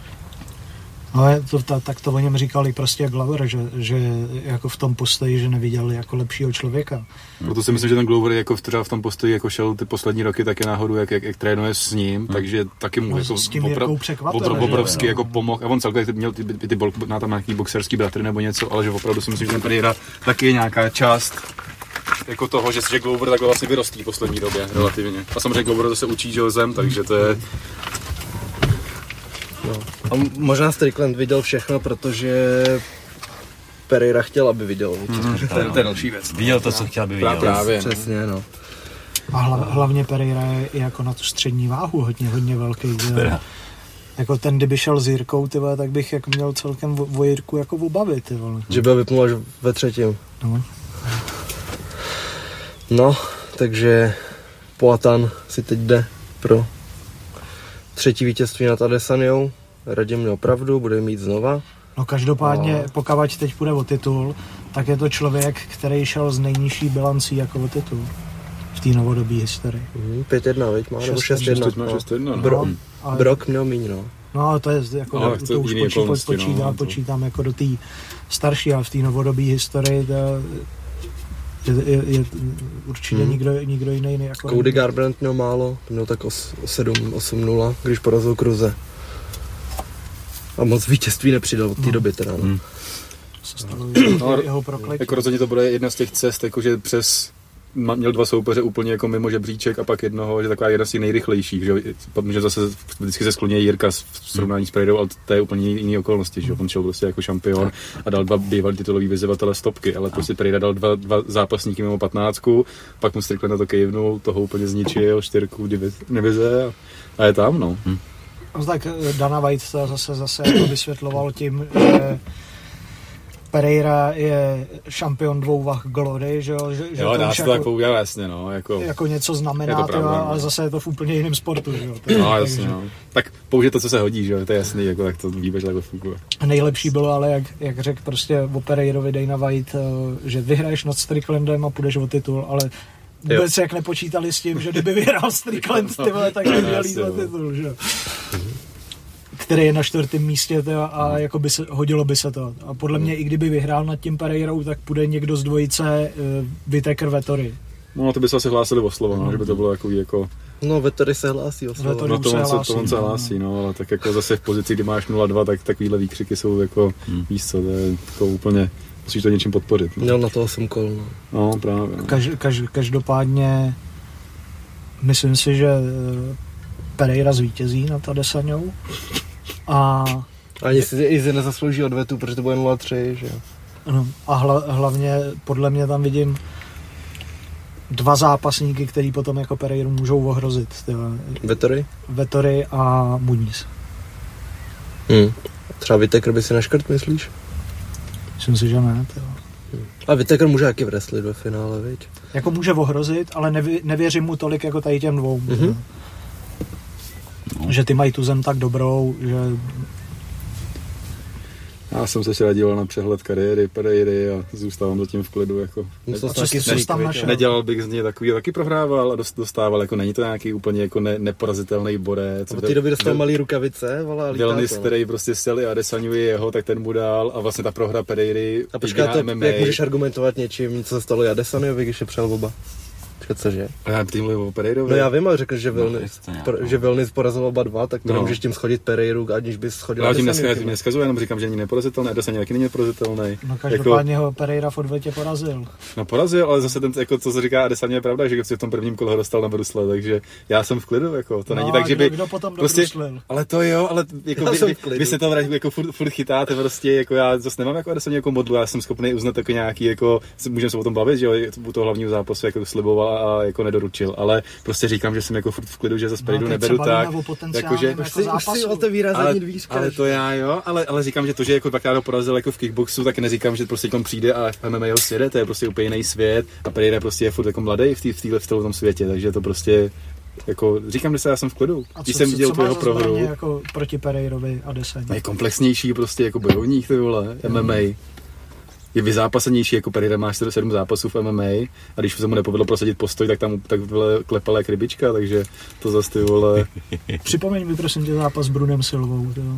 Speaker 3: Ale to, ta, tak to o něm říkali prostě Glover, že, že jako v tom postoji, že neviděl jako lepšího člověka.
Speaker 4: Proto si myslím, že ten Glover jako v, třeba v tom postoji jako šel ty poslední roky taky nahoru, jak, jak, jak trénuje s ním, hmm. takže taky mu
Speaker 3: No,
Speaker 4: jako
Speaker 3: s tím Jirkou překvapil,
Speaker 4: obro,
Speaker 3: že
Speaker 4: obrovsky
Speaker 3: jo.
Speaker 4: jako pomohl. A on celkově měl ty, ty, ty bol, na tam nějaký boxerský bratry nebo něco, ale že opravdu si myslím, že ten Pereira taky je nějaká část jako toho, že, že Glover takhle vlastně vyrostí v poslední době relativně. A samozřejmě Glover zase učí, že zem, takže to je...
Speaker 2: No. A možná Strickland viděl všechno, protože Pereira chtěl, aby viděl.
Speaker 4: Mm-hmm. To, je, to je další věc.
Speaker 1: Viděl to, co chtěl, aby viděl.
Speaker 4: Právě.
Speaker 2: Přesně, no.
Speaker 3: A hla, hlavně Pereira je i jako na tu střední váhu hodně, hodně velký. Že? Jako ten, kdyby šel s Jirkou, tyhle, tak bych jako měl celkem o, o Jirku jako obavy, ty vole.
Speaker 2: Že byl vypnul až ve třetím.
Speaker 3: No.
Speaker 2: No, takže Poatan si teď jde pro třetí vítězství nad Adesanyou. Radím mě opravdu, bude mít znova.
Speaker 3: No každopádně,
Speaker 2: No.
Speaker 3: pokud teď půjde o titul, tak je to člověk, který šel z nejnižší bilancí jako o titul v té novodobé historii.
Speaker 2: Mhm, pět jedna, veď má, nebo
Speaker 3: Šest
Speaker 2: šest jedna.
Speaker 4: šest jedna, šest jedna, no.
Speaker 2: Bro,
Speaker 3: ale-
Speaker 2: Brok měl míň, no.
Speaker 3: No ale to je jako,
Speaker 4: Ale
Speaker 3: to,
Speaker 4: to
Speaker 3: už
Speaker 4: jiný
Speaker 3: počí,
Speaker 4: okolnosti,
Speaker 3: počítám,
Speaker 4: no, to-
Speaker 3: počítám jako do té starší, ale v té novodobé historii to, Je, je, je určitě
Speaker 2: Hmm.
Speaker 3: nikdo, nikdo jiný jako...
Speaker 2: Cody Garbrandt měl málo, měl tak o sedm osm nula, když porazil Cruze. A moc vítězství nepřidal od té
Speaker 3: No.
Speaker 2: doby teda. No.
Speaker 1: Hmm.
Speaker 3: se stalo jeho,
Speaker 4: No,
Speaker 3: jeho prokletí.
Speaker 4: Jako rozhodně to bude jedna z těch cest, jakože přes ma- měl dva soupeře úplně jako mimo žebříček a pak jednoho, že taková jedna z těch nejrychlejších, že, že zase vždycky se skloní Jirka v srovnání s Pereirou, ale to je úplně jiný okolnosti, že on šel prostě jako šampion a dal dva bývalý titulový vyzývatele stopky, ale prostě Pereira dal dva, dva zápasníky mimo patnáctku, pak mu Strickland na to kejvnul, toho úplně zničil, čtyřku divize a, a je tam, no.
Speaker 1: Hm.
Speaker 3: No, tak Dana White to zase, zase jako vysvětloval tím, že Pereira je šampion dvou vah Glory, že jo? Že, že
Speaker 4: Jo,
Speaker 3: to
Speaker 4: dá
Speaker 3: už
Speaker 4: se to
Speaker 3: jako,
Speaker 4: tak poudělat, jasně, no, jako...
Speaker 3: jako něco
Speaker 4: Je
Speaker 3: znamená,
Speaker 4: to pravda,
Speaker 3: tyjo,
Speaker 4: no.
Speaker 3: ale zase je to v úplně jiném sportu, že jo?
Speaker 4: No,
Speaker 3: Takže-
Speaker 4: jasně, no. Tak použij to, co se hodí, že jo, to je jasný, jako, tak to víme, že takhle funguje.
Speaker 3: Nejlepší bylo ale, jak, jak řekl prostě o Pereirovi Dana White, eh, že vyhraješ nad Stricklandem a půjdeš o titul, ale vůbec jak nepočítali s tím, že kdyby vyhrál Strickland, ty vole, tak by měl jít o titul, že jo. Který je na čtvrtém místě tyjo, a jako by se, hodilo by se to. A podle mě, i kdyby vyhrál nad tím Pereirou, tak půjde někdo z dvojice uh, Whittaker Vettori.
Speaker 4: No, to by se asi hlásili o slovo, no, že by to bylo jako, jako
Speaker 2: No, Vettori se hlásí o slovo.
Speaker 3: Vettori
Speaker 4: no
Speaker 3: už
Speaker 4: to
Speaker 3: se
Speaker 4: on se,
Speaker 3: hlásí,
Speaker 4: to on se
Speaker 3: no.
Speaker 4: hlásí, no, ale tak jako zase v pozici, kdy máš nula dva, tak takovýhle výkřiky jsou jako,
Speaker 1: Hmm.
Speaker 4: víš co, to je to úplně, musíš to něčím podpořit. No,
Speaker 2: Měl na to osm kol, no.
Speaker 4: no právě. No.
Speaker 3: Kaž, kaž, každopádně myslím si, že eh, Pereira zvítězí nad Adesaňou a
Speaker 2: Ani si Izzy nezaslouží odvetu, protože to bude nula tři, že jo.
Speaker 3: No, a hla, hlavně podle mě tam vidím dva zápasníky, který potom jako Pereiru můžou ohrozit. Tyjo.
Speaker 2: Vettori?
Speaker 3: Vettori a Muniz.
Speaker 2: Hmm. Třeba Whittaker by si naškrt, myslíš?
Speaker 3: Myslím si, že ne. Tyjo.
Speaker 2: A Whittaker může taky wrestlit ve finále, viď?
Speaker 3: Jako může ohrozit, ale nevě, nevěřím mu tolik jako tady těm dvou.
Speaker 2: Mhm.
Speaker 3: No. Že ty mají tu zem tak dobrou, že
Speaker 4: Já jsem se včera díval na přehled kariéry Pereiry a zůstávám zatím v klidu, jako.
Speaker 2: Musel
Speaker 3: A
Speaker 2: jsi
Speaker 3: co
Speaker 2: taky
Speaker 3: jsi- co jsi
Speaker 2: střík,
Speaker 3: tam
Speaker 2: viď?
Speaker 3: našel?
Speaker 4: Nedělal bych z něj takový, taky prohrával a dost, dostával, jako není to nějaký úplně jako ne, neporazitelný borec.
Speaker 2: Od té doby dostal malý rukavice, vole, a lítá
Speaker 4: Vilnis,
Speaker 2: to, no.
Speaker 4: který prostě stěli a Adesanyu je jeho, tak ten mu dal a vlastně ta prohra Pereiry
Speaker 2: A počkej,
Speaker 4: jediná
Speaker 2: to,
Speaker 4: M M A.
Speaker 2: jak můžeš argumentovat něčím, co se stalo Adesanyovi, když je přel oba? Počkej, cože?
Speaker 4: A já tím mluvím o Pereirovi.
Speaker 2: No já vím, ale řekl, že Vilnis,
Speaker 1: jest to nějak,
Speaker 2: pro,
Speaker 1: no.
Speaker 2: že Vilnis porazil oba dva, tak to
Speaker 4: No.
Speaker 2: nemůžeš tím schodit Pereiru, aniž bys schodil
Speaker 4: Já tím
Speaker 2: Adesanyu,
Speaker 4: dneska,
Speaker 2: ty
Speaker 4: tím
Speaker 2: vole.
Speaker 4: neskazuji, jenom říkám, že není neporazitelný, Adesanya taky není neporazitelný.
Speaker 3: no každopádně ho Pereira v odvetě porazil.
Speaker 4: No porazil, ale zase ten, jako, co se říká Adesanya je pravda, že v tom prvním kole ho dostal na brusle, takže já jsem v klidu, jako, to
Speaker 3: No,
Speaker 4: není tak, že
Speaker 3: kdo-
Speaker 4: by...
Speaker 3: kdo potom
Speaker 4: prostě,
Speaker 3: dobruslil?
Speaker 4: ale to jo, ale jako
Speaker 2: Já
Speaker 4: vy,
Speaker 2: jsem
Speaker 4: vy,
Speaker 2: v klidu.
Speaker 4: vy, se to vrát, jako furt, furt chytáte prostě, jako já zase nemám jako Adesanya jako modlu, já jsem schopný uznat jako nějaký, jako, můžeme se o tom bavit, že jo, u toho hlavního zápasu jako sliboval a jako nedoručil, ale prostě říkám, že jsem jako furt v klidu, že zase Pereiru
Speaker 3: teď
Speaker 4: neberu
Speaker 3: se
Speaker 4: tak,
Speaker 3: bavíme o potenciálním
Speaker 4: jakože,
Speaker 3: jako
Speaker 2: Už si, už si
Speaker 3: zápasu.
Speaker 2: otevírá
Speaker 4: ale,
Speaker 2: zadní dvířka.
Speaker 4: ale
Speaker 2: že?
Speaker 4: to já jo, ale, ale říkám, že to, že jako dvakrát ho porazil jako v kickboxu, tak neříkám, že prostě tam přijde a M M A ho sjede, to je prostě úplně jiný svět a Pereira prostě je furt jako mladý v, tý, v, týhle, v tom světě, takže to prostě jako, říkám, že se já jsem v klidu,
Speaker 3: A
Speaker 4: když
Speaker 3: co,
Speaker 4: jsem
Speaker 3: co,
Speaker 4: viděl
Speaker 3: co
Speaker 4: tu
Speaker 3: má
Speaker 4: jeho
Speaker 3: za
Speaker 4: prohru,
Speaker 3: zbraně jako proti Pereirovi a Adesaně?
Speaker 4: nejkomplexnější prostě jako bojovník, ty vole, M M A. Je vyzápasenější, jako Pereira má sedm zápasů v M M A a když se mu nepovedlo prosadit postoj, tak tam tak vyle klepala jak rybička, takže to zase ty vole.
Speaker 3: Připomeň mi prosím tě zápas s Brunem Silvou. Tyjo.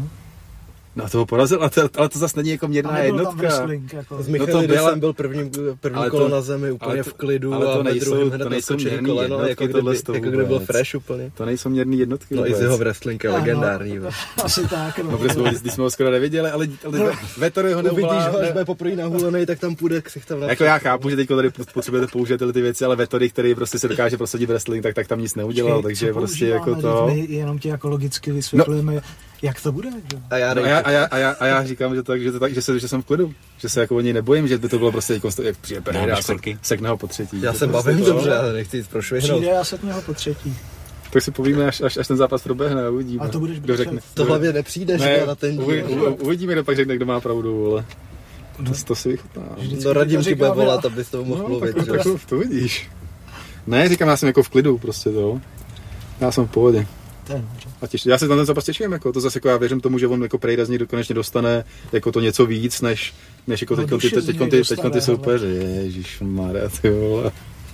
Speaker 4: No toho porazil, ale to, ale to zase není jako měrná
Speaker 3: A nebyl tam
Speaker 4: jednotka.
Speaker 3: wrestling. Jako.
Speaker 2: S
Speaker 4: No to
Speaker 2: Michalidisem
Speaker 4: byla-
Speaker 2: byl první, první
Speaker 4: ale
Speaker 2: kolo
Speaker 4: to-
Speaker 2: na zemi, úplně
Speaker 4: ale to-
Speaker 2: v klidu
Speaker 4: ale to
Speaker 2: a ve
Speaker 4: nejsou-
Speaker 2: druhém
Speaker 4: to
Speaker 2: hned
Speaker 4: nejsou
Speaker 2: naskočený
Speaker 4: měrný
Speaker 2: koleno,
Speaker 4: jednotky,
Speaker 2: jako kdyby,
Speaker 4: tohle to
Speaker 2: jako kdyby byl
Speaker 4: vůbec.
Speaker 2: fresh úplně.
Speaker 4: To nejsou měrný jednotky
Speaker 2: No
Speaker 4: vůbec.
Speaker 2: Izzyho wrestling je
Speaker 3: Ano.
Speaker 2: legendární. ve.
Speaker 3: Asi tak. No.
Speaker 4: No, protože jsme, když jsme ho skoro neviděli, ale, ale Vettori ho
Speaker 2: Uvidíš
Speaker 4: neuvolá.
Speaker 2: ho, až bude poprvé nahulenej, tak tam půjde ksichtem na
Speaker 4: Jako já chápu, že teď tady potřebujete použít tyhle ty věci, ale Vettori, který prostě se dokáže prosadit wrestling, tak, tak tam nic neudělal,
Speaker 3: Počkej,
Speaker 4: takže
Speaker 3: co
Speaker 4: prostě jako
Speaker 3: používáme,
Speaker 4: to...
Speaker 3: teď My jenom ti jako logicky vysvětlujeme, no. jak to bude. Že?
Speaker 2: A já,
Speaker 4: No a, já, a, já, a, já, a já říkám, že, tak, že, to tak, že, se, že jsem v klidu, že se jako o něj nebojím, že by to bylo prostě jako, jak přijde Pereira
Speaker 1: Dáme
Speaker 4: a sek,
Speaker 1: čtvrky.
Speaker 4: sekne ho po třetí.
Speaker 2: já
Speaker 4: To
Speaker 2: se
Speaker 4: prostě
Speaker 2: bavím
Speaker 4: to-
Speaker 2: dobře, ale nechci jít prošvihnout.
Speaker 3: Přijde a setně po třetí.
Speaker 4: Tak si povíme, až, až, až ten zápas proběhne a uvidíme.
Speaker 3: A to budeš
Speaker 4: kdo
Speaker 3: brečet.
Speaker 4: řekne.
Speaker 2: To hlavně nepřijdeš
Speaker 4: Ne,
Speaker 2: na ten
Speaker 4: uvi,
Speaker 2: díl.
Speaker 4: u, uvidíme, kdo pak řekne, kdo má pravdu, vole. To, to si vychutná.
Speaker 3: Vždycky
Speaker 2: No radím
Speaker 3: to
Speaker 2: ti bude
Speaker 3: říkáme
Speaker 2: volat,
Speaker 3: a-
Speaker 2: abys to mohl
Speaker 4: No,
Speaker 2: mluvit.
Speaker 4: tak,
Speaker 2: že?
Speaker 4: tak, to vidíš. Ne, říkám, já jsem jako v klidu, prostě to. Já jsem v pohodě.
Speaker 3: To je dobře.
Speaker 4: A těš, já se na ten zápas těším, jako to zase jako já věřím tomu, že on jako Pereira z něj konečně dostane jako to něco víc, než, než jako
Speaker 3: No,
Speaker 4: teď ty,
Speaker 3: duši
Speaker 4: teď,
Speaker 3: z
Speaker 4: teď,
Speaker 3: něj
Speaker 4: ty,
Speaker 3: dostane,
Speaker 4: teď ty soupeři, ježišmarja, ty vole.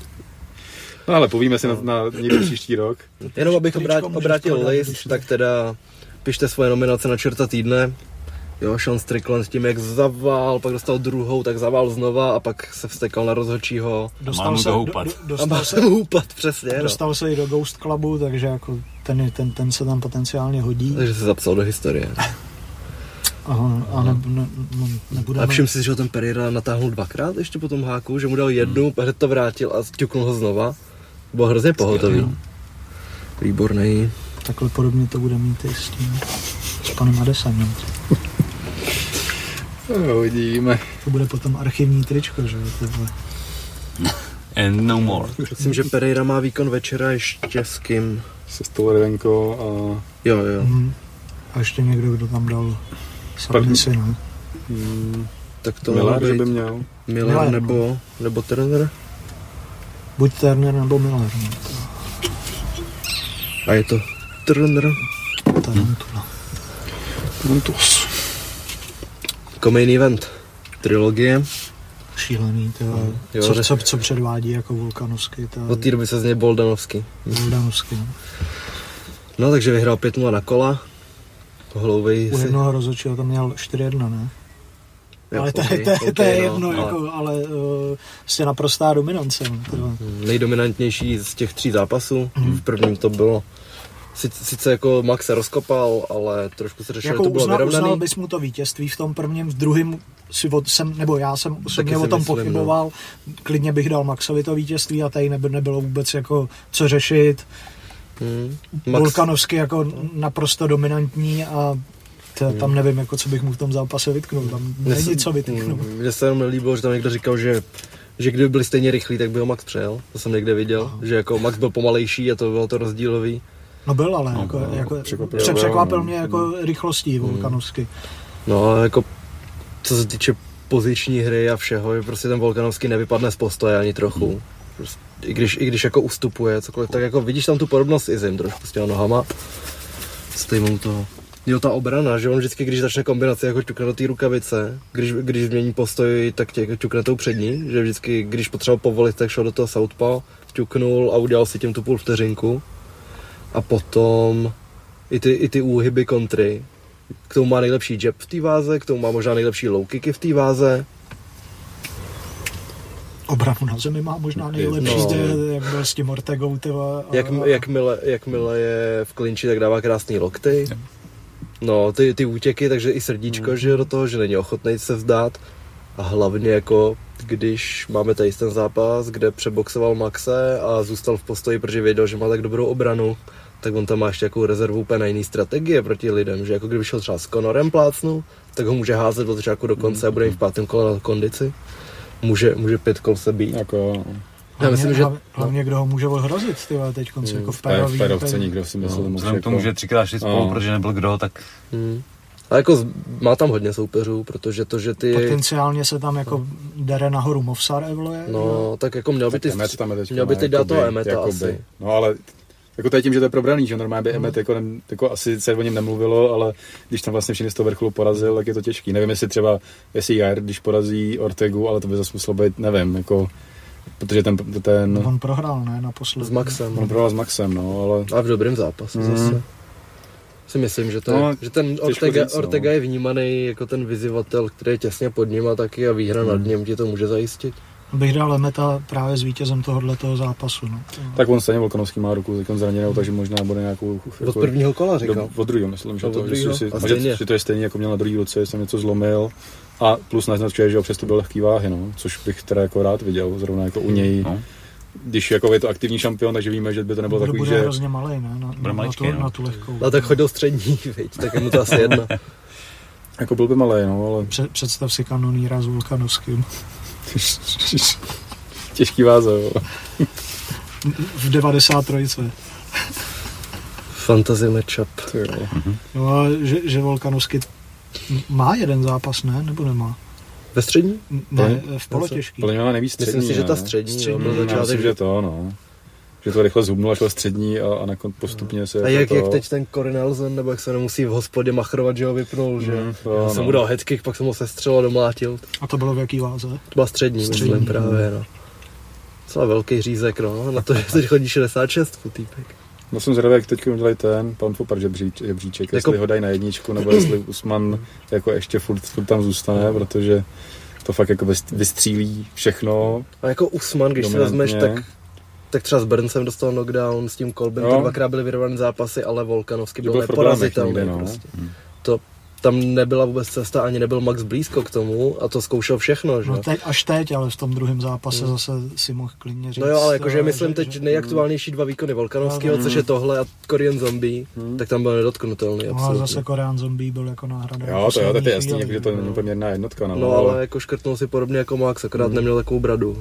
Speaker 4: No ale povíme si na, na někdy příští rok.
Speaker 2: Jenom abych
Speaker 3: Tričko
Speaker 2: obrát,
Speaker 3: můžeš
Speaker 2: obrátil
Speaker 3: prodat,
Speaker 2: list,
Speaker 3: když
Speaker 2: tak teda pište svoje nominace na čerta týdne Jo, Sean Strickland s tím, jak zavál, pak dostal druhou, tak zavál znova a pak se vstekal na rozhodčího.
Speaker 1: Dostal se, do, do,
Speaker 2: dostal se houpat, přesně.
Speaker 3: Dostal
Speaker 2: no.
Speaker 3: se i do Ghost Clubu, takže jako ten, ten, ten se tam potenciálně hodí.
Speaker 2: Takže se zapsal do historie.
Speaker 3: Aha, a ne, ne, ne, nebudeme...
Speaker 2: A všim si, že ho ten Pereira natáhnul dvakrát ještě po tom háku, že mu dal jednu, hmm. hned to vrátil a ťuknul ho znova. Bylo hrozně pohotový. Výborný.
Speaker 3: Takhle podobně to bude mít i s tím, s panem Adesanem.
Speaker 4: No, uvidíme.
Speaker 3: To bude potom archivní tričko, že jo?
Speaker 1: And no more.
Speaker 2: Myslím, že Pereira má výkon večera ještě s kým?
Speaker 4: Se Stolrenko a...
Speaker 2: Jo, jo.
Speaker 3: Mm. A ještě někdo, kdo tam dal submisi, ne?
Speaker 2: Hmm, tak to
Speaker 4: Miller, že by měl.
Speaker 2: Miller, Miller nebo, nebo Turner?
Speaker 3: Buď Turner nebo Miller. No.
Speaker 2: A je to Turner?
Speaker 3: Tarantula.
Speaker 4: Tarantus.
Speaker 2: Main event. Trilogie.
Speaker 3: Šílený, to
Speaker 2: hmm,
Speaker 3: co, co, co předvádí jako Volkanovský. To...
Speaker 2: Od té doby se z něj Boldanovský.
Speaker 3: Boldanovský, no.
Speaker 2: No, takže vyhrál pět nula na kola. Hlouvej
Speaker 3: U
Speaker 2: si...
Speaker 3: jednoho rozhodčího tam měl čtyři jedna, ne?
Speaker 2: Jo,
Speaker 3: ale to,
Speaker 2: okay,
Speaker 3: to,
Speaker 2: okay,
Speaker 3: to je
Speaker 2: no,
Speaker 3: jedno,
Speaker 2: ale...
Speaker 3: jako, ale uh, vlastně naprostá dominance. No,
Speaker 2: nejdominantnější z těch tří zápasů. Mm. V prvním to bylo Sice, sice jako Max se rozkopal, ale trošku se řešilo,
Speaker 3: jako
Speaker 2: že to bylo
Speaker 3: uznal,
Speaker 2: vyrovnaný.
Speaker 3: Uznal bys mu to vítězství v tom prvním, v druhém si od, jsem, nebo já jsem osobně o tom myslím, pochyboval. No. Klidně bych dal Maxovi to vítězství a tady neby, nebylo vůbec jako co řešit. Hmm. Max... Volkanovský jako naprosto dominantní a t- tam nevím, jako, co bych mu v tom zápase vytknul. Tam není co vytknout.
Speaker 2: Mně se jenom nelíbilo, že tam někdo říkal, že že kdyby byli stejně rychlí, tak by ho Max přejel. To jsem někde viděl, Aha. že jako Max byl pomalejší a to bylo to rozdílový.
Speaker 3: No byl, ale
Speaker 2: no,
Speaker 3: jako,
Speaker 2: no,
Speaker 3: jako
Speaker 2: překvapil,
Speaker 3: pře- překvapil
Speaker 2: no,
Speaker 3: mě jako mm. rychlostí Volkanovský.
Speaker 2: No ale jako co se týče poziční hry a všeho, je prostě ten Volkanovský nevypadne z postoje ani trochu. Mm. Prostě, i, když, I když jako ustupuje cokoliv, tak jako vidíš tam tu podobnost s Izim trošku s těma nohama. Stejně mu to... Jo, ta obrana, že on vždycky, když začne kombinaci, jako ťukne do té rukavice, když, když změní postoj, tak tě ťukne tou přední, že vždycky, když potřeboval povolit, tak šel do toho southpaw, ťuknul a udělal si tím tu půl vteřinku. A potom i ty, i ty úhyby kontry. K tomu má nejlepší jab v té váze, k tomu má možná nejlepší low kicky v té váze.
Speaker 3: Obranu na zemi má možná nejlepší, no. zde, jak byl s tím Ortegou. Tyva, a...
Speaker 2: Jak, jakmile, jakmile je v klinči, tak dává krásný lokty. No, ty, ty útěky, takže i srdíčko, mm. že do toho, že není ochotný se vzdát. A hlavně jako, když máme tady ten zápas, kde přeboxoval Maxe a zůstal v postoji, protože věděl, že má tak dobrou obranu, tak on tam má ještě jakou rezervu úplně na jiný strategie proti lidem, že jako kdyby šel třeba s Conorem plácnu, tak ho může házet od začátku do konce mm. a bude mít v pátém kole na kondici. Může, může pět kol se být.
Speaker 4: Jako...
Speaker 3: Já myslím, že hlavně kdo ho může ohrozit, ty teď konce mm. jako v pérový.
Speaker 4: V pérovce nikdo si myslel,
Speaker 1: no, vzhledem k tomu, že třikrát šli spolu, protože nebyl kdo, tak...
Speaker 2: Mm. A jako má tam hodně soupeřů, protože to, že ty...
Speaker 3: Potenciálně se tam jako dere nahoru Movsar Evloje.
Speaker 2: No, tak jako měl by ty... Měl by ty dát toho Emeta asi.
Speaker 4: No ale... Jako to je tím, že to je probraný, že normálně by hmm. Emmet jako, ne, jako asi se o něm nemluvilo, ale když tam vlastně všichni z toho vrcholu porazil, tak je to těžký. Nevím, jestli třeba, jestli Jair, když porazí Ortegu, ale to by zase muselo být, nevím, jako... Protože ten... ten
Speaker 3: on prohrál, ne, naposled.
Speaker 2: S Maxem.
Speaker 4: On prohrál s Maxem, no, ale...
Speaker 2: A v dobrém zápase hmm. zase. Si myslím, že, to no, je, že ten Ortega, říct, no. Ortega je vnímaný jako ten vyzývatel, který je těsně pod ním a taky a výhra hmm. nad ním ti to může zajistit.
Speaker 3: Bych dal Emmeta právě s vítězem tohoto zápasu. No.
Speaker 4: Tak on stejně Volkanovský má ruku teď zraněnou, takže možná bude nějakou...
Speaker 2: Jako, od prvního kola říkal.
Speaker 4: Do, od druhého myslím, že to, že, si, že, že to je stejně jako měl na druhý ruce, že jsem něco zlomil a plus naznačuje, že přesto byl lehký váhy, no, což bych teda jako rád viděl, zrovna jako u něj. No. Když jako je to aktivní šampion, takže víme, že by to nebylo takový, že...
Speaker 3: Bude hrozně malej, ne? Na, na,
Speaker 1: maličký,
Speaker 3: na, tu,
Speaker 1: no.
Speaker 3: na tu lehkou.
Speaker 2: No tak chodil střední, viď, tak je mu to asi jedno.
Speaker 4: Jako byl by malej, no, ale...
Speaker 3: Před, představ si kanoníra s Volkanovským.
Speaker 4: Těžký váze, jo.
Speaker 3: V devadesát tři.
Speaker 2: Fantasy matchup.
Speaker 3: No a že, že Volkanovský má jeden zápas, ne? Nebo nemá?
Speaker 2: Ve střední?
Speaker 3: Ne, v polotěžký.
Speaker 4: Podle mě má nejvíc střední.
Speaker 2: Myslím si, že ta střední.
Speaker 3: střední
Speaker 2: jo,
Speaker 4: já myslím, že to, no. Že to rychle zhubnul, šel střední a, a nakon postupně se...
Speaker 2: A jak,
Speaker 4: to...
Speaker 2: jak teď ten Corey Nelson, nebo jak se nemusí v hospodě machrovat, že ho vypnul, že? Mm, to, já jsem no. mu dal headkick, pak jsem ho sestřel a domlátil.
Speaker 3: A to bylo v jaký váze?
Speaker 2: To byla střední, střední myslím právě, no. Docela velký řízek, no, na to, že teď chodí šedesát šest týpek.
Speaker 4: No jsem zvědavý, jak teď udělají ten Pound for Pound žebříček, jestli jako... ho dají na jedničku, nebo jestli Usman jako ještě furt, furt tam zůstane, protože to fakt jako vystřílí všechno.
Speaker 2: A jako Usman, když si vezmeš, tak, tak třeba s Burnsem dostal knockdown, s tím Colbym, to dvakrát byly vyrovnané zápasy, ale Volkanovský byl neporazitelný. No. Prostě. Hmm. To, tam nebyla vůbec cesta, ani nebyl Max blízko k tomu a to zkoušel všechno, že?
Speaker 3: No teď, až teď, ale v tom druhém zápase hmm. zase si mohl klidně říct.
Speaker 2: No jo, ale jakože myslím že, teď že, nejaktuálnější dva výkony Volkanovského, no, což je tohle a Korean Zombie, hmm. tak tam byl nedotknutelný.
Speaker 3: No ale zase Korean Zombie byl jako náhrada.
Speaker 4: Jo, to jo, to je jasný, že to není poměrná jednotka. No,
Speaker 2: no ale jako škrtnul si podobně jako Max, akorát hmm. neměl takovou bradu.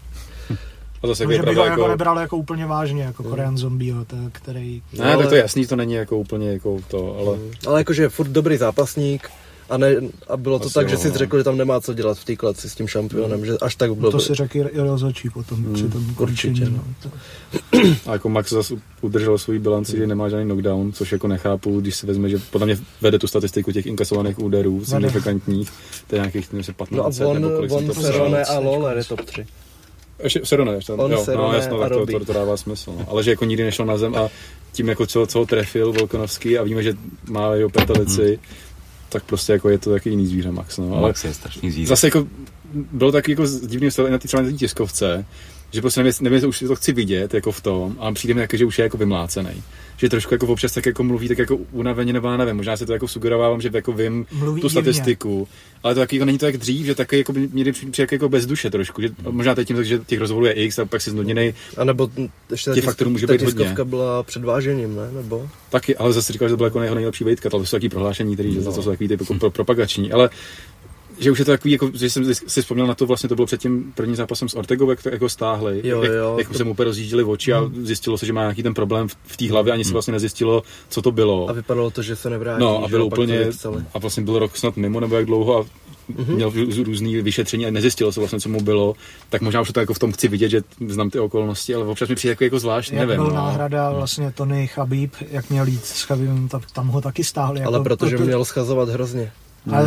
Speaker 3: A zase, no, že by ho jako nebral jako úplně vážně, jako Korean Zombie, který...
Speaker 4: Ne, ale... tak to je jasný, to není jako úplně jako to, ale...
Speaker 2: Ale jakože je furt dobrý zápasník a, ne, a bylo to asi tak, jo, že si řekl, že tam nemá co dělat v té kladci s tím šampionem, mm. že až tak byl...
Speaker 3: No to si řekl i rozhodčí potom mm. při tom
Speaker 2: určitě.
Speaker 3: No.
Speaker 4: A jako Max zase udržel svůj bilanci, mm. že nemá žádný knockdown, což jako nechápu, když si vezme, že podle mě vede tu statistiku těch inkasovaných úderů, signifikantních, to je nějakých patnáct
Speaker 2: no a on,
Speaker 4: nebo kolik
Speaker 2: on Cerrone a Lawler je top tři.
Speaker 4: Ještě Cerrone, ještě tam, jo, no jasno, tak to, to, to dává smysl, no. Ale že jako nikdy nešel na zem a tím jako co, co ho trefil Volkanovský a víme, že má jeho petelici, hmm. tak prostě jako je to taky jiný zvíře Max, no. Ale
Speaker 1: Max je strašný zvíře.
Speaker 4: Zase jako bylo taky jako divný stav na té třeba na té tiskovce, že prostě nevím, nevím, že už to chci vidět jako v tom, ale přijde mi taky, že už je jako vymlácený. Že trošku jako občas tak jako mluví tak jako unaveně nebo já nevím, možná se to jako sugerovávám, že jako vím mluví tu statistiku, divně. Ale to taky jako není to jak dřív, že taky jako někdy přijde jako bez duše trošku, že možná teď tím, že těch rozhovorů je X a pak si znudněnej.
Speaker 2: A nebo ještě těch
Speaker 4: faktorů může být hodně. Ta
Speaker 2: tiskovka byla předvážením, ne? Nebo?
Speaker 4: Taky, ale zase říkal, že to byla jako jeho nejlepší weight cut, ale to jsou taky prohlášení, které no. jsou takový typ jako pro, propagační, ale že už je to takový, jako, že jsem si vzpomněl na to, vlastně to bylo před tím prvním zápasem s Ortegou, jak to jako stáhli,
Speaker 2: jo,
Speaker 4: jak,
Speaker 2: jo,
Speaker 4: jak to... se mu úplně rozjížděli oči a zjistilo se, že má nějaký ten problém v, v té hlavě, ani se vlastně nezjistilo, co to bylo.
Speaker 2: A vypadalo to, že se nevrátí.
Speaker 4: No a bylo úplně, a vlastně byl rok snad mimo, nebo jak dlouho a mm-hmm. měl různý vyšetření a nezjistilo se vlastně, co mu bylo, tak možná už to jako v tom chci vidět, že znám ty okolnosti, ale občas mi přijde jako, jako zvláštní,
Speaker 3: jak
Speaker 4: nevím.
Speaker 3: Byl
Speaker 4: no.
Speaker 3: náhrada vlastně Tony Chabib, jak měl jít s Chabibem, tak tam ho taky stáhli.
Speaker 2: Ale
Speaker 3: jako,
Speaker 2: protože
Speaker 3: proto...
Speaker 2: měl schazovat hrozně.
Speaker 3: Ale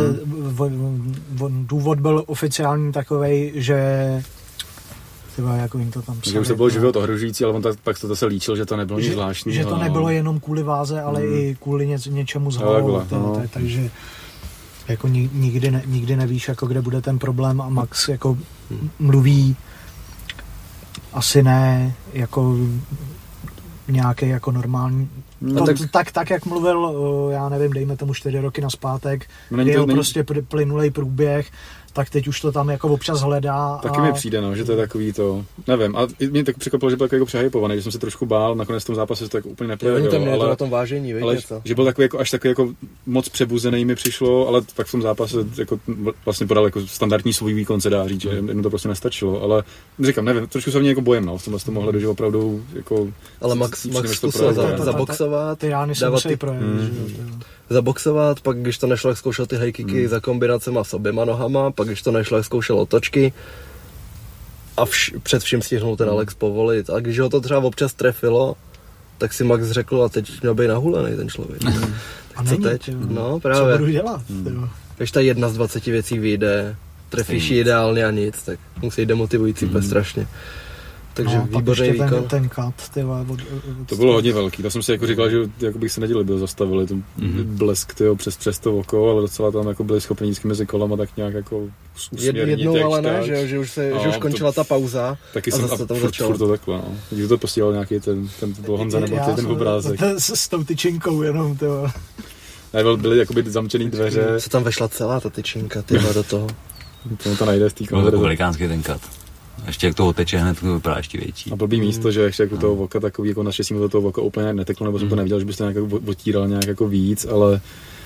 Speaker 3: důvod byl oficiální takovej, že tyba, jako jim to tam psali.
Speaker 4: Že už to bylo život ohrožující, ale on tak, pak to zase líčil, že to nebylo nic zvláštního.
Speaker 3: Že to nebylo jenom kvůli váze, ale mm. i kvůli ně, něčemu z hlavou. No. Takže jako nikdy, ne, nikdy nevíš, jako kde bude ten problém a Max jako mluví asi ne jako nějaký jako normální.
Speaker 4: No,
Speaker 3: to,
Speaker 4: tak...
Speaker 3: Tak, tak, jak mluvil, já nevím, dejme tomu čtyři roky nazpátek,
Speaker 4: no,
Speaker 3: kdy
Speaker 4: to,
Speaker 3: prostě plynulej průběh, tak teď už to tam jako občas hledá.
Speaker 4: Taky
Speaker 3: a...
Speaker 4: mi přijde, no, že to je takový to, nevím, a mě tak překvapilo, že byl jako přehypovaný, že jsem se trošku bál, nakonec v tom zápase se to tak úplně neprojevilo,
Speaker 2: ale,
Speaker 4: ale,
Speaker 2: na tom vážení, víš,
Speaker 4: ale
Speaker 2: něco.
Speaker 4: Že byl takový jako, až takový jako moc přebuzený mi přišlo, ale pak v tom zápase jako vlastně podal jako standardní svůj výkon, se dá říct, že jim to prostě nestačilo, ale říkám, nevím, trošku se mě jako bojem, no, v tomhle tom ohledu, že opravdu jako...
Speaker 2: Ale Max, Max zkusil zaboxovat,
Speaker 3: ty rány se musí projevit,
Speaker 2: zaboxovat, pak když to nešlo, jak zkoušel ty high kicky hmm. za kombinacema s oběma nohama, pak když to nešlo, jak zkoušel otočky a vš- před vším stihnul ten Alex povolit. A když ho to třeba občas trefilo, tak si Max řekl, a teď měl být nahulený ten člověk. Hmm. Tak
Speaker 3: a
Speaker 2: co
Speaker 3: není,
Speaker 2: teď?
Speaker 3: Tělo.
Speaker 2: No právě.
Speaker 3: Co budu dělat?
Speaker 2: Hmm. Když ta jedna z dvaceti věcí vyjde, trefíš ji ideálně a nic, tak musí jít demotivující hmm. strašně. Takže
Speaker 3: no,
Speaker 2: výborný výkon.
Speaker 3: Ten, ten cut, tyva, od, od,
Speaker 4: to bylo hodně velký, to jsem si jako říkal, že jako bych se nedělil, byl zastavili, ten mm-hmm. blesk tyjo, přes, přes to oko, ale docela tam jako byli schopni vždycky mezi kolama tak nějak jako usměrnit.
Speaker 2: Jednou ale ne, že, že, už se, no, že už končila to, ta pauza
Speaker 4: taky
Speaker 2: a
Speaker 4: jsem,
Speaker 2: zase
Speaker 4: a
Speaker 2: tam
Speaker 4: furt,
Speaker 2: začalo.
Speaker 4: Furt to takhle, no. Když to posílal nějaký ten, ten to byl Honza, nebo ty, ten obrázek.
Speaker 3: S, s tou tyčinkou jenom, tyjo.
Speaker 4: Ne, byly jakoby zamčený dveře.
Speaker 2: Se tam vešla celá ta tyčinka, tyjo, do toho.
Speaker 4: To to najde z té
Speaker 1: kamery. Velikánský ten kat. Ještě jak toho teče hned, to vypadá ještě větší.
Speaker 4: A blbý místo, že ještě jako toho voka takový, jako naštěstí mi do toho voka úplně neteklo, nebo jsem to neviděl, že byste nějak jako otíral nějak jako víc, ale...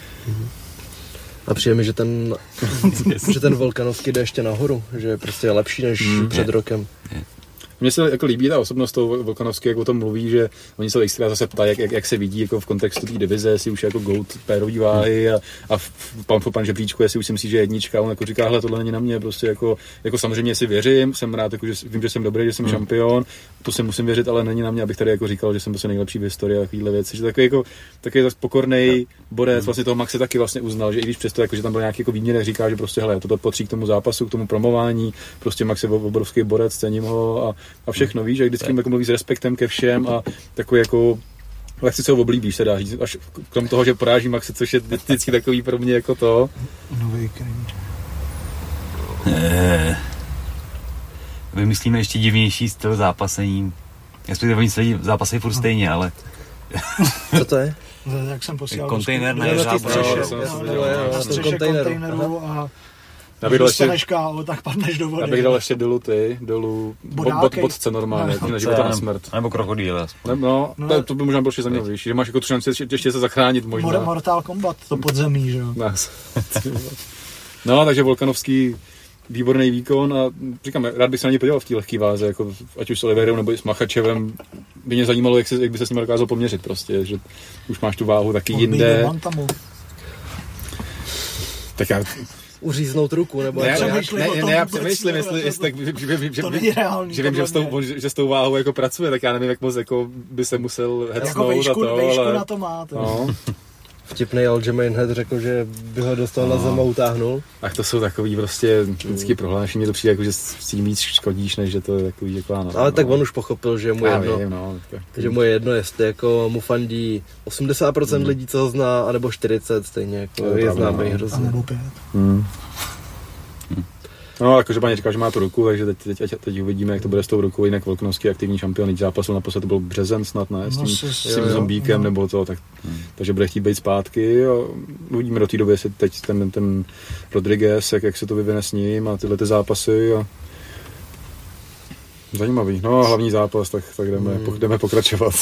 Speaker 2: A přijde mi, že ten, že ten Volkanovský jde ještě nahoru, že je prostě lepší než mm, před je, rokem.
Speaker 1: Je.
Speaker 4: Mně se jako líbí ta osobnost toho Volkanovského, jak o tom mluví, že oni se extra zase ptají, jak, jak, jak se vidí jako v kontextu té divize, jestli už je jako goat pérový váhy a, a v Pound for Pound žebříčku, jestli už si myslí, že je jednička, on jako říká, hele, tohle není na mě, prostě jako, jako samozřejmě si věřím, jsem rád, jako, že vím, že jsem dobrý, že jsem hmm. šampion, to si musím věřit, ale není na mě, abych tady jako říkal, že jsem prostě nejlepší v historii a takovéhle věci, že takový jako takový pokornej borec, vlastně toho Maxe taky vlastně uznal, že i když přesto, jako, že tam byl nějaký jako výměr, říká, že prostě hele, toto patří k tomu zápasu, k tomu promování, prostě Max je obrovský borec, cením ho a, a všechno, víš, že vždycky jako mluví s respektem ke všem a takový jako Tak si co oblíbíš, se dá říct, až krom toho, že poráží Maxi, což je vždycky takový pro mě jako to.
Speaker 3: Nový cringe.
Speaker 1: Eh, vymyslíme ještě divnější styl zápasení. Já spíš oni se zápasy furt stejně, ale...
Speaker 2: Co to je?
Speaker 3: Jak jsem posílal
Speaker 1: kontejner na
Speaker 3: do
Speaker 1: jeřáb,
Speaker 3: střeše,
Speaker 1: jo,
Speaker 4: jsem
Speaker 3: jo,
Speaker 4: si
Speaker 3: jo,
Speaker 4: viděl,
Speaker 3: jo,
Speaker 4: jo,
Speaker 3: na
Speaker 4: v
Speaker 3: střeše
Speaker 2: kontejneru.
Speaker 3: kontejneru a
Speaker 4: Já
Speaker 3: když
Speaker 4: bych dal ještě,
Speaker 3: dostaneš kálo, tak padneš do vody.
Speaker 4: já bych dal ještě dolů ty, dolů bod, bod,
Speaker 3: Bodáky.
Speaker 4: bodce normálně,
Speaker 3: No.
Speaker 4: no, na života na smrt.
Speaker 1: Nebo krokodýle.
Speaker 4: Ne, no,
Speaker 3: No.
Speaker 4: to, to by možná bylo ještě zajímavější, že máš jako tu šanci ještě, ještě se zachránit možná.
Speaker 3: Mor- Mortal Kombat, to podzemí, že jo.
Speaker 4: Nás. No, takže Volkanovský výborný výkon a říkám, rád bych se na ně podíval v té lehké váze, jako, ať už s Oliveirou nebo i s Machačevem. By mě zajímalo, jak, se, jak by se s nimi dokázal poměřit prostě, že už máš tu váhu taky jinde. Tak já...
Speaker 2: Uříznout ruku, nebo...
Speaker 4: Ne,
Speaker 2: jak
Speaker 4: ne,
Speaker 2: to?
Speaker 4: ne,
Speaker 3: přemýšlím
Speaker 4: ne,
Speaker 3: o tom
Speaker 4: ne, já
Speaker 3: vůbec,
Speaker 4: přemýšlím,
Speaker 3: to-
Speaker 4: jestli,
Speaker 3: to-
Speaker 4: jestli tak, že, že, že,
Speaker 3: To
Speaker 4: že,
Speaker 3: není reálný.
Speaker 4: že vím, že s, tou,
Speaker 3: podle mě.
Speaker 4: že s tou váhou jako pracuje, tak já nevím, jak moc jako by se musel
Speaker 3: Jako
Speaker 4: hecnout a
Speaker 3: vejšku,
Speaker 4: to,
Speaker 3: vejšku
Speaker 4: ale...
Speaker 3: na to má. To.
Speaker 4: No.
Speaker 2: Vtipnej Aljamain hned řekl, že by ho dostal na zem a utáhnul.
Speaker 4: Ach, to jsou takový prostě vždycky prohlášení, to přijde jako, že s tím víc škodíš, než že to je takový jako ano.
Speaker 2: Ale tak on už pochopil, že mu je
Speaker 4: já
Speaker 2: jedno.
Speaker 4: vím, no.
Speaker 2: Že mu je jedno, jestli jako mu fandí osmdesát procent
Speaker 4: Hmm.
Speaker 2: lidí, co ho zná, anebo čtyřicet procent stejně, jako
Speaker 4: To je
Speaker 2: je
Speaker 4: pravda,
Speaker 2: známý
Speaker 4: no.
Speaker 3: A
Speaker 2: hrozně.
Speaker 3: nebo pět.
Speaker 4: Hmm. No, jakože paní říkal, že má tu ruku, takže teď, teď, teď, teď uvidíme, jak to bude s tou rukou, jinak Volkanovský aktivní šampion, zápasil naposled, to byl březen snad, ne, s tím,
Speaker 3: No, s-
Speaker 4: s
Speaker 3: jo,
Speaker 4: tím
Speaker 3: jo,
Speaker 4: zombíkem
Speaker 3: no.
Speaker 4: nebo to, tak, takže bude chtít být zpátky a uvidíme do té doby, jestli teď ten, ten Rodriguez, jak, jak se to vyvine s ním a tyhle ty zápasy a zajímavý, no hlavní zápas, tak, tak jdeme,
Speaker 2: Hmm.
Speaker 4: jdeme pokračovat.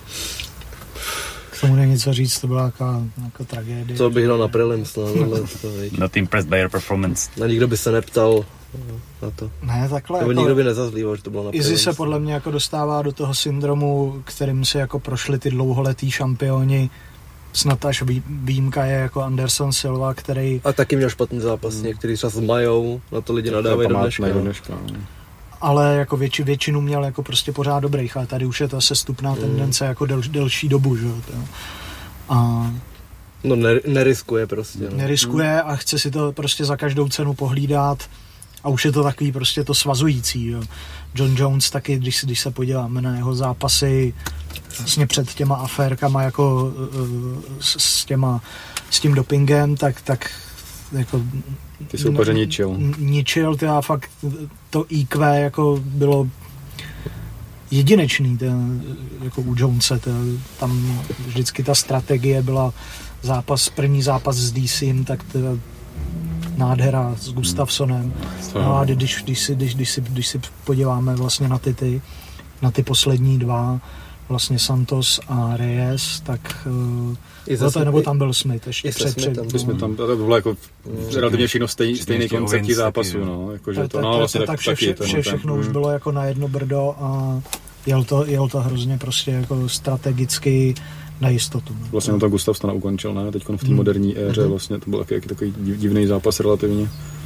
Speaker 3: K tomu není co říct, to byla jako, jako tragédie.
Speaker 2: Co bych dal na prelims, no, ale to víš.
Speaker 1: Not impressed by your performance.
Speaker 2: A nikdo by se neptal na to.
Speaker 3: Ne, takhle.
Speaker 2: Nebo
Speaker 3: Jako,
Speaker 2: nikdo by nezazlíval, že to bylo na
Speaker 3: Izzy
Speaker 2: prelims.
Speaker 3: se podle mě jako dostává do toho syndromu, kterým se jako prošli ty dlouholetý šampioni. Snad až vý- výjimka je jako Anderson Silva, který,
Speaker 2: A taky měl špatný zápas,
Speaker 4: Hmm.
Speaker 2: některý třeba s Majou, na to lidi nadávají do dneška.
Speaker 4: do
Speaker 2: no.
Speaker 4: dneška. no.
Speaker 3: ale jako větši, většinu měl jako prostě pořád dobrých, ale tady už je ta sestupná tendence jako del, delší dobu, že jo. to jo. A
Speaker 2: No ner- neriskuje prostě. No.
Speaker 3: neriskuje a chce si to prostě za každou cenu pohlídat a už je to takový prostě to svazující, jo. John Jones taky, když, když se podíváme na jeho zápasy vlastně před těma aférkama jako uh, s, s těma s tím dopingem, tak, tak jako
Speaker 4: Ty soupeře ničil.
Speaker 3: n- ničil, to já fakt to í kvé jako bylo jedinečný, to, jako u Jonese, to, tam vždycky ta strategie byla zápas, první zápas s D C, tak to nádhera s Gustafsonem. No a když, když, si, když, když, si, když si podíváme vlastně na ty, ty, na ty poslední dva, vlastně Santos a Reyes, tak
Speaker 2: I
Speaker 3: bylo to,
Speaker 2: zase-
Speaker 3: nebo tam byl Smith ještě
Speaker 2: i se
Speaker 3: před, před
Speaker 2: Smithem.
Speaker 4: My jsme tam, to bylo jako relativně všechno stej, stejný
Speaker 1: ještě
Speaker 4: koncept
Speaker 1: Owens
Speaker 4: zápasu,
Speaker 1: taky,
Speaker 4: no, jakože
Speaker 3: tak,
Speaker 4: to,
Speaker 3: tak,
Speaker 4: no
Speaker 3: tak,
Speaker 4: vlastně
Speaker 3: tak,
Speaker 4: tak,
Speaker 3: vše,
Speaker 4: taky
Speaker 3: vše,
Speaker 4: ten,
Speaker 3: vše,
Speaker 4: ten,
Speaker 3: všechno
Speaker 4: mm.
Speaker 3: už bylo jako na jedno brdo a jel to, jel to hrozně prostě jako strategicky na jistotu. No.
Speaker 4: Vlastně on to Gustafsona ukončil, ne, teď v té
Speaker 3: Hmm.
Speaker 4: moderní éře, vlastně to byl taky, taky takový div- divný zápas relativně.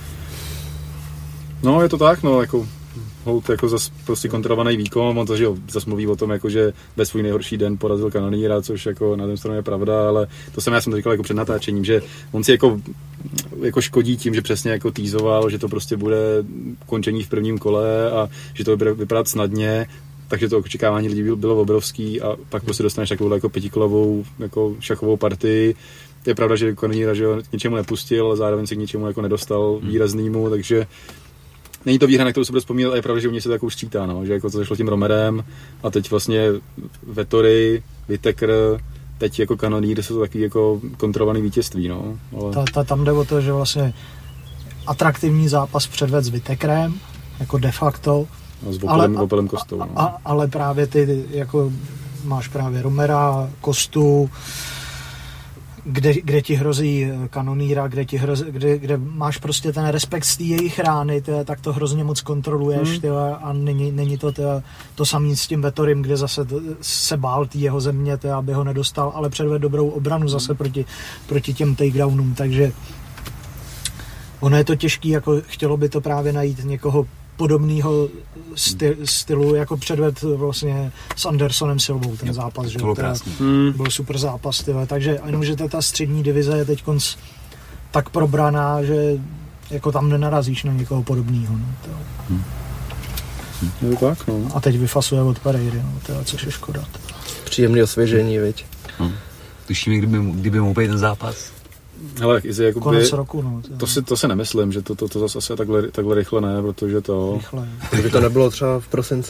Speaker 4: No, je to tak, no, jako hold jako zas prostě kontrolovaný výkon, on to, že jo, zas mluví o tom, jako, že ve svůj nejhorší den porazil kanoníra, což jako na té straně je pravda, ale to jsem já jsem to říkal jako před natáčením, že on si jako, jako škodí tím, že přesně jako týzoval, že to prostě bude končení v prvním kole a že to bude vypadat snadně, takže to očekávání lidí bylo obrovský a pak prostě dostaneš takovou jako pětikolovou jako šachovou partii. Je pravda, že kanoníra, že ho k ničemu nepustil, ale zároveň se k ničemu jako nedostal výraznýmu, takže není to výhra, na kterou se bude vzpomínat, a je pravda, že u něj se to jako už čítá, no, že jako to zašlo tím Romerem a teď vlastně Vettori, Whittaker, teď jako Kanonýr, jsou to takový jako kontrolovaný vítězství, no. Ale...
Speaker 3: Ta, ta, tam jde o to, že vlastně atraktivní zápas předved s Whittakerem, jako de facto,
Speaker 4: No, s Opelem,
Speaker 3: ale,
Speaker 4: Opelem Kostou, no.
Speaker 3: a, ale právě ty, jako máš právě Romera, Kostu, kde, kde ti hrozí Kanonýra, kde, ti hrozí, kde, kde máš prostě ten respekt z té jejich rány, tyhle, tak to hrozně moc kontroluješ
Speaker 4: Hmm.
Speaker 3: tyhle, a není, není to tyhle, to samý s tím Vettorim, kde zase t- se bál tý jeho země, tyhle, aby ho nedostal, ale předved dobrou obranu zase proti, proti těm takedownům, takže ono je to těžký, jako chtělo by to právě najít někoho podobného sty, stylu, jako předved vlastně s Andersonem Silvou ten zápas, že
Speaker 1: To bylo
Speaker 3: to je-
Speaker 1: krásný.
Speaker 4: Hmm.
Speaker 3: byl super zápas, tyhle. Takže jenomže ta, ta střední divize je teď tak probraná, že jako tam nenarazíš na někoho podobného. No,
Speaker 4: No tak, no.
Speaker 3: A teď vyfasuje od Pereiry, no, teda, což je škoda.
Speaker 2: Příjemný osvěžení, viď?
Speaker 1: Hmm. Tušíme, kdyby, kdyby mohl být ten zápas.
Speaker 4: Hele, Izzy, jakoby,
Speaker 3: Konec roku, no. To,
Speaker 4: to, si, to si nemyslím, že to, to, to zase asi takhle, takhle rychle ne, protože to...
Speaker 3: rychle.
Speaker 2: Kdyby to nebylo třeba v prosinci.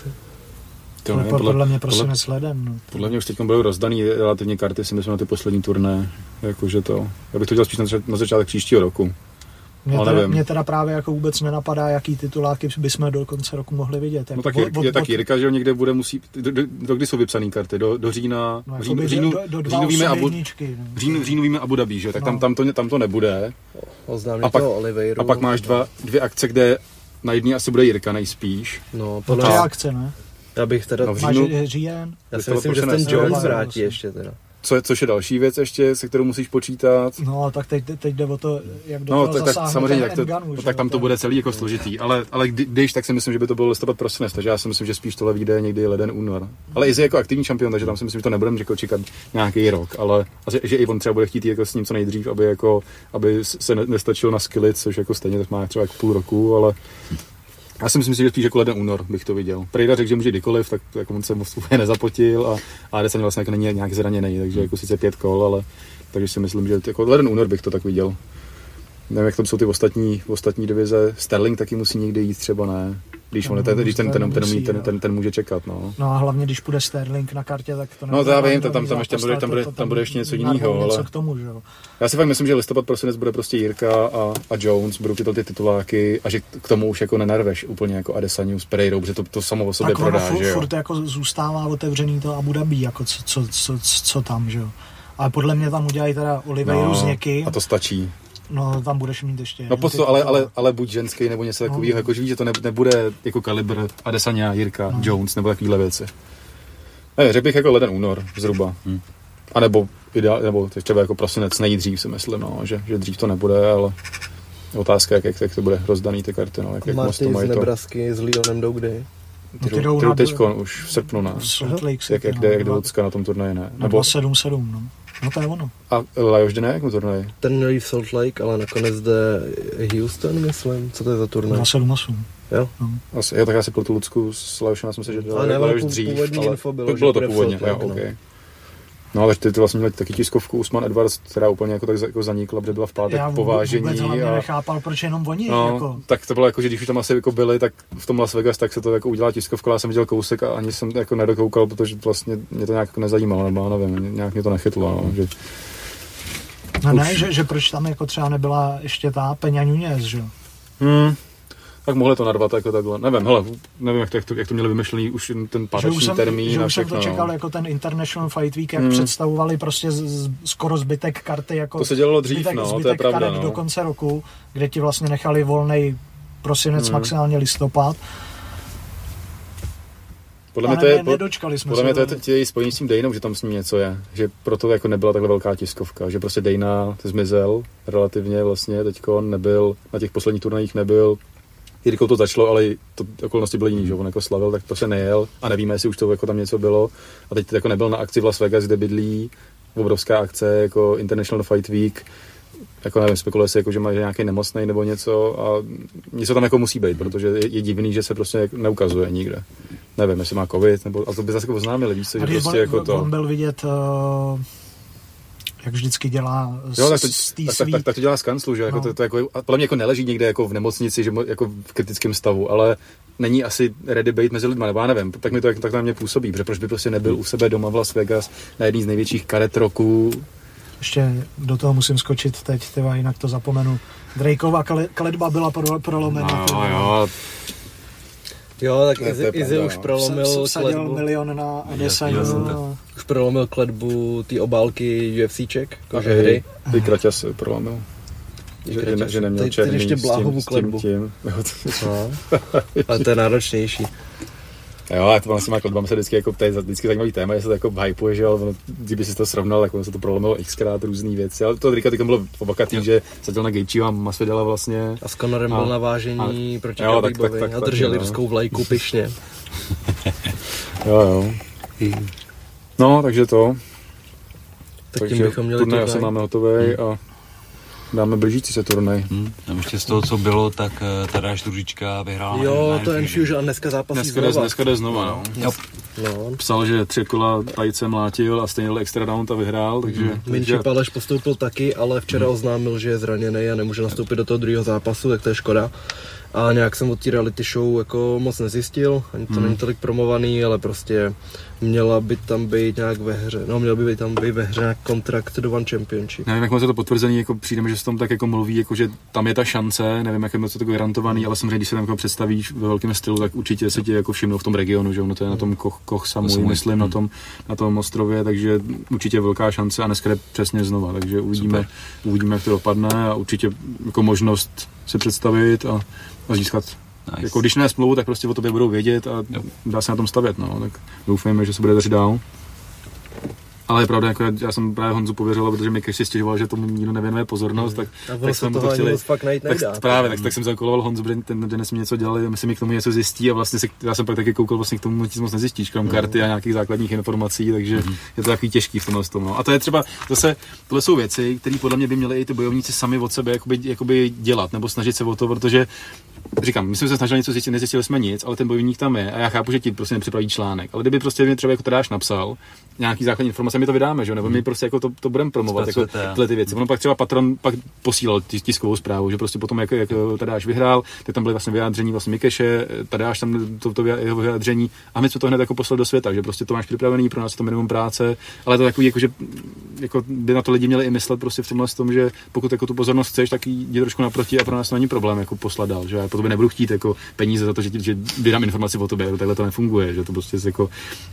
Speaker 4: To
Speaker 3: Ale
Speaker 4: ne,
Speaker 3: podle, podle mě
Speaker 4: podle,
Speaker 3: prosinec leden, no.
Speaker 4: podle mě už teď byly rozdaný relativně karty, si myslím, na ty poslední turné. Jakože to... Já bych to dělal spíš na, na začátek příštího roku.
Speaker 3: Mě
Speaker 4: Ale
Speaker 3: teda,
Speaker 4: nevím.
Speaker 3: mě teda právě jako vůbec nenapadá, jaký tituláky bychom do konce roku mohli vidět.
Speaker 4: No tak,
Speaker 3: od-
Speaker 4: Jirka,
Speaker 3: od-
Speaker 4: je, tak
Speaker 3: od-
Speaker 4: Jirka, že jo, někde bude musí... Do, do, do kdy jsou vypsaný karty? Do, do října?
Speaker 3: No,
Speaker 4: v
Speaker 3: jako
Speaker 4: říjnu,
Speaker 3: by
Speaker 4: v říjnu,
Speaker 3: do, do, do
Speaker 4: v říjnu víme Abu,
Speaker 3: jedničky, no.
Speaker 4: v říjnu, v říjnu víme Abu Dhabi, že jo? Tak
Speaker 3: No.
Speaker 4: tam, tam, to, tam to nebude.
Speaker 2: Oznámí
Speaker 4: A pak-
Speaker 2: toho Oliveiru.
Speaker 4: A pak máš dva, dvě akce, kde na jedné asi bude Jirka nejspíš.
Speaker 2: No,
Speaker 3: No,
Speaker 2: podle
Speaker 3: to je
Speaker 4: A-
Speaker 3: akce, ne?
Speaker 2: já bych teda...
Speaker 4: No, v
Speaker 3: Máš
Speaker 4: říjnu-
Speaker 3: říjen,
Speaker 2: já si
Speaker 4: to
Speaker 2: myslím, že ten
Speaker 4: prosinec,
Speaker 2: Jones
Speaker 3: jo.
Speaker 2: vrátí ještě teda.
Speaker 4: Co je, což je další věc ještě, se kterou musíš počítat.
Speaker 3: no tak teď, teď jde o to, jak do
Speaker 4: No,
Speaker 3: toho
Speaker 4: tak, tak
Speaker 3: zasáhne
Speaker 4: samozřejmě,
Speaker 3: ten
Speaker 4: tak, to,
Speaker 3: Enganu,
Speaker 4: no,
Speaker 3: že
Speaker 4: tak tam
Speaker 3: jo,
Speaker 4: to bude celý jako složitý, ale, ale kdy, když, tak si myslím, že by to byl listopad prosinec, takže já si myslím, že spíš tohle vyjde někdy leden, únor. Ale Izzy jako aktivní šampion, takže tam si myslím, že to nebudeme jako čekat nějaký rok, ale a že, že i on třeba bude chtít jít jako s ním co nejdřív, aby, jako, aby se ne, nestačil na skillit, což jako stejně tak má třeba jako půl roku, ale já si myslím, že spíš jako leden, únor bych to viděl. Prejda řekl, že může kdykoliv, tak jako on se moc úplně nezapotil a a Adesanya vlastně jako není nějak zraněný, takže jako sice pět kol, ale takže si myslím, že jako leden, únor bych to tak viděl. Nevím, jak tam jsou ty ostatní, ostatní divize. Sterling taky musí někdy jít, třeba ne. Když, on, ten, když ten, ten, ten, ten, ten, ten, ten může čekat, no.
Speaker 3: No a hlavně, když půjde Sterling na kartě, tak to
Speaker 4: No to já vím, tam-
Speaker 3: hlavní
Speaker 4: tam ještě
Speaker 3: zápas,
Speaker 4: bude-
Speaker 3: ale
Speaker 4: tam
Speaker 3: to-
Speaker 4: bude-
Speaker 3: to
Speaker 4: tam bude ještě něco
Speaker 3: narvou
Speaker 4: jinýho,
Speaker 3: něco
Speaker 4: ale-
Speaker 3: k tomu, že jo.
Speaker 4: Já si fakt myslím, že listopad prosinec bude prostě Jirka a, a Jones, budou tyto ty tituláky a že k tomu už jako nenarveš úplně jako Adesanyu s Pereirou, protože to, to samo o sobě
Speaker 3: Tak ono
Speaker 4: prodá,
Speaker 3: furt,
Speaker 4: že jo.
Speaker 3: furt jako zůstává otevřený to Abu Dhabi, jako co, co, co, co tam, že jo. Ale podle mě tam udělají teda Oliveiru
Speaker 4: No,
Speaker 3: s někým,
Speaker 4: a to stačí.
Speaker 3: no tam budeš mít ještě.
Speaker 4: No
Speaker 3: ty
Speaker 4: posto, ale,
Speaker 3: tituly.
Speaker 4: ale, ale buď ženský nebo něco takového,
Speaker 3: No.
Speaker 4: jako že víš, že to ne, nebude jako kalibr Adesanya, Jirka,
Speaker 3: No.
Speaker 4: Jones nebo takovýhle věci. Ne, řekl bych jako leden, únor zhruba.
Speaker 1: Hmm.
Speaker 4: A nebo, ideál, nebo třeba jako prosinec nejdřív si myslím, no, že, že dřív to nebude, ale otázka, jak, jak, jak to bude rozdaný ty karty, no, jak, jak moc to
Speaker 2: Marty z
Speaker 4: mají to.
Speaker 2: Nebrasky s Leonem jdou kdy?
Speaker 3: No,
Speaker 4: Ty
Speaker 3: ty jdou
Speaker 4: jdou
Speaker 3: na-
Speaker 4: teďko už v srpnu, ne?
Speaker 3: v Salt Lake City,
Speaker 4: Jak, jak,
Speaker 3: no,
Speaker 4: jde, jak jde
Speaker 3: dva-
Speaker 4: Lucka na tom turnaji, ne?
Speaker 3: na
Speaker 4: Nebo,
Speaker 3: dva sedm sedm, no. No to je ono.
Speaker 4: a Lajos jde na jakou turnaji?
Speaker 2: Ten měl jít v Salt Lake, ale nakonec jde Houston, myslím. Co to je za turnaj?
Speaker 3: dva sedm osm.
Speaker 2: Jo?
Speaker 4: Asi, jo, tak já si pro tu Lucku s Lajosem, já jsem si, že
Speaker 2: Ale ne,
Speaker 4: Lajos
Speaker 2: pů-
Speaker 4: dřív,
Speaker 2: původní
Speaker 4: ale
Speaker 2: info bylo,
Speaker 4: bylo,
Speaker 2: že
Speaker 4: bylo to
Speaker 2: bude v
Speaker 4: původně,
Speaker 2: Salt
Speaker 4: jo,
Speaker 2: Lake, no.
Speaker 4: okay. No, ale ty, ty vlastně měli taky tiskovku Usman Edwards, která úplně jako tak za- jako zanikla, protože byla v pátek
Speaker 3: Já
Speaker 4: po vážení.
Speaker 3: vůbec hlavně
Speaker 4: A,
Speaker 3: nechápal, proč jenom oni,
Speaker 4: no,
Speaker 3: jako.
Speaker 4: tak to bylo jako, že když už tam asi jako byli, tak v tom Las Vegas, tak se to jako udělá tiskovka, ale já jsem viděl kousek a ani jsem jako nedokoukal, protože vlastně mě to nějak jako nezajímalo, nebo já nevím, nějak mě to nechytlo, no, že
Speaker 3: No
Speaker 4: už-
Speaker 3: ne, že, že proč tam jako třeba nebyla ještě ta Peña Núñez, že jo.
Speaker 4: Hmm. Tak mohli to narvat jako takhle. Nevím, hele, nevím, jak to, jak to, jak to měli vymyšlený už ten
Speaker 3: Že
Speaker 4: páteční
Speaker 3: už jsem,
Speaker 4: termín
Speaker 3: že
Speaker 4: a
Speaker 3: už jsem
Speaker 4: všechno.
Speaker 3: to čekal
Speaker 4: no.
Speaker 3: jako ten International Fight Week, jak
Speaker 4: Hmm.
Speaker 3: představovali prostě z, z, skoro zbytek karty, jako
Speaker 4: To se dělalo dřív,
Speaker 3: zbytek,
Speaker 4: no, to je
Speaker 3: zbytek
Speaker 4: pravda,
Speaker 3: karet
Speaker 4: no.
Speaker 3: do konce roku, kde ti vlastně nechali volnej prosinec,
Speaker 4: Hmm.
Speaker 3: maximálně listopad.
Speaker 4: Podle
Speaker 3: A
Speaker 4: mě to
Speaker 3: ne,
Speaker 4: je,
Speaker 3: ne,
Speaker 4: po-
Speaker 3: nedočkali jsme
Speaker 4: podle
Speaker 3: se.
Speaker 4: mě to je t- je spojení s tím Dejnou, že tam s ním něco je. Že proto jako nebyla takhle velká tiskovka. Že prostě Dejna zmizel relativně vlastně teďko, nebyl, na těch posledních turnajích nebyl. Jirkou to začalo, ale to okolnosti byly jiný, že on jako slavil, tak prostě nejel a nevíme, jestli už to jako tam něco bylo. A teď jako nebyl na akci v Las Vegas, kde bydlí, obrovská akce jako International Fight Week. Jako nevím, spekuluje se, jako, že má nějaký nemocný nebo něco a něco tam jako musí být, protože je, je divný, že se prostě neukazuje nikde. Nevím, jestli má covid, nebo, a to by zase jako oznámili, víš co, že
Speaker 3: Tady
Speaker 4: prostě
Speaker 3: on,
Speaker 4: jako to...
Speaker 3: on byl vidět, uh, jak vždycky dělá z,
Speaker 4: Jo, tak to,
Speaker 3: z té
Speaker 4: tak, tak,
Speaker 3: svý...
Speaker 4: tak, tak to dělá z kanclu, že jako
Speaker 3: No.
Speaker 4: to, to jako, a podle mě jako neleží někde jako v nemocnici, že mo- jako v kritickém stavu, ale není asi ready být mezi lidmi, nebo já nevím, tak mi to tak na mě působí, protože proč by prostě nebyl u sebe doma v Las Vegas na jedný z největších karet roku.
Speaker 3: Ještě do toho musím skočit teď, tyva, jinak to zapomenu. Drakeova kle- kletba byla pro, prolomena.
Speaker 4: No, jo,
Speaker 2: Jo, tak
Speaker 4: To je-
Speaker 2: Izzy,
Speaker 4: to je
Speaker 2: Izzy
Speaker 4: pravda,
Speaker 2: už
Speaker 4: no.
Speaker 2: prolomil
Speaker 3: Vsadil
Speaker 2: kletbu.
Speaker 3: milion na Adesanyu.
Speaker 1: viděl jsem to.
Speaker 3: No.
Speaker 2: Už prolomil kletbu té obálky UFC-ček, jakože
Speaker 4: a
Speaker 2: hry.
Speaker 4: Ty kraťas prolomil. Že, že, ne- že neměl
Speaker 2: Teď- teď
Speaker 4: černý
Speaker 2: ještě
Speaker 4: s tím,
Speaker 2: bláhovou
Speaker 4: s tím,
Speaker 2: kletbu.
Speaker 4: tím. Jo, to,
Speaker 2: No. Ale to je náročnější.
Speaker 4: jo, a to vlastně má kletbama se vždycky jako, to je vždycky zajímavý téma, že se to jako hypuje, že ale ono, kdyby si to srovnal, tak ono se to prolomilo xkrát různý věci, ale to Rika teďka bylo obakatý, že sadil na Gaethjeho a Masvidala vlastně.
Speaker 2: A s Conorem
Speaker 4: A-
Speaker 2: byl na vážení
Speaker 4: a-
Speaker 2: proti
Speaker 4: jo, tak-
Speaker 2: Khabíbovi
Speaker 4: tak- tak-
Speaker 2: a
Speaker 4: tak,
Speaker 2: držel
Speaker 4: no.
Speaker 2: irskou vlajku pyšně.
Speaker 4: Jo, jo. No, takže to.
Speaker 2: Tak
Speaker 4: takže
Speaker 2: tím bychom měli
Speaker 4: turnaj asi
Speaker 2: turnaj.
Speaker 4: máme hotový a dáme blížící se turnaj.
Speaker 1: Hmm. A ještě z toho, co bylo, tak Tadáš Růžička vyhrál.
Speaker 2: Jo, to je Enfusion a dneska zápasí
Speaker 4: dneska
Speaker 2: znova.
Speaker 4: Jde, dneska jde znova, no.
Speaker 1: Jo.
Speaker 2: No.
Speaker 4: Psal, že tři kola tajce mlátil a stejně extra round a vyhrál, takže...
Speaker 2: Hmm. Minči Paleš postoupil taky, ale včera hmm. oznámil, že je zraněný a nemůže nastoupit do toho druhého zápasu, tak to je škoda. A nějak jsem od té reality show jako moc nezjistil, ani to hmm. není tolik promovaný, ale prostě měla by tam být nějak ve hře, no měl by být tam být ve hře nějak kontrakt do One Championship.
Speaker 4: Nevím, jak moc je to potvrzený, jako přijde mi, že se tam tak jako mluví, jako že tam je ta šance, nevím, jak je moc to garantovaný, ale samozřejmě, když se tam jako představíš ve velkém stylu, tak určitě se tě jako všimnou v tom regionu, že ono to je na tom Koch, Koch Samui, myslím, na tom, na tom ostrově, takže určitě velká šance a dneska je přesně znova, takže uvidíme, uvidíme, jak to dopadne a určitě jako možnost se představit a, a získat. Nice. Jako když ne smlouvu, tak prostě o tobě budou vědět a jo. Dá se na tom stavět, no, tak doufejme, že se bude dařit dál. Ale je pravda, jako já, já jsem právě Honzu pověřil, protože mi si stěžoval, že tomu nikdo nevěnuje pozornost, tak,
Speaker 2: tak jsme mu to chtěli,
Speaker 4: fakt
Speaker 2: najít
Speaker 4: tak, tak právě, tak, tak jsem zakoloval Honzu, protože ten dnes mi něco dělali, myslím, mi k tomu něco zjistí a vlastně se, já jsem pak taky koukal, vlastně k tomu nic moc nezjistíš, krom karty a nějakých základních informací, takže mm-hmm. je to takový těžký v tomhle tom, no. A to je třeba, zase, tohle jsou věci, které podle mě by měli i ty bojovníci sami od sebe jakoby, jakoby dělat, nebo snažit se o to, protože říkám, my jsme se snažili něco zjistit, nezjistili jsme nic, ale ten bojovník tam je a já chápu, že ti prostě nepřipraví článek, ale kdyby prostě mě třeba jako Tadáš napsal nějaký základní informace, my to vydáme, že nebo my prostě jako to, to budeme promovat, jako tyhle ty věci. Ono pak třeba patron pak posílal tiskovou zprávu, že prostě potom jak, jak Tadáš vyhrál, tak tam byly vlastně vyjádření vlastně Mikeše, Tadáš tam to, to jeho vyjádření a my jsme to hned jako poslali do světa, že prostě to máš připravený, pro nás je to minimum práce, ale to takový jako, že jako by na to lidi měli i myslet prostě v tomhle tom, že pokud jako tu pozornost chceš, tak jdi trošku naproti a pro nás to není problém jako poslat dál, že já po tobě nebudu chtít jako peníze za to, že, že vydám informaci o tobě, takhle to nefunguje, že to prostě jako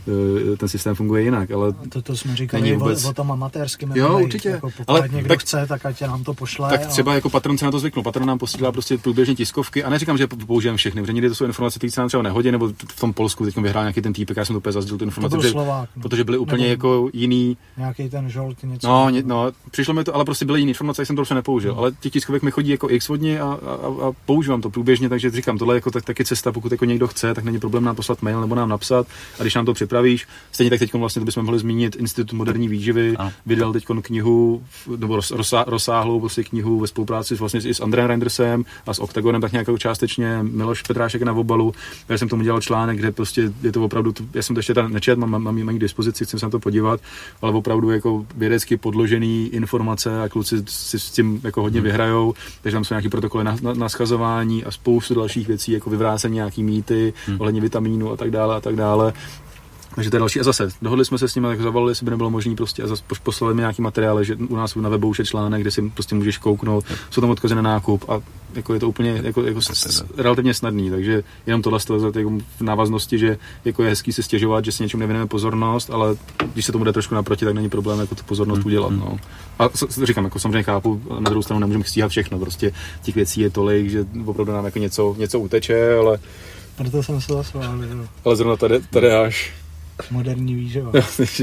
Speaker 4: ten systém funguje jinak, ale
Speaker 3: to, to jsme říkali vůbec... o, o tom amatérském.
Speaker 4: Jo, určitě.
Speaker 3: Jako pokud
Speaker 4: ale
Speaker 3: někdo
Speaker 4: tak,
Speaker 3: chce, tak ať nám to pošle.
Speaker 4: Tak třeba
Speaker 3: a...
Speaker 4: jako patron se na to zvyknul. Patron nám posílá prostě průběžně tiskovky a neříkám, že použijeme všechny, protože někdy to jsou informace, které se nám třeba nehodí, nebo v tom Polsku teď vyhrál nějaký ten týpek, já jsem to úplně zazdil tu informaci, protože,
Speaker 3: Slovák, no.
Speaker 4: protože byly úplně nebo jako jiný.
Speaker 3: Nějaký ten žolt, něco.
Speaker 4: No, ně, no, přišlo mi to, ale prostě byly jiné informace, jak jsem to prostě nepoužil. No. Ale těch tiskovek mi chodí jako x hodně a, a, a používám to průběžně, takže říkám, tohle jako tak, taky cesta, pokud jako někdo chce, tak není problém nám poslat mail nebo nám napsat a když nám to připravíš, stejně tak teď vlastně to bychom mohli zmínit Institut moderní výživy, a. vydal teď knihu nebo roz, rozsá, rozsáhlou prostě knihu ve spolupráci vlastně i s Andrejem Reindersem a s Octagonem tak nějakou částečně, Miloš Petrášek na obalu, já jsem tomu dělal článek, kde prostě je to opravdu, já jsem to ještě tam nečet, mám, mám, mám ji k dispozici, chci se na to podívat, ale opravdu jako vědecky podložený informace a kluci si s tím jako hodně hmm. vyhrajou, takže tam jsou nějaký protokoly na, na, na schazování a spoustu dalších věcí, jako vyvrácení nějaký mýty, hmm. ohledně vitamínů a tak dále a tak dále. Takže to je další. A zase, dohodli jsme se s nimi, tak zavolali, jestli by nebylo možné prostě a zase poslali mi nějaký materiály, že u nás na webu už je článek, kde si prostě můžeš kouknout, jsou tam odkazy na nákup a jako je to úplně jako, jako s, relativně snadný, takže jenom tohle jako v návaznosti, že jako je hezký si stěžovat, že si něčemu nevěnujeme pozornost, ale když se tomu jde trošku naproti, tak není problém jako tu pozornost hmm. udělat. No. A říkám, jako samozřejmě chápu, na druhou stranu nemůžeme stíhat všechno, prostě těch věcí je tolik, že opravdu nám jako něco, něco uteče, ale
Speaker 3: proto jsem se zasval,
Speaker 4: ale zrovna tady, tady až
Speaker 3: moderní výživa.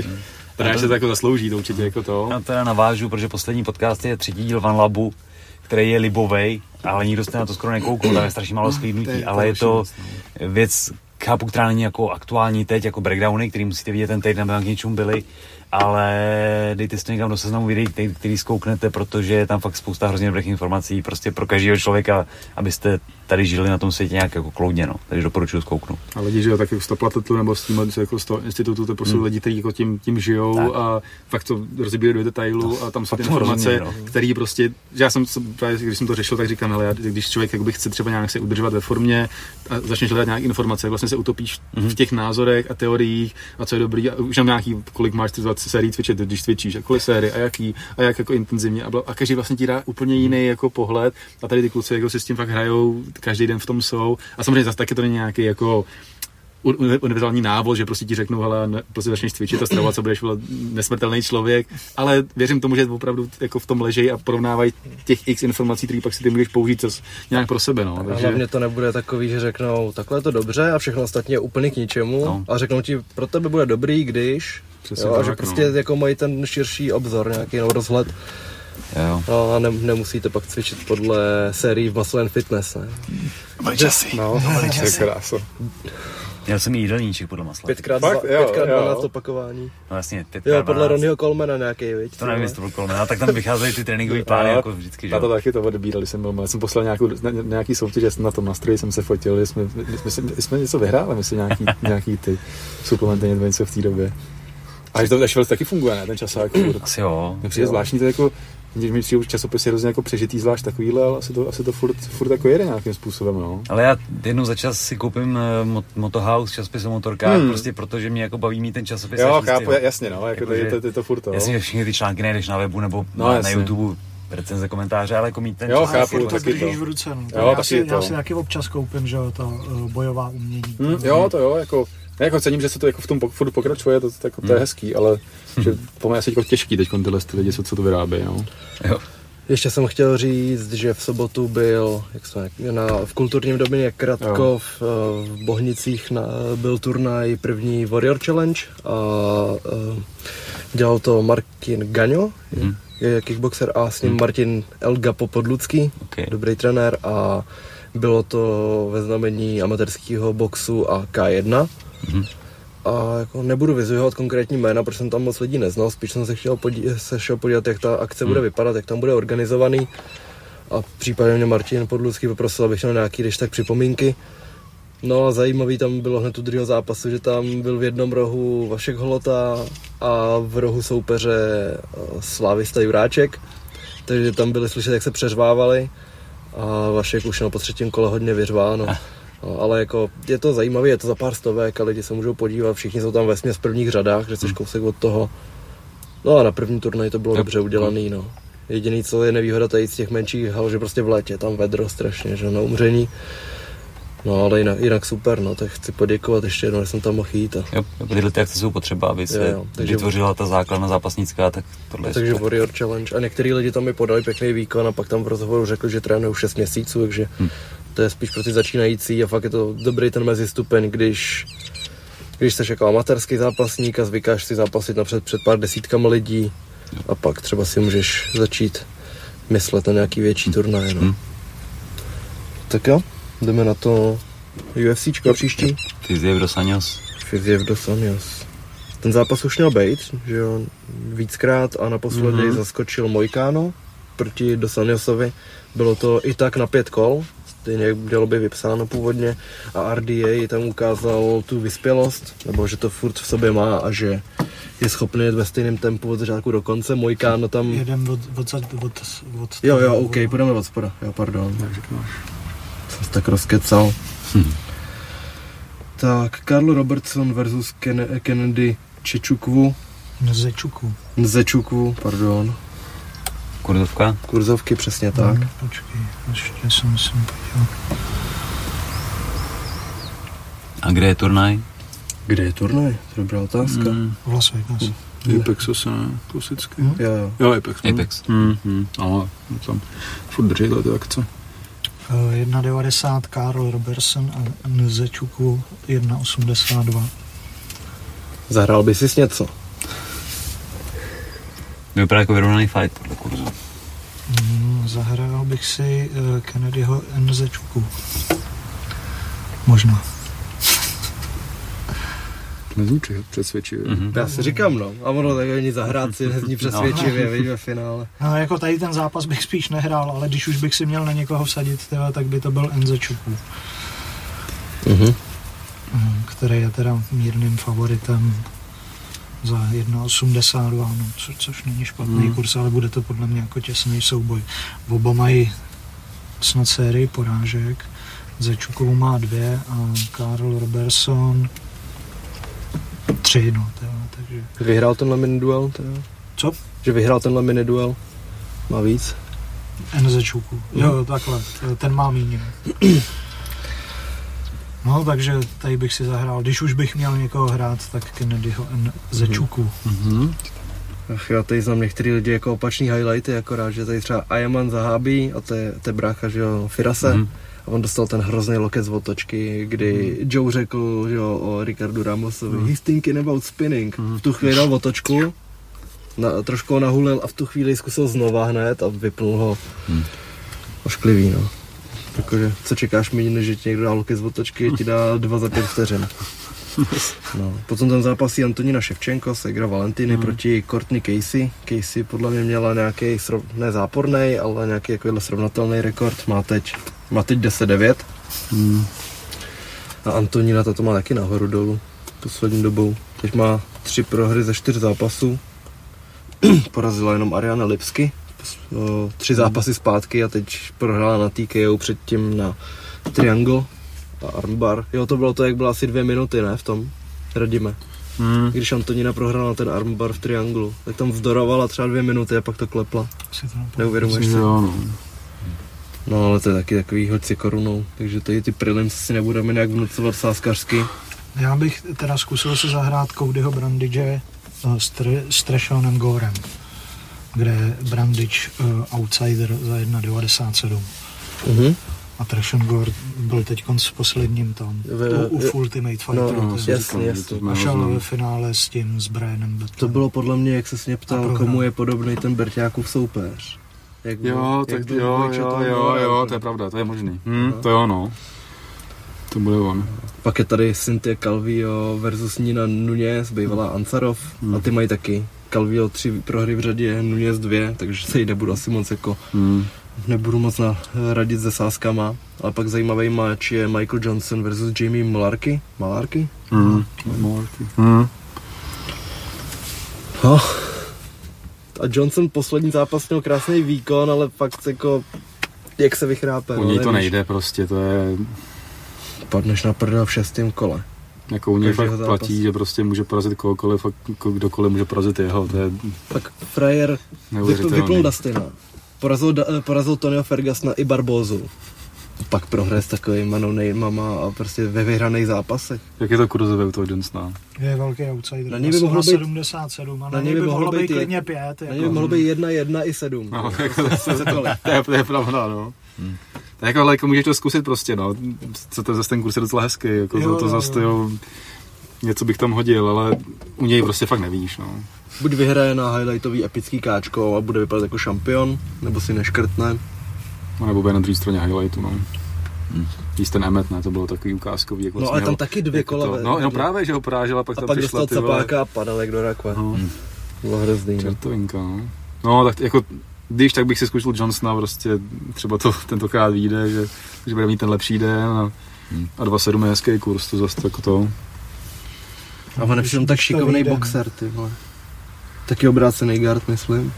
Speaker 4: Tady to... se to jako zaslouží, to určitě jako to.
Speaker 1: Já teda navážu, protože poslední podcast je třetí díl Van Labu, který je libovej, ale nikdo jste na to skoro nekoukl, tam je strašně málo sklídnutí, ale je to věc, chápu, která není jako aktuální teď, jako breakdowny, který musíte vidět ten týden, aby k něčemu byli, ale dejte si to někam do seznamu videí, který, který zkouknete, protože je tam fakt spousta hrozně dobrých informací, prostě pro každého člověka, abyste tady žili na tom světě nějak jako kloudně, no. Takže doporučuji zkouknout.
Speaker 4: A lidi, že jo, tak jako z toho platetu nebo s tím jako z toho institutu, to prostě hmm. lidi, kteří jako tím, tím žijou tak. A fakt to rozbírají do detailu no, a tam jsou ty informace, no. Které prostě, že já jsem, když jsem to řešil, tak říkám, hele, když člověk jakoby chce třeba nějak se udržovat ve formě a začneš hledat nějaké informace, vlastně se utopíš hmm. v těch názorech a teoriích a co je dobrý a už mám nějaký, kolik máš třeba sérií cvičit, když cvičíš, a kolik série a jaký a jak jako intenzivně a, a každý vlastně ti dá úplně jiný jako pohled a tady ty kluci jako si s tím fakt hrajou, každý den v tom jsou a samozřejmě zase taky to není nějaký jako univerzální návod, že prostě ti řeknou, hele, ne, prostě začneš cvičit a stravovat, co budeš nesmrtelný člověk, ale věřím tomu, že opravdu jako v tom ležejí a porovnávají těch x informací, které pak si ty můžeš použít zas nějak pro sebe, no.
Speaker 2: Takže... Hlavně to nebude takový, že řeknou, takhle je to dobře a všechno ostatně je úplně k ničemu no. A řeknou ti, pro tebe bude dobrý, když jo, tak, že prostě no. Jako mají ten širší obzor, nějaký no, rozhled.
Speaker 1: Jo.
Speaker 2: No a ne, nemusíte pak cvičit podle sérií v Muscle and Fitness, ne?
Speaker 1: Dobrý časy.
Speaker 2: No,
Speaker 1: dobrý časy.
Speaker 4: Krása.
Speaker 1: Měl jsem jídelníček podle masla.
Speaker 2: Pětkrát,
Speaker 4: Fakt?
Speaker 2: dva,
Speaker 4: Jo,
Speaker 2: pětkrát
Speaker 4: jo.
Speaker 2: dvanáct opakování.
Speaker 1: No jasně, pětkrát
Speaker 2: Jo, podle
Speaker 1: dvanáct.
Speaker 2: Ronnieho Colemana nějaký, viď?
Speaker 1: To nevím, jestli to byl Coleman, tak tam vycházejí ty tréninkový plány
Speaker 4: Jo,
Speaker 1: jako vždycky, že
Speaker 4: Na to
Speaker 1: jo.
Speaker 4: taky to odebírali jsem byl, já jsem poslal nějakou, ně- nějaký soutěž, já jsem na tom nastroji jsem se fotil, jsme, my, jsme, my jsme něco vyhráli, myslím nějaký, nějaký ty suplementy nebo něco v té době. A že to až taky funguje, ne, ten časák furt.
Speaker 1: Asi jo.
Speaker 4: Mně přijde zvláštní to jako, když mi přijde už časopisy hrozně jako přežitý, zvlášť takovýhle, ale asi to, asi to furt, furt jako jede nějakým způsobem, no.
Speaker 1: Ale já jednou za čas si koupím uh, Mot- Motohouse, časopis o motorkách,
Speaker 4: Hmm.
Speaker 1: prostě protože mě jako baví mít ten časopis.
Speaker 4: Jo,
Speaker 1: a číst
Speaker 4: chápu,
Speaker 1: ho.
Speaker 4: jasně, no, jako to,
Speaker 1: Jakože-
Speaker 4: je to, to, to furt to.
Speaker 1: Jasně, že všechny ty články najdeš na webu nebo
Speaker 4: No,
Speaker 1: na, na
Speaker 4: jasně.
Speaker 1: YouTube, recenze, komentáře, ale jako mít ten
Speaker 4: Jo,
Speaker 1: časopis.
Speaker 4: chápu,
Speaker 3: Furt to
Speaker 4: taky
Speaker 3: držíš
Speaker 4: to.
Speaker 3: v ruce, no.
Speaker 4: Jo,
Speaker 3: já,
Speaker 4: taky
Speaker 3: si, já
Speaker 4: to.
Speaker 3: si taky občas koupím, že jo, ta uh, bojová umění.
Speaker 4: Hmm, jo, to jo, jako, ne, jako cením, že se to jako v tom pok- furt pokračuje, to, to, jako, to je hezký, ale že po mě asi jako těžký teď tyhle ty lidi, co, co to vyrábějí, no.
Speaker 1: Jo.
Speaker 2: Ještě jsem chtěl říct, že v sobotu byl jak jsme, na, v kulturním domě Kratkov v, v Bohnicích na, byl turnaj první Warrior Challenge a uh, dělal to Martin Gaňo,
Speaker 1: Mhm.
Speaker 2: je kickboxer a s ním Martin El Gapo Podlucký,
Speaker 1: Okay.
Speaker 2: dobrý trenér a bylo to ve znamení amatérského boxu a K jedna.
Speaker 1: Mhm.
Speaker 2: A jako nebudu vyzvihovat konkrétní jména, protože jsem tam moc lidí neznal, spíš jsem se chtěl podí- se šel podívat, jak ta akce bude vypadat, jak tam bude organizovaný. A případně mě Martin Podlucký poprosil, abych měl nějaký, když tak připomínky. No a zajímavý tam bylo hned u druhého zápasu, že tam byl v jednom rohu Vašek Holota a v rohu soupeře Slávista Juráček. Takže tam byli slyšet, jak se přeřvávali a Vašek už měl po třetím kole hodně vyřváno. No, ale jako je to zajímavé, je to za pár stovek a lidi se můžou podívat, všichni jsou tam vesměs v prvních řadách, že jsi kousek od toho. No a na první turnaj to bylo
Speaker 1: Yep.
Speaker 2: dobře udělaný, no. Jediný, co je nevýhoda tady z těch menších hal, že prostě v létě, tam vedro strašně, že na umření. No ale jinak, jinak super, no, tak chci poděkovat ještě jednou, že jsem tam mohl jít. A...
Speaker 1: Jo, tyhle ty akce jsou potřeba, aby se
Speaker 2: Jo, jo, takže-
Speaker 1: vytvořila ta základna zápasnická, tak tohle je
Speaker 2: Takže
Speaker 1: super.
Speaker 2: Warrior Challenge. A některý lidi tam mi podali pěkný výkon a pak tam v rozhovoru řekli, že trénují šest měsíců, takže
Speaker 1: Hm.
Speaker 2: to je spíš pro ty začínající a fakt je to dobrý ten mezistupeň, když když jsi jako amatérský zápasník a zvykáš si zápasit napřed před pár desítkama lidí a pak třeba si můžeš začít myslet na nějaký větší turnaj. No.
Speaker 1: Hm.
Speaker 2: Tak jo, jdeme na to UFCčko příští.
Speaker 1: Fiziev dos Anjos.
Speaker 2: Fiziev dos Anjos. Ten zápas už měl být, že jo, víckrát a naposledy mm-hmm. zaskočil Mojkáno proti dos Anjosovi. Bylo to i tak na pět kol, stejně jak mělo by vypsáno původně a R D A tam ukázal tu vyspělost, nebo že to furt v sobě má a že je schopný jet ve stejném tempu od začátku do konce. Mojkáno tam...
Speaker 3: Jeden od, od, od, od, od
Speaker 2: Jo, jo, OK, půjdeme od spoda. Jo, pardon. Jsem se tak rozkecal.
Speaker 1: Hm.
Speaker 2: Tak, Karl Robertson versus Ken- Kennedy Čečukvu.
Speaker 3: Zečuku.
Speaker 2: Nzečukvu, pardon.
Speaker 1: Kurzovka.
Speaker 2: Kurzovky, přesně tak.
Speaker 3: Hmm, počkej, ještě se musím podívat.
Speaker 1: A kde je turnaj?
Speaker 2: Kde je turnaj? To je dobrá otázka.
Speaker 1: Mm.
Speaker 3: V Las Vegas.
Speaker 4: Apexu se ne, klasicky.
Speaker 3: Hmm?
Speaker 2: Jo, jo.
Speaker 4: Jo, Apex. hm.
Speaker 1: Apex.
Speaker 4: Hmm, hmm. Ale tam furt drží ty akce.
Speaker 3: Uh, jedna devadesát Karl Robertson a Nzečuku jedna osmdesát dva.
Speaker 2: Zahrál by si s něco?
Speaker 1: Vypadá jako vyrovnaný fight podle kurzu.
Speaker 3: Mm, zahrál bych si uh, Kennedyho Nzečuku. Možná.
Speaker 4: Nezvučí přesvědčivě.
Speaker 1: Mhm.
Speaker 2: Já si říkám, no. A ono tak ani zahrát si nezní přesvědčivě, víš, ve finále.
Speaker 3: No, jako tady ten zápas bych spíš nehrál, ale když už bych si měl na někoho vsadit, teda, tak by to byl Nzečuku,
Speaker 2: Mhm.
Speaker 3: mm, který je teda mírným favoritem za jedna osmdesát dva, no, co, což není špatný
Speaker 1: Hmm.
Speaker 3: kurz, ale bude to podle mě jako těsný souboj. Oba mají snad sérii porážek, Nzečuku má dvě a Karl Robertson tři, no, teda, takže...
Speaker 2: Vyhrál tenhle mini-duel? Teda?
Speaker 3: Co?
Speaker 2: Že vyhrál tenhle mini-duel? Má víc?
Speaker 3: Nzečuku. Jo, takhle, ten má míň. No, takže tady bych si zahrál, když už bych měl někoho hrát, tak Kennedyho Nzečuku.
Speaker 1: Mhm.
Speaker 2: Ach jo, tady znám některý lidi jako opačný highlighty, akorát, že tady třeba Ayaman zahábí a to je, to je brácha, že jo, Firase.
Speaker 1: Mhm.
Speaker 2: A on dostal ten hrozný lokec z otočky, kdy Joe řekl, že jo, o Ricardu Ramosovi,
Speaker 1: Mhm.
Speaker 2: he's thinking about spinning.
Speaker 1: Mhm.
Speaker 2: V tu chvíli dal otočku, na, trošku ho nahulil a v tu chvíli zkusil znova hned a vypnul ho.
Speaker 1: Mhm.
Speaker 2: Ošklivý, no. Takže co čekáš méně, než že ti někdo dá lokec z otočky, ti dá dva za pět vteřin. No, potom ten zápasí Antonína Ševčenko, Segra Valentiny hmm. proti Courtney Casey. Casey podle mě měla nějaký, srov... ne záporný, ale nějaký takovýhle srovnatelný rekord. Má teď, má teď deset devět. Hmm. A Antonína to má taky nahoru dolů poslední dobou. Teď má tři prohry ze čtyř zápasů. Porazila jenom Ariana Lipsky. O, tři zápasy zpátky a teď prohrála na T K O, předtím na Triangle a armbar. Jo, to bylo to, jak bylo asi dvě minuty, ne, v tom, Radíme. Hmm. Když Antonína prohrála ten armbar v Trianglu, tak tam vzdorovala třeba dvě minuty a pak to klepla. Neuvědomuješ si?
Speaker 4: No.
Speaker 2: no, ale to je taky takový hoď si korunou, takže tady ty prelims si nebudeme nějak vnucovat sázkařsky.
Speaker 3: Já bych teda zkusil se zahrát Codyho Brandage s, tr- s Treshonem Gorem, kde je Brandage uh, outsider za jedna devadesát sedm. Uh-huh. A Treshan Gore byl teď s posledním tam, v, u, u Ultimate Fighter.
Speaker 2: No, no, jasně, jasně.
Speaker 3: A šel ve finále s tím, s Brianem Bettem.
Speaker 2: To bylo podle mě, jak ses mě ptal, komu je podobný ten Berťákův soupeř.
Speaker 4: Jak byl, jo, jak tak jo, jo, jo, jo, to je pravda, to je možný. Hmm, to jo, no. To bude on.
Speaker 2: Pak je tady Cynthia Calvillo versus Nina Nunes, bývalá Ansarov. Hmm. A ty mají taky Calvillo tři prohry v řadě, Nunes dvě, takže se jí nebudu asi moc jako... Hmm. Nebudu moc radit se sázkama, ale pak zajímavý match je Michael Johnson versus Jamie Malarkey. Malarkey?
Speaker 4: Mm. Malarkey. Mm.
Speaker 2: Oh. A Johnson poslední zápas měl krásný výkon, ale fakt jako, jak se vychrápe.
Speaker 4: U něj no, to nejde prostě, to je...
Speaker 2: Padneš na prdel v šestém kole.
Speaker 4: Jako u něj fakt zápas. Platí, že prostě může porazit kohokoliv, fakt kdokoliv může porazit jeho, to je...
Speaker 2: Pak frajer vypl, vypnul Dustina. Porazil, porazil Tonyho Fergusona i Barbozu. Pak prohraje s takovýma no-namama a prostě ve vyhraných zápasech.
Speaker 4: Jak je to kurzové u toho Johnsona?
Speaker 3: Je velký outsider.
Speaker 2: Na něj by mohlo být
Speaker 3: sedmdesát sedm a na, na něj by mohlo být klidně pět.
Speaker 2: Na něj by mohlo být jedna, jedna i sedm.
Speaker 4: No, jako, to, to, je, to je pravda, no. Hmm. Tak jako, ale jako můžeš to zkusit prostě, no. Co to zase ten kurz je docela hezký, jako jo, to, to zase jo. Něco bych tam hodil, ale u něj prostě fakt nevíš, no.
Speaker 2: Buď vyhraje na highlightový epický káčko a bude vypadat jako šampion, nebo si neškrtne.
Speaker 4: No, nebo bude na druhé straně highlightu, no. Hmm. Jíst ten Emmet, ne, to bylo takový ukázkový. Jak
Speaker 2: vlastně no ale tam ho, taky dvě kola.
Speaker 4: To, no, no právě, že ho porážela, pak
Speaker 2: a
Speaker 4: tam
Speaker 2: pak
Speaker 4: přišla
Speaker 2: dostal capáka a padal jak do rakve.
Speaker 4: No.
Speaker 2: Hmm. Bylo hrozný.
Speaker 4: Čertovinka, no. No, tak jako, když, tak bych si zkusil Johnsona, prostě třeba to tentokrát vyjde, že, že bude mít ten lepší den a, hmm. a dva sedm je hezký kurz, to zase jako to.
Speaker 2: A on je tak šikovný boxer, ty vole. Taky obrácený guard, myslím.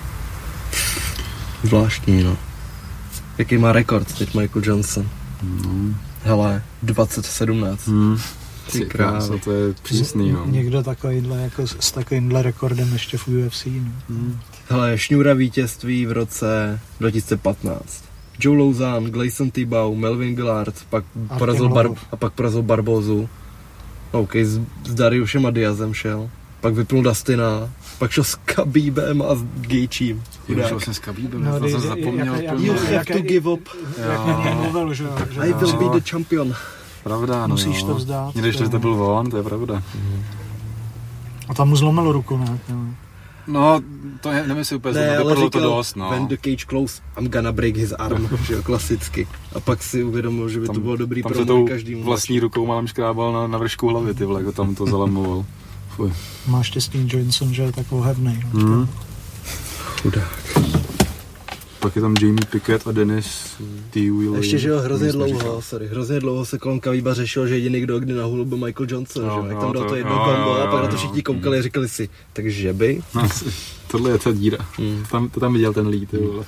Speaker 2: Zvláštní, no. Jaký má rekord teď Michael Johnson?
Speaker 4: No.
Speaker 2: Hele, dvacet sedmnáct. Hmm.
Speaker 4: Ty krása, to je přísný, no.
Speaker 3: Někdo takovýhle, jako s takovýmhle rekordem ještě v U F C, no. Hmm.
Speaker 2: Hele, šňůra vítězství v roce dva tisíce patnáct. Joe Lauzon, Gleison Tibau, Melvin Gillard, pak porazil Bar- a pak porazil Barbozu. OK, s, s Dariušem a Diazem šel. Pak vypnul Dustina, pak šel s Khabibem a s Gaethjem.
Speaker 4: Jo, šel jsem s Khabibem, no, já jsem zapomněl.
Speaker 2: You have to give up.
Speaker 3: Jak mluvil, že, že
Speaker 2: I will be the champion.
Speaker 4: Pravda, no.
Speaker 3: Musíš to vzdát.
Speaker 4: Když to, to byl on, to je pravda.
Speaker 3: Mm. A tam mu zlomil ruku, ne?
Speaker 4: No, to je, nevím, jestli úplně
Speaker 2: ne,
Speaker 4: zlomil, dopadlo to dost, no.
Speaker 2: When the cage close, I'm gonna break his arm, že jo, klasicky. A pak si uvědomil, že by tam, to bylo dobrý pro mě každému.
Speaker 4: Vlastní rukou málem škrábal na, na vršku hlavy, ty vole, jako tam to zalamoval. Fuj.
Speaker 3: Máš štěstí Johnson, že je tak ohebnej. No.
Speaker 4: Hmm.
Speaker 2: Chudák.
Speaker 4: Pak je tam Jamie Pickett a Dennis T. Williams.
Speaker 2: Ještě, že jo, hrozně dlouho, sorry, hrozně dlouho se kolem Khabíba řešil, že jediný, kdo kdy nahulil, byl Michael Johnson, no, že jo, jak tam dal to, to jedno kombo a pak na to všichni koukali a říkali si, takže by?
Speaker 4: No, tohle je ta díra, hmm. tam, to tam viděl ten Lee, ty vole.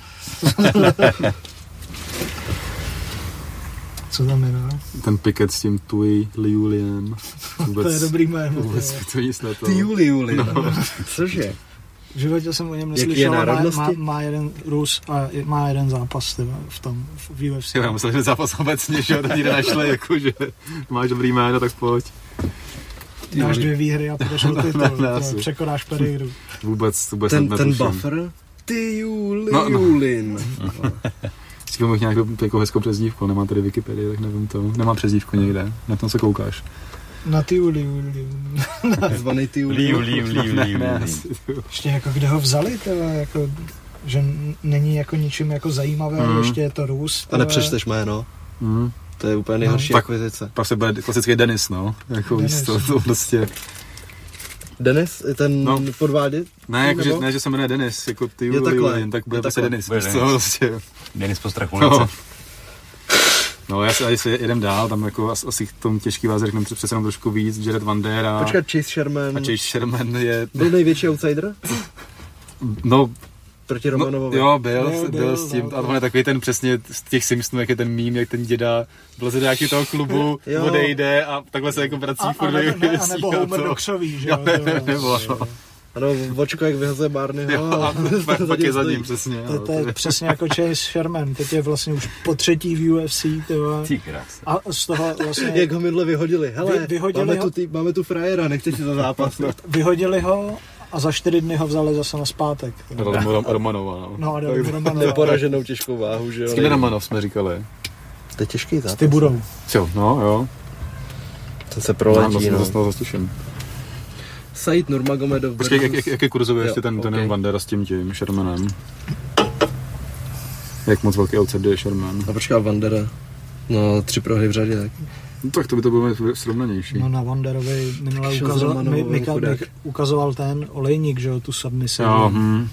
Speaker 3: Co tam je, no?
Speaker 4: Ten Pickett s tím Tui Liuliem.
Speaker 3: To je dobrý jméno.
Speaker 4: Vůbec to nic na to.
Speaker 2: Tui Liuliem, no. Cože?
Speaker 3: V životě jsem o něm neslyšel, ale má, má, má jeden Rus a má jeden zápas tyba, v tom, v U F C.
Speaker 4: Jo, já musel, že zápas obecně, že jo, to nikde našli, jako, že máš dobrý jméno, tak pojď.
Speaker 3: Máš dvě výhry a půjdeš o titul, překonáš Pereiru.
Speaker 4: Vůbec, vůbec
Speaker 2: ten,
Speaker 4: netuším.
Speaker 2: Ten buffer? Tiulin.
Speaker 4: No, no. Vždycky bych nějakou jako hezkou přezdívku, nemám tady Wikipedii, tak nevím to. Nemám přezdívku někde, na tom se koukáš.
Speaker 3: Na Tiu Liu Liu.
Speaker 2: Zvaný Tiu
Speaker 1: Liu Liu Liu Liu.
Speaker 3: Ještě jako kde ho vzali, teda, jako, že není jako ničím jako zajímavé, mm. ještě je to Rus.
Speaker 2: A nepřečteš jméno.
Speaker 4: Mm.
Speaker 2: To je úplně nejhorší
Speaker 4: no,
Speaker 2: akvizice.
Speaker 4: Pak se bude klasický Denis, no. Jako víc to, to prostě...
Speaker 2: Denis? Ten no. podvádět?
Speaker 4: Ne, jako, že, ne, že se jmenuje Denis, jako ty Julian, tak bude prostě Denis.
Speaker 1: Bude
Speaker 4: Denis. Prostě.
Speaker 1: Denis po strachulice.
Speaker 4: No. No, já si, si jedem dál, tam jako asi k tomu těžký váze řekneme přece jenom trošku víc, Jared Van Der a...
Speaker 2: Počkat, Chase Sherman.
Speaker 4: A Chase Sherman je...
Speaker 2: Byl největší outsider?
Speaker 4: No...
Speaker 2: Proti Romanovovi.
Speaker 4: No, jo, byl, byl, byl, byl s tím,
Speaker 2: no,
Speaker 4: a on je takový ten přesně z těch Simpsonů, jak je ten mím, jak ten děda vleze do nějakého toho klubu, odejde a takhle se jako vrací furt do
Speaker 3: A nebo, nebo Homer Doxový, že jo?
Speaker 4: Nebo,
Speaker 2: ano, vočko, jak vyhazuje Barneyho.
Speaker 4: Jo, a pak je za ním, přesně.
Speaker 3: To, to je přesně jako Chase Sherman, teď je vlastně už po třetí v U F C,
Speaker 1: Ty krás.
Speaker 3: A z toho vlastně...
Speaker 2: Jak ho minule vyhodili, hele,
Speaker 3: Vy, vyhodili
Speaker 2: máme,
Speaker 3: ho,
Speaker 2: tu tý, máme tu frajera, nechceš si to zápasnout.
Speaker 3: Vyhodili ho a za čtyři dny ho vzali zase na zpátek.
Speaker 4: Romanova, no.
Speaker 3: No a Romanova.
Speaker 2: Neporaženou těžkou váhu, že jo.
Speaker 4: S kým Romanov jsme říkali?
Speaker 2: To je těžký zápas.
Speaker 3: Ty budou.
Speaker 4: Jo, no, jo.
Speaker 2: Ten se proletí, no.
Speaker 4: no. Zastušen.
Speaker 2: Said Nurmagomedov.
Speaker 4: Počkej, jak, jak, jak je kurzově ještě ten,
Speaker 2: okay.
Speaker 4: ten Van Der s tím tím Shermanem? Jak moc velký outsider je Sherman?
Speaker 2: A počká Van Dera. No, tři prohry v řadě, tak.
Speaker 4: No, tak to by to bylo srovnanější.
Speaker 3: No na Van Derovi minule ukazoval, my, my, my, ukazoval ten olejník, že jo, tu submisi.
Speaker 4: Jo, hm.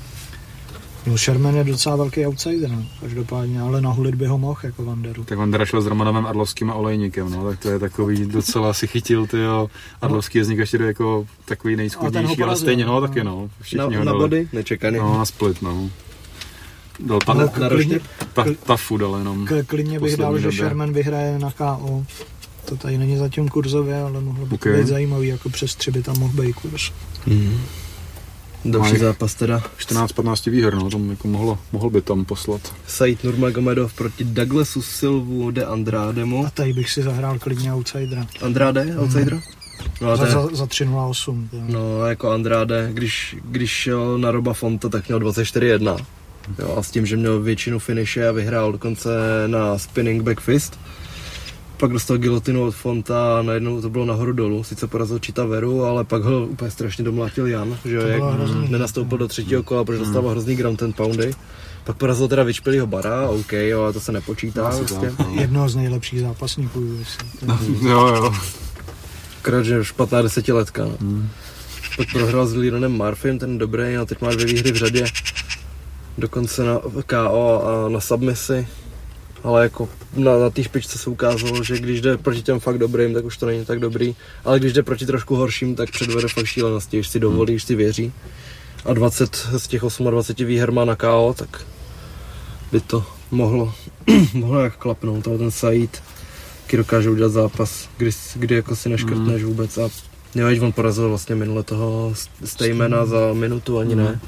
Speaker 3: No Sherman je docela velký outsider, no, každopádně, ale nahulit by ho mohl jako Van Deru.
Speaker 4: Tak Van Der šel s Romanovem, Arlovským a Olejníkem, no, tak to je takový docela si chytil, tyjo. Arlovský je z nich ještě jako takový nejskudnější, ale stejně, no, taky no.
Speaker 2: Na, na body? Nečekaný.
Speaker 4: No, na split, no. Dal ta,
Speaker 2: no, na roště?
Speaker 4: Ta, ta food, ale jenom.
Speaker 3: K, klidně bych dal, že Sherman vyhraje na K O. To tady není zatím kurzově, ale mohlo by okay. být zajímavý, jako přes tři by tam mohl být kurz.
Speaker 2: Mm. Další zápas teda.
Speaker 4: čtrnáct patnáct výher, no, tam jako mohlo, mohl by tam poslat.
Speaker 2: Said Nurmagomedov proti Douglasu Silvu de Andrademu.
Speaker 3: A tady bych si zahrál klidně outsidera.
Speaker 2: Andrade, outsider? Mm.
Speaker 3: No, za, za, za tři nula osm.
Speaker 2: No, jako Andrade, když, když šel na Roba Fonta, tak měl dvacet čtyři jedna. Jo, a s tím, že měl většinu finiše a vyhrál dokonce na spinning back fist. Pak dostal gilotinu od Fonta a najednou to bylo nahoru dolů. Sice porazil Chitaveru, ale pak ho úplně strašně domlátil Jan, že jo, jak nenastoupil do třetího kola, protože dostával hrozný ground ten poundy. Pak porazil teda vyčpělýho Bara, OK, jo, ale to se nepočítá. Vlastně.
Speaker 3: Jednoho z nejlepších zápasníků.
Speaker 4: No, jo, jo.
Speaker 2: Akorát, že špatná desetiletka. No. Hmm. Pak prohrál s Leronem Murphym, ten dobrý, a teď má dvě výhry v řadě. Dokonce na K O a na submisi. Ale jako na, na té špičce se ukázalo, že když jde proti těm fakt dobrým, tak už to není tak dobrý. Ale když jde proti trošku horším, tak předvede fakt šílenosti, když si dovolí, když si věří. A dvacet z těch dvacet osm výher má na K O, tak by to mohlo, mohlo jak klapnout. Ale ten Said, který dokáže udělat zápas, kdy, kdy jako si neškrtneš vůbec. A jo, on porazil vlastně minule toho Staymana za minutu, ani ne.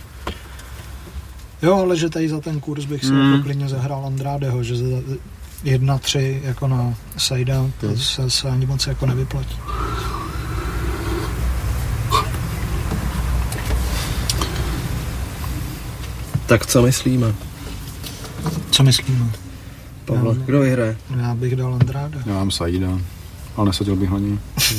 Speaker 3: Jo, ale že tady za ten kurz bych si mm. jako klidně zahrál Andradeho, že za jedna tři jako na Saida, to se, se ani moc jako nevyplatí.
Speaker 2: Tak co myslíme?
Speaker 3: Co myslíme?
Speaker 2: Pavle, já, kdo vyhraje?
Speaker 3: Já bych dal Andrade.
Speaker 4: Já mám Saida, ale nesadil bych na něj.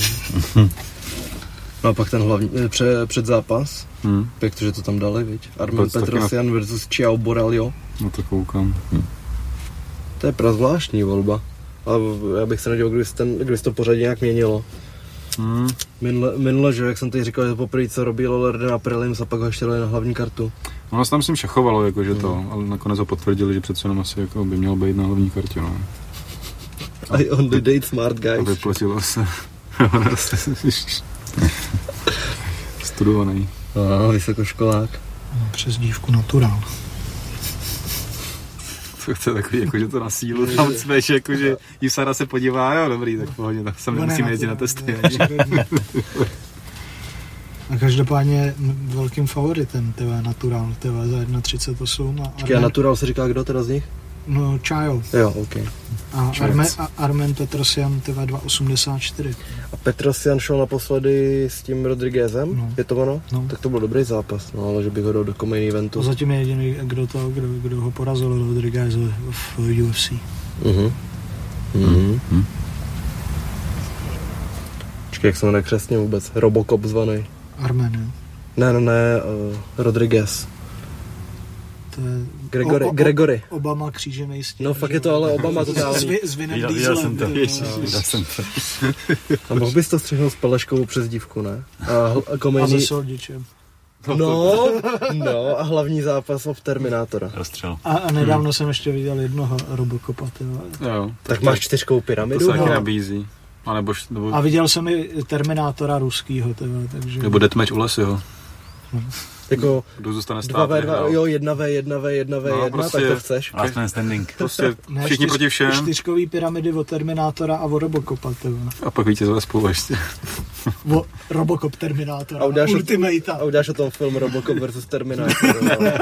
Speaker 2: No a pak ten hlavní, pře, předzápas, hmm. pěkně, že to tam dali, viď? Armen Petrosyan na... versus Chiao Borralho.
Speaker 4: No to koukám. Hm.
Speaker 2: To je prazvláštní volba. Ale já bych se nedělal, kdyby ten, kdyby to pořadí nějak měnilo. Hmm. Minule, minule, že jak jsem teď říkal, že poprvé co robí Lollerden na prelims a pak ho ještě dali na hlavní kartu.
Speaker 4: No nás tam myslím šachovalo, jako, že to, hmm. ale nakonec ho potvrdili, že přece jenom asi jako by měl být na hlavní kartě. No.
Speaker 2: I only date smart guys.
Speaker 4: A vyplatilo se. Studovaný.
Speaker 2: No, vysokoškolák.
Speaker 3: No, přes dívku natural.
Speaker 4: To chce takový, jako, že to na sílu tam cveš, jako, že Jusara se podívá, jo, dobrý, tak pohodně, tak sam nemusíme jezdit na testy.
Speaker 3: A každopádně velkým favoritem tvé natural, tvé za jedna třicet osm. A
Speaker 2: Armen... a natural se říká kdo teda z nich?
Speaker 3: No, Child.
Speaker 2: Jo, ok.
Speaker 3: A Armen, a Armen Petrosyan, tvé dva osmdesát čtyři.
Speaker 2: A Petrosyan šel naposledy s tím Rodriguezem, no. Je to ono? No. Tak to byl dobrý zápas, no, ale že bych ho dal do main eventu.
Speaker 3: To zatím je jediný, kdo, to, kdo, kdo ho porazil Rodriguez v U F C.
Speaker 2: Mhm. Mhm. Mm. Počkej, jak se jmenuje křesně vůbec? Robocop zvaný.
Speaker 3: Armen, jo?
Speaker 2: Ne, ne, ne, uh, Rodriguez.
Speaker 3: To je
Speaker 2: Gregory,
Speaker 3: o, o,
Speaker 2: Gregory.
Speaker 3: Obama kříženej s tím.
Speaker 2: No fakt je to ale Obama totální.
Speaker 3: S Vinem
Speaker 1: Viděl, viděl jsem to.
Speaker 3: Dieselem.
Speaker 1: Viděl jsem to.
Speaker 2: A mohl bys to střihnout s Peleškovou přes dívku, ne? A, hl- a
Speaker 3: A
Speaker 2: komedii...
Speaker 3: se Soldičem.
Speaker 2: No, no a hlavní zápas od Terminátora.
Speaker 1: Rozstřel.
Speaker 3: A, a nedávno hmm. jsem ještě viděl jednoho Robocopa.
Speaker 4: Jo,
Speaker 2: Tak, tak máš čtyřkou
Speaker 4: to
Speaker 2: pyramidu?
Speaker 4: se taky
Speaker 3: no.
Speaker 4: nabízí. A, nebo, nebo,
Speaker 3: A viděl jsem i Terminátora ruskýho, teda, takže...
Speaker 4: nebo deathmatch u Lesyho.
Speaker 2: Jako
Speaker 4: Kdo zůstane
Speaker 2: dva
Speaker 4: stát,
Speaker 2: ve dva,
Speaker 4: nehrál.
Speaker 2: jo, jedna ve jedna ve jedna ve
Speaker 4: No,
Speaker 2: jedna,
Speaker 4: prostě-
Speaker 2: tak to chceš.
Speaker 1: Last man standing.
Speaker 4: Prostě
Speaker 3: Ne,
Speaker 4: všichni
Speaker 3: čtyř,
Speaker 4: proti všem.
Speaker 3: Čtyřkový pyramidy od Terminátora a od Robocopa, teda.
Speaker 4: A pak vítězové spolu ještě.
Speaker 3: O Robocop Terminátora,
Speaker 2: A uděláš o-
Speaker 3: Ultimata.
Speaker 2: A uděláš o tom film Robocop versus Terminator.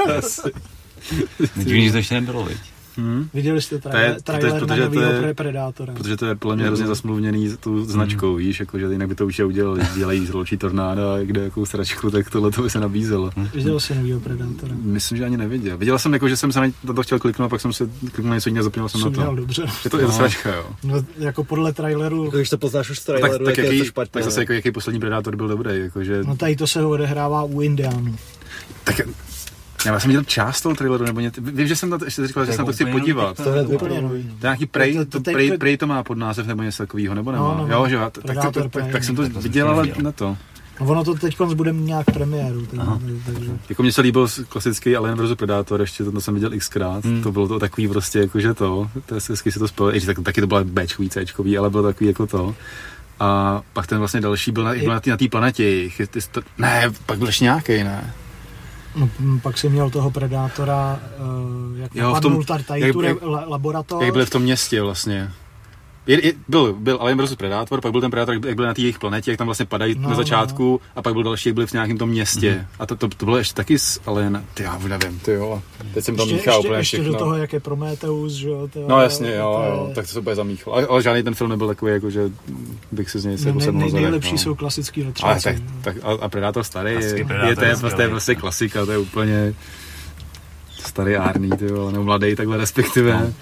Speaker 1: Divný, že to ještě nebylo, viď?
Speaker 4: Hmm.
Speaker 3: Viděli jste
Speaker 4: To je-
Speaker 3: trailer,
Speaker 4: to
Speaker 3: trailer
Speaker 4: je-
Speaker 3: na
Speaker 4: protože to
Speaker 3: novýho
Speaker 4: je-
Speaker 3: pre- Predátora?
Speaker 4: Protože to je podle mě hrozně zasmluvněný tou značkou, víš, jako, že jinak by to už udělali, dělají zločí tornádo a kde jakou sračku, tak tohle to by se nabízelo.
Speaker 3: Viděl jsi novýho Predátora?
Speaker 4: Myslím, že ani neviděl. Viděl jsem, jako, že jsem se na to chtěl kliknout, a pak jsem se kliknul na něco jiného, zapomněl jsem
Speaker 3: Jsem
Speaker 4: na to.
Speaker 3: dělal dobře.
Speaker 4: Je to, je to sračka, jo.
Speaker 3: No, jako podle traileru,
Speaker 2: Jako, když to poznáš už z
Speaker 4: Tak,
Speaker 2: traileru,
Speaker 4: tak,
Speaker 2: jak je
Speaker 4: jaký,
Speaker 2: to špatně.
Speaker 4: tak zase jako, jaký poslední Predátor byl dobrý, jakože,
Speaker 3: no tady to se odehrává u Indiánů.
Speaker 4: tak já jsem viděl část toho traileru, nebo něco, vím, že jsem na to, ještě říkal, že se na to chci podívat.
Speaker 2: To hned
Speaker 3: Úplně
Speaker 2: vypadá.
Speaker 3: nový.
Speaker 4: To je nějaký Prey,
Speaker 3: To-
Speaker 4: to,
Speaker 3: to teď-
Speaker 4: Prey, Prey to má pod název nebo něco takového, nebo nemá?
Speaker 3: No, no, no.
Speaker 4: Jo, že jo, tak, tak, tak,
Speaker 3: Predator
Speaker 4: tak,
Speaker 3: Prey.
Speaker 4: tak jsem to
Speaker 1: Tak to jsem
Speaker 4: viděl, ale
Speaker 1: neviděl.
Speaker 4: na to.
Speaker 3: No ono to teď bude mít nějak premiéru, teda, takže...
Speaker 4: Jako mně se líbil klasický Alien versus Predator, ještě to, to jsem viděl xkrát, hmm. to bylo to takový prostě jakože to, to je hezky si to spojilo, i že tak, taky to bylo Bčkový, Cčkový, ale bylo takový jako to. A pak ten vlastně další byl na, byl na té na té planetě, jich, ty, to, ne, pak byl ještě nějaký, ne?
Speaker 3: No, m, pak si měl toho Predátora, uh, jak
Speaker 4: Jo, v
Speaker 3: napadnul
Speaker 4: tom-
Speaker 3: tady, tady
Speaker 4: jak-
Speaker 3: tu
Speaker 4: jak-
Speaker 3: re- la, laboratoř.
Speaker 4: Jak byli v tom městě vlastně. Je, je, byl, byl Alien versus Predator, pak byl ten Predator, jak byl na té jejich planetě, jak tam vlastně padají
Speaker 3: No,
Speaker 4: na začátku, a pak byl další, jak byli v nějakém tom městě.
Speaker 1: Mhm.
Speaker 4: A to, to, to bylo ještě taky z Alien, ty já nevím, ty jo. Teď jsem tam
Speaker 3: ještě,
Speaker 4: míchal
Speaker 3: ještě,
Speaker 4: úplně
Speaker 3: ještě
Speaker 4: všechno.
Speaker 3: do toho, jak je Prometheus, že jo. to-
Speaker 4: No jasně, jo,
Speaker 3: to je-
Speaker 4: jo, tak to se úplně zamíchal. Ale, ale žádný ten film nebyl takový, jako, že bych si z něj se
Speaker 3: Ne, ne,
Speaker 4: usedl na
Speaker 3: nej,
Speaker 4: zadek,
Speaker 3: nejlepší
Speaker 4: no.
Speaker 3: jsou klasický
Speaker 4: Ale
Speaker 3: letřáci.
Speaker 4: tak, tak a, a Predator starý, je,
Speaker 1: Klasický
Speaker 4: je,
Speaker 1: Predator
Speaker 4: to je
Speaker 1: je
Speaker 4: prostě,
Speaker 1: skvělý.
Speaker 4: prostě klasika, to je úplně starý árný, ty jo, nebo mladý takhle respektive.
Speaker 1: No.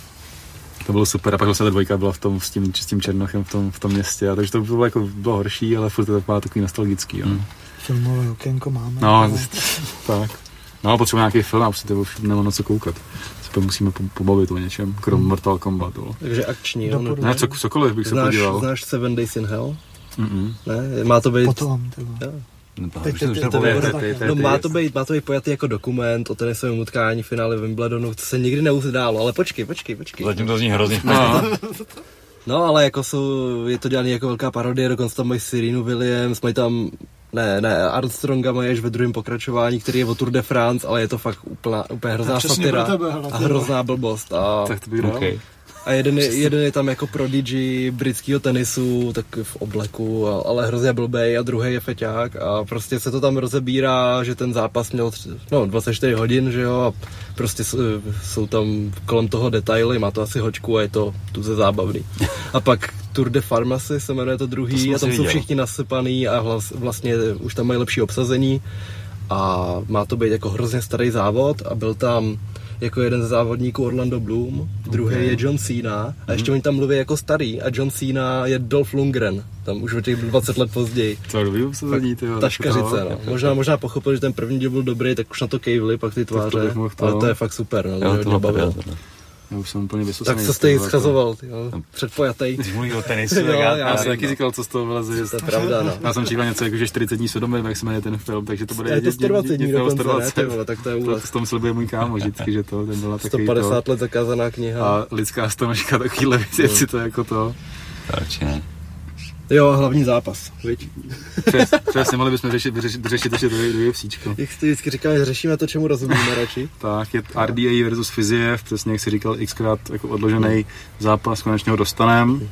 Speaker 4: To bylo super a pak vlastně ta dvojka byla v tom, s tím, s tím Černochem v tom, v tom městě, a takže to bylo, jako, bylo horší, ale furt to bylo takový nostalgický. Jo.
Speaker 1: Mm.
Speaker 3: Filmové okénko máme.
Speaker 4: No,
Speaker 3: ale-
Speaker 4: tak. No, potřebuji nějaký film, a prostě to už nemám na co koukat. Se musíme po- pobavit o něčem, krom Mortal Kombatu.
Speaker 2: Takže akční, jo.
Speaker 3: Doporučuji.
Speaker 4: Ne, co, cokoliv bych se
Speaker 2: Znáš,
Speaker 4: podíval.
Speaker 2: znáš Seven Days in Hell?
Speaker 4: Mm-mm.
Speaker 2: Ne, má to být...
Speaker 3: Potom, tyvo.
Speaker 2: Jo.
Speaker 1: No, to
Speaker 3: Teď-
Speaker 1: už to- už
Speaker 3: teď-
Speaker 1: to
Speaker 3: teď-
Speaker 1: bylo-
Speaker 3: teď-
Speaker 4: to- to- to-
Speaker 2: No
Speaker 4: to-
Speaker 2: má to být, má to být pojatý jako dokument o tenisovém utkání finále Wimbledonu, co se nikdy neuzdálo, ale počkej, počkej, počkej.
Speaker 1: Zatím to zní hrozně špatně.
Speaker 4: No,
Speaker 2: No, ale jako jsou, je to dělaný jako velká parodie, dokonce tam mají Serenu Williams, mají tam, ne, ne, Armstronga mají až ve druhém pokračování, který je o Tour de France, ale je to fakt úplná, úplně hrozná
Speaker 3: přesně
Speaker 2: satyra
Speaker 3: pro tebe, hele,
Speaker 2: a
Speaker 3: ty
Speaker 2: hrozná blbost. A,
Speaker 4: tak to bych dal.
Speaker 1: Okay.
Speaker 2: a jeden, je, jeden je tam jako prodigy britského tenisu, tak v obleku, a- ale hrozně blbej, a druhý je feťák a prostě se to tam rozebírá, že ten zápas měl tři, no, dvacet čtyři hodin, že jo, a prostě s- jsou tam kolem toho detaily, má to asi hoďku a je to tuze zábavný. A pak Tour de Pharmacy se jmenuje to
Speaker 1: To
Speaker 2: druhý
Speaker 1: jsem
Speaker 2: a tam
Speaker 1: asi
Speaker 2: jsou
Speaker 1: viděl.
Speaker 2: všichni nasypaný a hlas, vlastně už tam mají lepší obsazení a má to být jako hrozně starý závod a byl tam jako jeden ze závodníků Orlando Bloom, druhý
Speaker 1: Okay.
Speaker 2: je John Cena a ještě oni tam mluví jako starý a John Cena je Dolph Lundgren, tam už o těch dvacet let později.
Speaker 4: to je dobrý obsazení, ty jo.
Speaker 2: Taškařice, no. Možná, možná pochopil, že ten první díl byl dobrý, tak už na to kejvli, pak ty
Speaker 4: to
Speaker 2: tváře,
Speaker 4: bych mohl to.
Speaker 2: ale to je fakt super, no, to mě
Speaker 1: Jo,
Speaker 2: hodně
Speaker 1: tohle
Speaker 2: bavilo.
Speaker 1: tohle.
Speaker 4: Já už jsem úplně vysusený.
Speaker 2: Tak co jste jí schazoval, ty, jo? Předpojatej.
Speaker 1: Když mluví o tenisu,
Speaker 2: Jo,
Speaker 1: tak já,
Speaker 2: já
Speaker 4: Já jsem
Speaker 2: vím,
Speaker 4: taky
Speaker 2: no.
Speaker 4: říkal, co z toho vyleze. že-
Speaker 2: To je pravda, no.
Speaker 4: Já jsem čekal něco jako, že čtyřicet dní sodomil, jak se jmenuje ten film, takže to bude...
Speaker 2: A je to sto dvacet dní
Speaker 4: nebo
Speaker 2: dokonce, ne, ty vole, tak to je
Speaker 4: To,
Speaker 2: úlet.
Speaker 4: to, tom slibuje můj kámo vždycky, že to, ten byla
Speaker 2: sto
Speaker 4: takový
Speaker 2: padesát
Speaker 4: to.
Speaker 2: let zakázaná kniha.
Speaker 4: A lidská stonožka, takovýhle věci, to je jako to.
Speaker 1: Proč ne?
Speaker 2: Jo, hlavní zápas, viď?
Speaker 4: Přes- Přesně, mohli bychom řešit, vyřešit, řešit ještě to UFCčko.
Speaker 2: Jak jsi vždycky říkal, že řešíme to, čemu rozumíme radši.
Speaker 4: Tak, je R D A versus Fiziev, přesně jak jsi říkal, xkrát jako odložený zápas, konečně ho dostanem.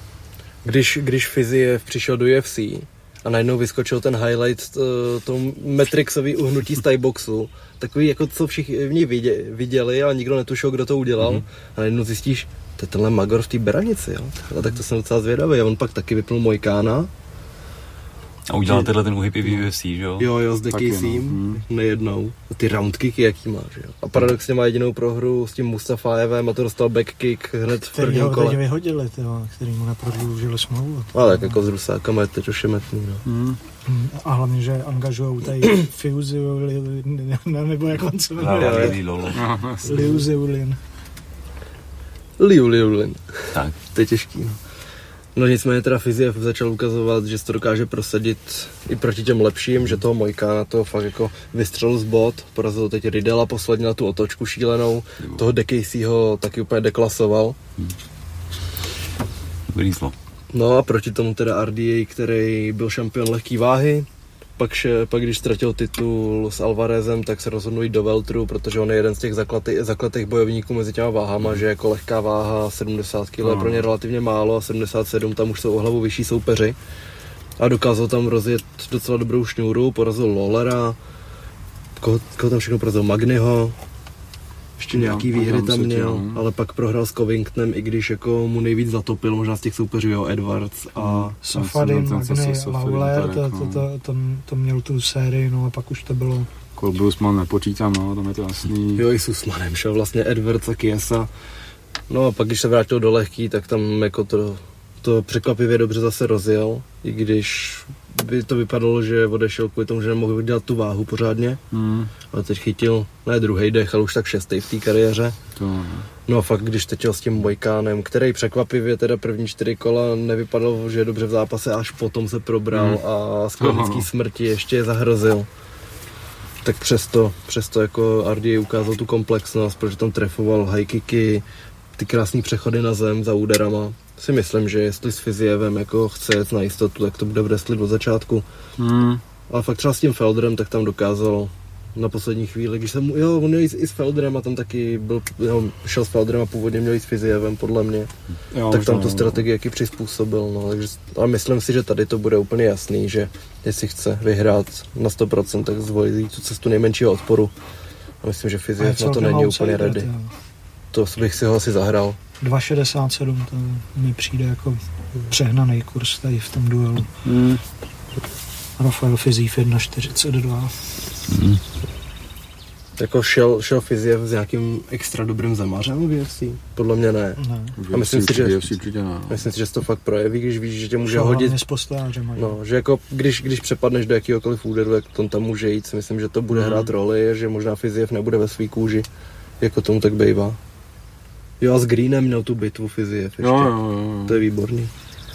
Speaker 2: Když, když Fiziev přišel do U F C a najednou vyskočil ten highlight uh, tomu Matrixový uhnutí z Thai boxu, takový jako co všichni viděli, viděli, ale nikdo netušil, kdo to udělal. Mm-hmm. A najednou zjistíš, to je tenhle Magor v té beranici, jo. A tak to jsem docela zvědavý. A on pak taky vypnul Mojkána.
Speaker 1: A udělal tenhle ten uhyb i v U F C, že jo?
Speaker 2: Jo, jo, s
Speaker 4: Taky,
Speaker 2: Dekejsím,
Speaker 4: no. Hmm.
Speaker 2: nejednou. Ty round kicky, jaký má, že jo? A paradoxně má jedinou prohru s tím Mustafájevem a to dostal back kick hned v
Speaker 3: Který
Speaker 2: prvním
Speaker 3: ho teď
Speaker 2: kole.
Speaker 3: vyhodili, tyjo, který mu neprodloužili smlouvu.
Speaker 2: Ale jako s Rusákama je teď ošemetný, no.
Speaker 4: Hmm.
Speaker 3: A hlavně, že angažujou tady Fiuziulin, nebo jak on se jmenuje,
Speaker 1: Lili Lolo.
Speaker 3: Liuziulin.
Speaker 2: Liu, Liu, Lin.
Speaker 1: Tak.
Speaker 2: To je těžký, no. No nicméně teda Fiziev začal ukazovat, že se to dokáže prosadit i proti těm lepším, že toho Mojkána to fakt jako vystřelil z bod, porazil teď Riddela posledně na tu otočku šílenou, toho Dekejsího taky úplně deklasoval.
Speaker 1: Dobrý slovo.
Speaker 2: No a proti tomu teda R D A, který byl šampion lehký váhy, pak, še, pak když ztratil titul s Alvarezem, tak se rozhodnul jít do welteru, protože on je jeden z těch zakletých, zakletých bojovníků mezi těma váhama, že jako lehká váha sedmdesát kilo je pro ně relativně málo a sedmdesát sedm tam už jsou o hlavu vyšší soupeři. A dokázal tam rozjet docela dobrou šňůru, porazil Lawlera, koho, koho tam všechno porazil, Magnyho, ještě nějaký
Speaker 4: No,
Speaker 2: výhry
Speaker 4: tam
Speaker 2: tam
Speaker 4: se
Speaker 2: měl,
Speaker 4: tě, no.
Speaker 2: ale pak prohrál s Covingtonem, i když jako mu nejvíc zatopil možná z těch soupeřů, jo, Edwards a
Speaker 3: Safadin,
Speaker 4: ten, co se
Speaker 3: Magny,
Speaker 4: Safadin
Speaker 3: Lawler,
Speaker 4: Tarek,
Speaker 3: to,
Speaker 4: no.
Speaker 3: to, to, to, to měl tu sérii, no a pak už to bylo...
Speaker 4: Cole Brusman nepočítám, no, tam je to jasný.
Speaker 2: jo, i s Usmanem šel vlastně Edwards a Chiesa. No a pak když se vrátil do lehký, tak tam jako to, to překvapivě dobře zase rozjel, i když by to vypadalo, že odešel kvůli tomu, že nemohl dělat tu váhu pořádně.
Speaker 4: Hmm.
Speaker 2: Ale teď chytil, ne druhý dech, ale už tak šestý v té kariéře.
Speaker 4: To, no.
Speaker 2: No a fakt, když teď jel s tím Mojkánem, který překvapivě teda první čtyři kola nevypadal, že je dobře v zápase, až potom se probral
Speaker 4: Hmm.
Speaker 2: a z klinické smrti ještě je zahrozil. Tak přesto, přesto jako R D A ukázal tu komplexnost, protože tam trefoval high kicky, ty krásné přechody na zem za úderama. Si myslím, že jestli s Fizievem jako chce jet na jistotu, tak to bude v wrestlit od začátku.
Speaker 4: Hmm.
Speaker 2: Ale fakt třeba s tím Felderem, tak tam dokázal na poslední chvíli, když jsem, jo, on jel i s Felderem a tam taky byl, jo, šel s Felderem a původně měl jít s Fizievem, podle mě.
Speaker 4: Jo,
Speaker 2: Tak tam tu
Speaker 4: no.
Speaker 2: strategii jaký přizpůsobil, no, takže, ale myslím si, že tady to bude úplně jasný, že jestli chce vyhrát na sto procent, tak zvolí tu cestu nejmenšího odporu. A myslím, že Fiziev na to není úplně ready. To bych si ho asi zahrál.
Speaker 3: dva šedesát sedm, to mi přijde jako přehnaný kurz tady v tom duelu.
Speaker 4: Hmm.
Speaker 3: Rafael Fiziev jedna čtyřicet dva.
Speaker 1: Mm.
Speaker 2: Jako šel, šel Fiziev s nějakým extra dobrým zemařem v U F C? Podle mě ne.
Speaker 3: Ne.
Speaker 2: A myslím si, že-
Speaker 4: určitě ne.
Speaker 2: Myslím si, že se to fakt projeví, když víš, že tě může
Speaker 3: Šel
Speaker 2: hodit.
Speaker 3: hlavně s postojářem.
Speaker 2: No, že jako když, když přepadneš do jakýhokoliv úderu, jak to tam může jít, si myslím, že to bude
Speaker 4: Mhm.
Speaker 2: hrát roli, že možná Fiziev nebude ve svý kůži, jako tomu tak bejvá. Jo a s Greenem měl tu bitvu Fiziev ještě,
Speaker 4: Jo, jo, jo.
Speaker 2: to je výborný.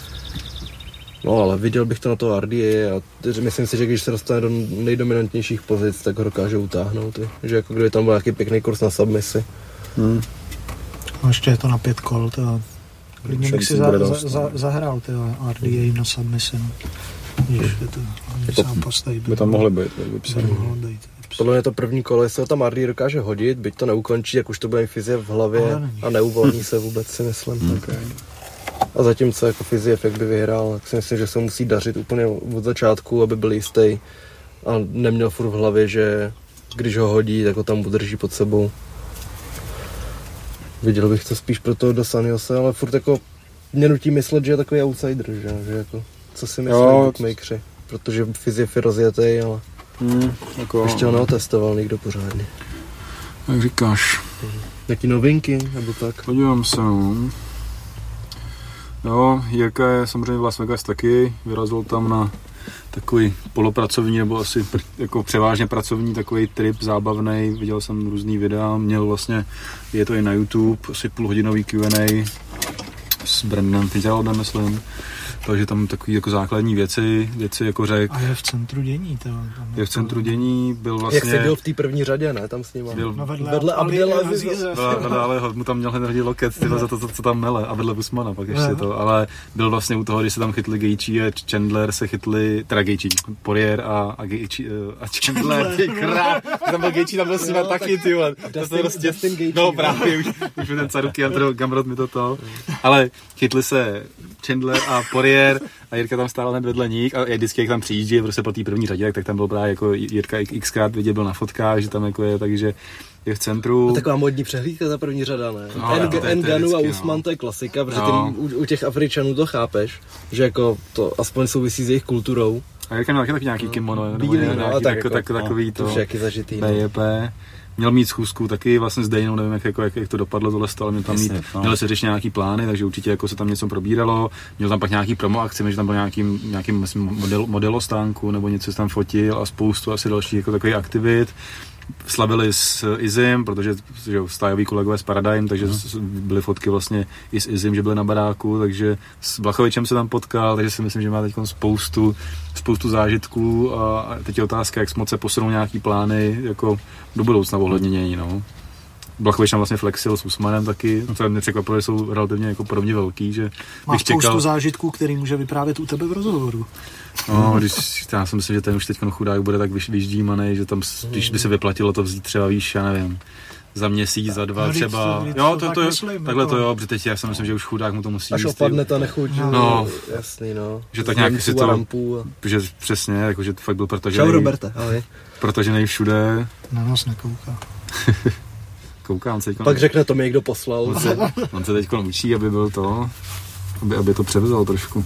Speaker 2: No ale viděl bych to na to R D A a t- myslím si, že když se dostane do nejdominantnějších pozic, tak ho dokáže utáhnout. Je. Že jako kdyby tam byl nějaký pěkný kurz na submisi.
Speaker 4: Hmm.
Speaker 3: A ještě je to na pět kol, to klidně bych si
Speaker 4: Šancí
Speaker 3: za,
Speaker 4: bude
Speaker 3: za,
Speaker 4: dost,
Speaker 3: za,
Speaker 4: no.
Speaker 3: zahrál ty R D A na submisi. No. Když je to
Speaker 4: Jako
Speaker 3: zápas tady
Speaker 4: By tam mohly být, tak
Speaker 3: by
Speaker 4: vypsaný.
Speaker 3: mohlo být.
Speaker 2: Podle mě to první kolo, jestli ho tam R D A dokáže hodit, byť to neukončí, jak už to bude Fiziev v hlavě
Speaker 3: Ale není.
Speaker 2: a neuvolní se vůbec, si myslím.
Speaker 1: Hmm.
Speaker 2: Tak. A zatímco jako Fiziev, jak by vyhrál, tak si myslím, že se musí dařit úplně od začátku, aby byl jistý a neměl furt v hlavě, že když ho hodí, tak ho tam udrží pod sebou. Viděl bych to spíš pro toho Dos Anjose, ale furt jako mě nutí myslet, že je takový outsider, že, že jako, co si myslí
Speaker 4: Jo,
Speaker 2: bookmakeri, protože Fiziev je rozjetý, ale
Speaker 4: Hmm. Jako,
Speaker 2: ještě ho neotestoval nikdo pořádně.
Speaker 4: jak říkáš.
Speaker 2: Jaký novinky, nebo tak?
Speaker 4: Podívám se, no. Jo, Jirka je samozřejmě v Las Vegas taky, vyrazil tam na takový polopracovní, nebo asi pr- jako převážně pracovní takový trip zábavný. Viděl jsem různý videa, měl vlastně, je to i na YouTube, asi půlhodinový Q and A s Brandem Fitzgeraldem, myslím. Takže tam takový jako základní věci, věci jako řek.
Speaker 3: A je v centru dění. To,
Speaker 4: Je v centru dění, byl
Speaker 2: Jak
Speaker 4: vlastně...
Speaker 2: jsi byl v té první řadě, ne, tam s ním?
Speaker 4: Byl,
Speaker 3: No vedle,
Speaker 2: Vedle
Speaker 3: Ali
Speaker 2: Abdel
Speaker 3: Azize.
Speaker 2: Azize.
Speaker 4: Vedle, vedle ale mu tam měl hned hodit loket tyhle, za to, co, co tam mele a vedle Busmana pak ještě to, ale byl vlastně u toho, když se tam chytli Gaethje a Chandler se chytli, teda Gaethje, Poirier a, a, Gaethje, a Chandler, ty krát, tam byl Gaethje, tam byl s nimi taky, ty vole, to se prostě,
Speaker 2: Justin Gaethje.
Speaker 4: no právě, už, už mi ten Caruky Andro Gamrot mi to to, ale chytli se Chandler a Poirier a Jirka tam stál hned vedle nich a vždycky, jak tam přijíždí, prostě po té první řadě, tak, tak tam byl právě jako Jirka xkrát vidět, byl na fotkách, že tam jako je, takže je v centru.
Speaker 2: A taková modní přehlídka za první řada, ne?
Speaker 4: No, jo, to je- to je
Speaker 2: Nganu a
Speaker 4: vždycky,
Speaker 2: Usman,
Speaker 4: no.
Speaker 2: to je klasika, protože
Speaker 4: No.
Speaker 2: ty, u, u těch Afričanů to chápeš, že jako to aspoň souvisí s jejich kulturou.
Speaker 4: A Jirka měl taky taky nějaký kimono, nebo
Speaker 2: Bílý,
Speaker 4: ne,
Speaker 2: no,
Speaker 4: nějaký
Speaker 2: tak
Speaker 4: tak,
Speaker 2: jako,
Speaker 4: tak, takový
Speaker 2: to.
Speaker 4: to.
Speaker 2: Už jaký zažitý.
Speaker 4: B J P. Měl mít schůzku taky vlastně s Dejnou, nevím jak, jako, jak, jak to dopadlo tohle, ale měl tam mít,
Speaker 1: no.
Speaker 4: měl se řešit nějaký plány, takže určitě jako se tam něco probíralo. Měl tam pak nějaký promo akci, že tam byl nějaký, nějaký myslím, model, modelostánku nebo něco se tam fotil a spoustu asi dalších jako takových aktivit. Slavili s Izim, protože že, stájoví kolegové s Paradigm, takže uh-huh. byly fotky vlastně i s Izim, že byli na baráku, takže s Blachovičem se tam potkal, takže si myslím, že má teď spoustu, spoustu zážitků a teď je otázka, jak moc se posunou nějaký plány jako do budoucna ohledně něj, no. Blachovič tam vlastně flexil s Usmanem taky, to mě překvapilo, že jsou relativně jako podobně velký, že
Speaker 3: má
Speaker 4: bych
Speaker 3: spoustu
Speaker 4: čekal...
Speaker 3: zážitků, který může vyprávět u tebe v rozhovoru.
Speaker 4: No, když, já si myslím, že ten už teď chudák bude tak vyž, vyždímaný, že tam, když by se vyplatilo to vzít třeba, víš, já nevím, za měsíc, za dva
Speaker 3: no,
Speaker 4: třeba.
Speaker 3: Víc,
Speaker 4: jo, to,
Speaker 3: tak
Speaker 4: to,
Speaker 3: myslím,
Speaker 4: takhle
Speaker 3: jako...
Speaker 4: to jo, protože teď já si myslím, že už chudák mu to musí
Speaker 2: až
Speaker 4: jíst.
Speaker 2: opadne ta nechuť,
Speaker 3: no.
Speaker 2: no, jasný, no.
Speaker 4: Že tak nějak si to,
Speaker 2: rampů a...
Speaker 4: že přesně, jako, že to fakt byl protože
Speaker 2: Čau, Roberte, ahoj.
Speaker 4: Protože nej všude.
Speaker 3: Na nás nekouká.
Speaker 4: Koukám se teďko.
Speaker 2: Pak řekne to mi, kdo poslal.
Speaker 4: On se, on se teďko učí, aby byl to, aby, aby to převzal trošku.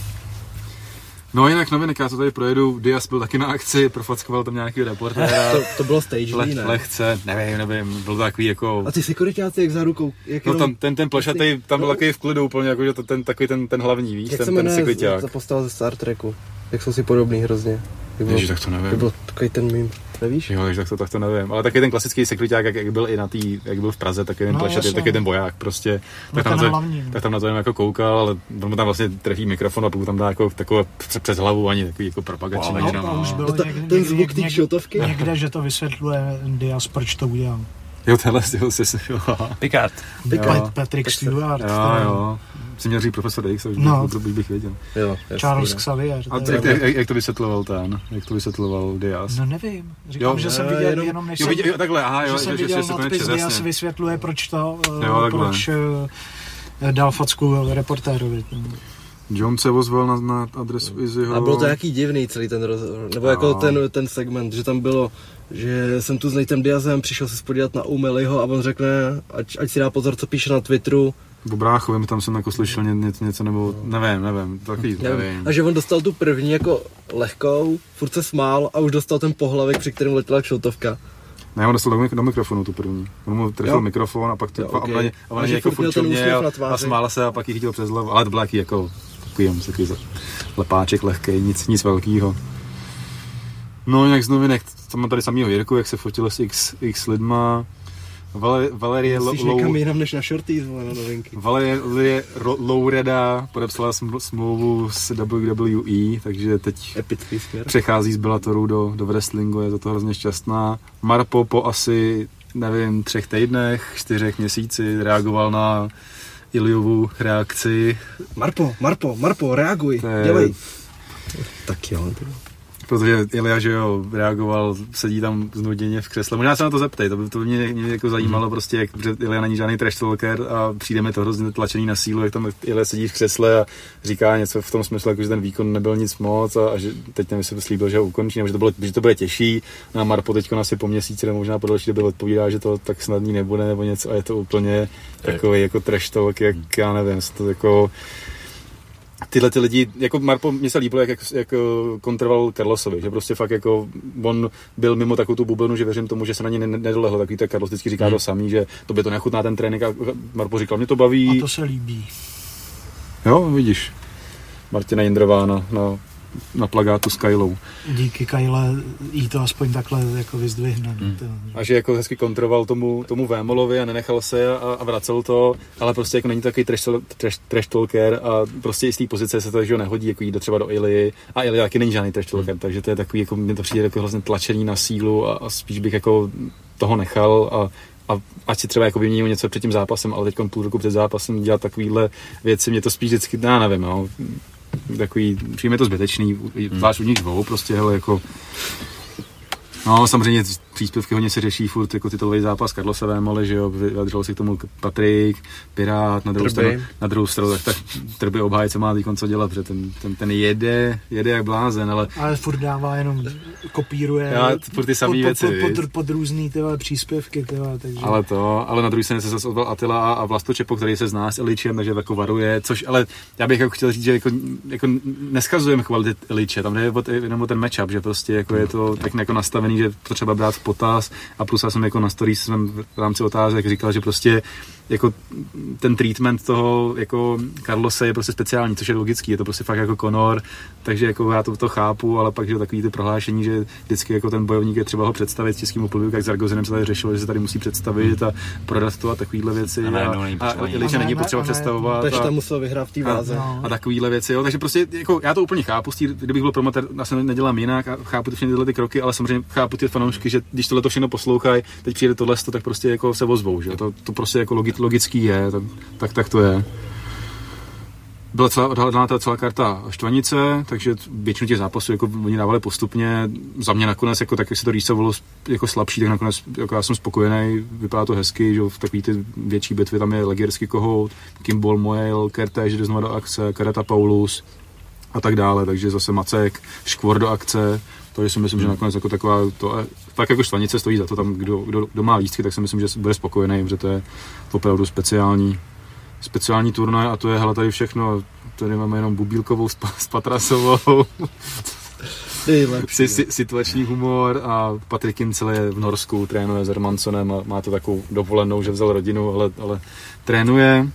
Speaker 4: No jinak novinek, já to tady projedu, Diaz byl taky na akci, profackoval tam nějaký reportéra.
Speaker 2: to, to bylo stage,
Speaker 4: Le,
Speaker 2: ne?
Speaker 4: Lehce, nevím, nevím, byl to takový jako...
Speaker 2: A ty sekuritáci jak za rukou? Jak
Speaker 4: no
Speaker 2: jenom...
Speaker 4: tam, ten, ten plešatej, tam byl takový v klidu úplně, jako, že to, ten, takový ten, ten hlavní, víš,
Speaker 2: jak
Speaker 4: ten,
Speaker 2: se
Speaker 4: ten
Speaker 2: jmenuje
Speaker 4: sekuriták.
Speaker 2: za postava ze Star Treku? Jak jsou si podobný hrozně.
Speaker 4: Ježi, tak to nevím.
Speaker 2: To byl takový ten mím, nevíš?
Speaker 4: Jo, tak to, tak to nevím, ale taky ten klasický sekuriták, jak, jak byl i na tý, jak byl v Praze, taky ten
Speaker 3: No,
Speaker 4: plešatej, taky ten voják prostě.
Speaker 3: No,
Speaker 4: tak, tam
Speaker 3: ten
Speaker 4: to,
Speaker 3: hlavní,
Speaker 4: tak tam na to jen jako koukal, ale on mu tam vlastně trefí mikrofon a pokud tam dá jako takové přes, přes hlavu ani takový jako propagační.
Speaker 3: No,
Speaker 4: no,
Speaker 3: a už bylo
Speaker 2: no, ta,
Speaker 3: někde,
Speaker 2: ten zvuk
Speaker 3: někde,
Speaker 2: té kšotovky?
Speaker 3: Někde, že to vysvětluje Diaz, proč to udělal.
Speaker 4: Jo, tenhle jo, si jo.
Speaker 1: Picard.
Speaker 3: Picard. Patrick Stewart.
Speaker 4: Jo, jo. Jsi měl říct profesor X, už
Speaker 3: no.
Speaker 4: bych, bych věděl.
Speaker 2: Jo, jasný,
Speaker 3: Charles
Speaker 2: no.
Speaker 3: Xavier.
Speaker 4: A jak, jak, jak, to vysvětloval ten? Jak to vysvětloval Diaz?
Speaker 3: No nevím. Říkám,
Speaker 4: jo,
Speaker 3: že jsem
Speaker 2: ne,
Speaker 3: viděl
Speaker 2: jenom,
Speaker 3: jenom než
Speaker 4: jo,
Speaker 3: jsem,
Speaker 4: viděl, jo, takhle, aha, jo,
Speaker 3: že jsem
Speaker 4: že,
Speaker 3: viděl
Speaker 4: že, že
Speaker 3: nadpis
Speaker 4: jasně.
Speaker 3: Diaz vysvětluje, proč to,
Speaker 4: jo,
Speaker 3: proč uh, dal facku reportérovi.
Speaker 4: John se ozval na, na adresu Izzyho.
Speaker 2: A bylo to jaký divný celý ten rozhovor, nebo jako ten, ten segment, že tam bylo, že jsem tu s Natem Diazem, přišel se spodívat na Umeliho a on řekne, ať, ať si dá pozor, co píše na Twitteru.
Speaker 4: Po bráchovi, tam jsem jako slyšel něco, něco nebo nevím, nevím, taky nevím.
Speaker 2: A že on dostal tu první jako lehkou, furt se smál a už dostal ten pohlavek, při kterém letěla kšotovka.
Speaker 4: Ne, on dostal do, do mikrofonu tu první. On mu trefil mikrofon a pak to, jo, okay. a on, a on jako furt čuměl a smál se a pak ji chytil přes hlavu. Ale to byl jaký jako takový, takový lepáček lehký, nic, nic velkýho. No jinak z novinek, tam mám tady samýho Jirku, jak se fotil s x, x lidma. Vale, Valerie
Speaker 2: Myslíš
Speaker 4: Lou...
Speaker 2: někam jinam než na shorties, vole, na novinky.
Speaker 4: Valerie Loureda podepsala smlouvu s W W E, takže teď
Speaker 2: epický směr.
Speaker 4: Přechází z Bellatoru do, do wrestlingu, je za to hrozně šťastná. Marpo po asi, nevím, třech týdnech, čtyřech měsíci reagoval na Iliovu reakci.
Speaker 2: Marpo, Marpo, Marpo, reaguj,
Speaker 4: je...
Speaker 2: dělej. Tak jo.
Speaker 4: Protože Ilia, že jo, reagoval, sedí tam znuděně v křesle. Možná se na to zeptej, to by, to by mě, mě jako zajímalo, prostě, jak, protože Ilia není žádný trash talker a přijde mi to hrozně tlačený na sílu, jak tam Ilia sedí v křesle a říká něco v tom smyslu, jako, že ten výkon nebyl nic moc a, a že teď nevím, jestli slíbil, že ho ukončí, nebo že to, bylo, že to bude těžší. No a Marpo teď asi po měsíci, nebo možná po další době odpovídá, že to tak snadný nebude, nebo něco a je to úplně takový jako trash talk, jak já nevím, to jako... Tyhle ty lidi, jako Marpo, mně se líbilo, jak, jak, jak kontroval Carlosovi, že prostě fakt jako on byl mimo takovou tu bublinu, že věřím tomu, že se na ně nedolehl, takový tak Carlos vždycky říká hmm. to samý, že to by to nechutná ten trénink a Marpo říkal, mě to baví.
Speaker 3: A to se líbí.
Speaker 4: Jo, vidíš, Martina Jindrová na, na, na plagátu s Kylou.
Speaker 3: Díky Kyle jí to aspoň takhle jako vyzdvihne. Hmm.
Speaker 4: A že jako hezky kontroval tomu, tomu Vémolovi a nenechal se a, a vracel to, ale prostě jako není to takový trash, trash, trash talker a prostě i z té pozice se to že nehodí, jako jít třeba do Ilii a Ili taky není žádný trash talker, hmm. takže to je takový, jako mně to přijde jako hrozně tlačení na sílu a, a spíš bych jako toho nechal a a ať si třeba jako vyměnil něco před tím zápasem, ale teď půl roku před zápasem dělat takovýhle věci, mě to spíš vždycky, já nevím, no. Takový, přijme to zbytečný, zvlášť u nich dvou, prostě, hele, jako, no, samozřejmě příspěvky hodně se řeší furt jako titulový zápas Carlose Vémoly, že jo, vyjadřoval se k tomu Patrik, Pirát, na druhou stranu, na druhou stranu tak, tak Trby obhájce má teď co dělat, protože ten, ten, ten jede, jede jak blázen, ale...
Speaker 3: Ale furt dává jenom, kopíruje
Speaker 4: já, furt ty samý
Speaker 3: pod,
Speaker 4: věci,
Speaker 3: pod, pod, pod různý tyhle příspěvky, tyhle, takže...
Speaker 4: Ale to, ale na druhé straně se zase ozval Attila a Vlasto Čepo, který se zná s Iličem, takže jako varuje, což ale já bych jako chtěl říct, že jako, jako neskazujeme kvality Iliče, tam jde jenom o ten matchup, že prostě jako je to tak jako nastavený, že to třeba brát v potaz a plus já jsem jako na stories jsem v rámci otázek říkal, že prostě jako ten treatment toho jako Carlose je prostě speciální, což je logický, je to prostě fakt jako Conor, takže jako já to, to chápu, ale pak že takový ty prohlášení, že vždycky jako ten bojovník je třeba ho představit českému publiku, jak s Argozinem se tady řešilo, že se tady musí představit a prodat to a takovýhle věci a, a, a Iliče není potřeba představovat.
Speaker 2: Takže
Speaker 4: a,
Speaker 2: tam musel vyhrát v té váze.
Speaker 4: A, a takovýhle věci, jo, takže prostě jako já to úplně chápu, kdybych byl promotér, já se nedělám jinak a chápu ty všechny tyhle ty kroky, ale samozřejmě chápu ty fanoušky, že když tohle to všechno poslouchají, teď přijde tohle, tak prostě jako se ozvou, že to, to prostě jako logický je, tak, tak, tak to je. Byla celá odhalená ta celá karta Štvanice, takže většinu těch zápasů jako oni dávali postupně. Za mě nakonec, jako tak, jak se to rýsovalo jako slabší, tak nakonec jako já jsem spokojený, vypadá to hezky, že v takový ty větší bitvy tam je Legierský kohout, Kimball Moel, Kertéž jde znova do akce, Kareta Paulus a tak dále, takže zase Macek, Škvor do akce. Takže si myslím, že nakonec jako taková, to, tak jako Štvanice stojí za to tam, kdo, kdo, kdo má lístky, tak si myslím, že bude spokojený, protože to je opravdu speciální, speciální turnaj a to je hele tady všechno. Tady máme jenom Bubílkovou s, s Patrasovou, si, si, situační humor a Patrik Kincel je v Norsku, trénuje s Hermansonem a má to takovou dovolenou, že vzal rodinu, ale, ale trénuje.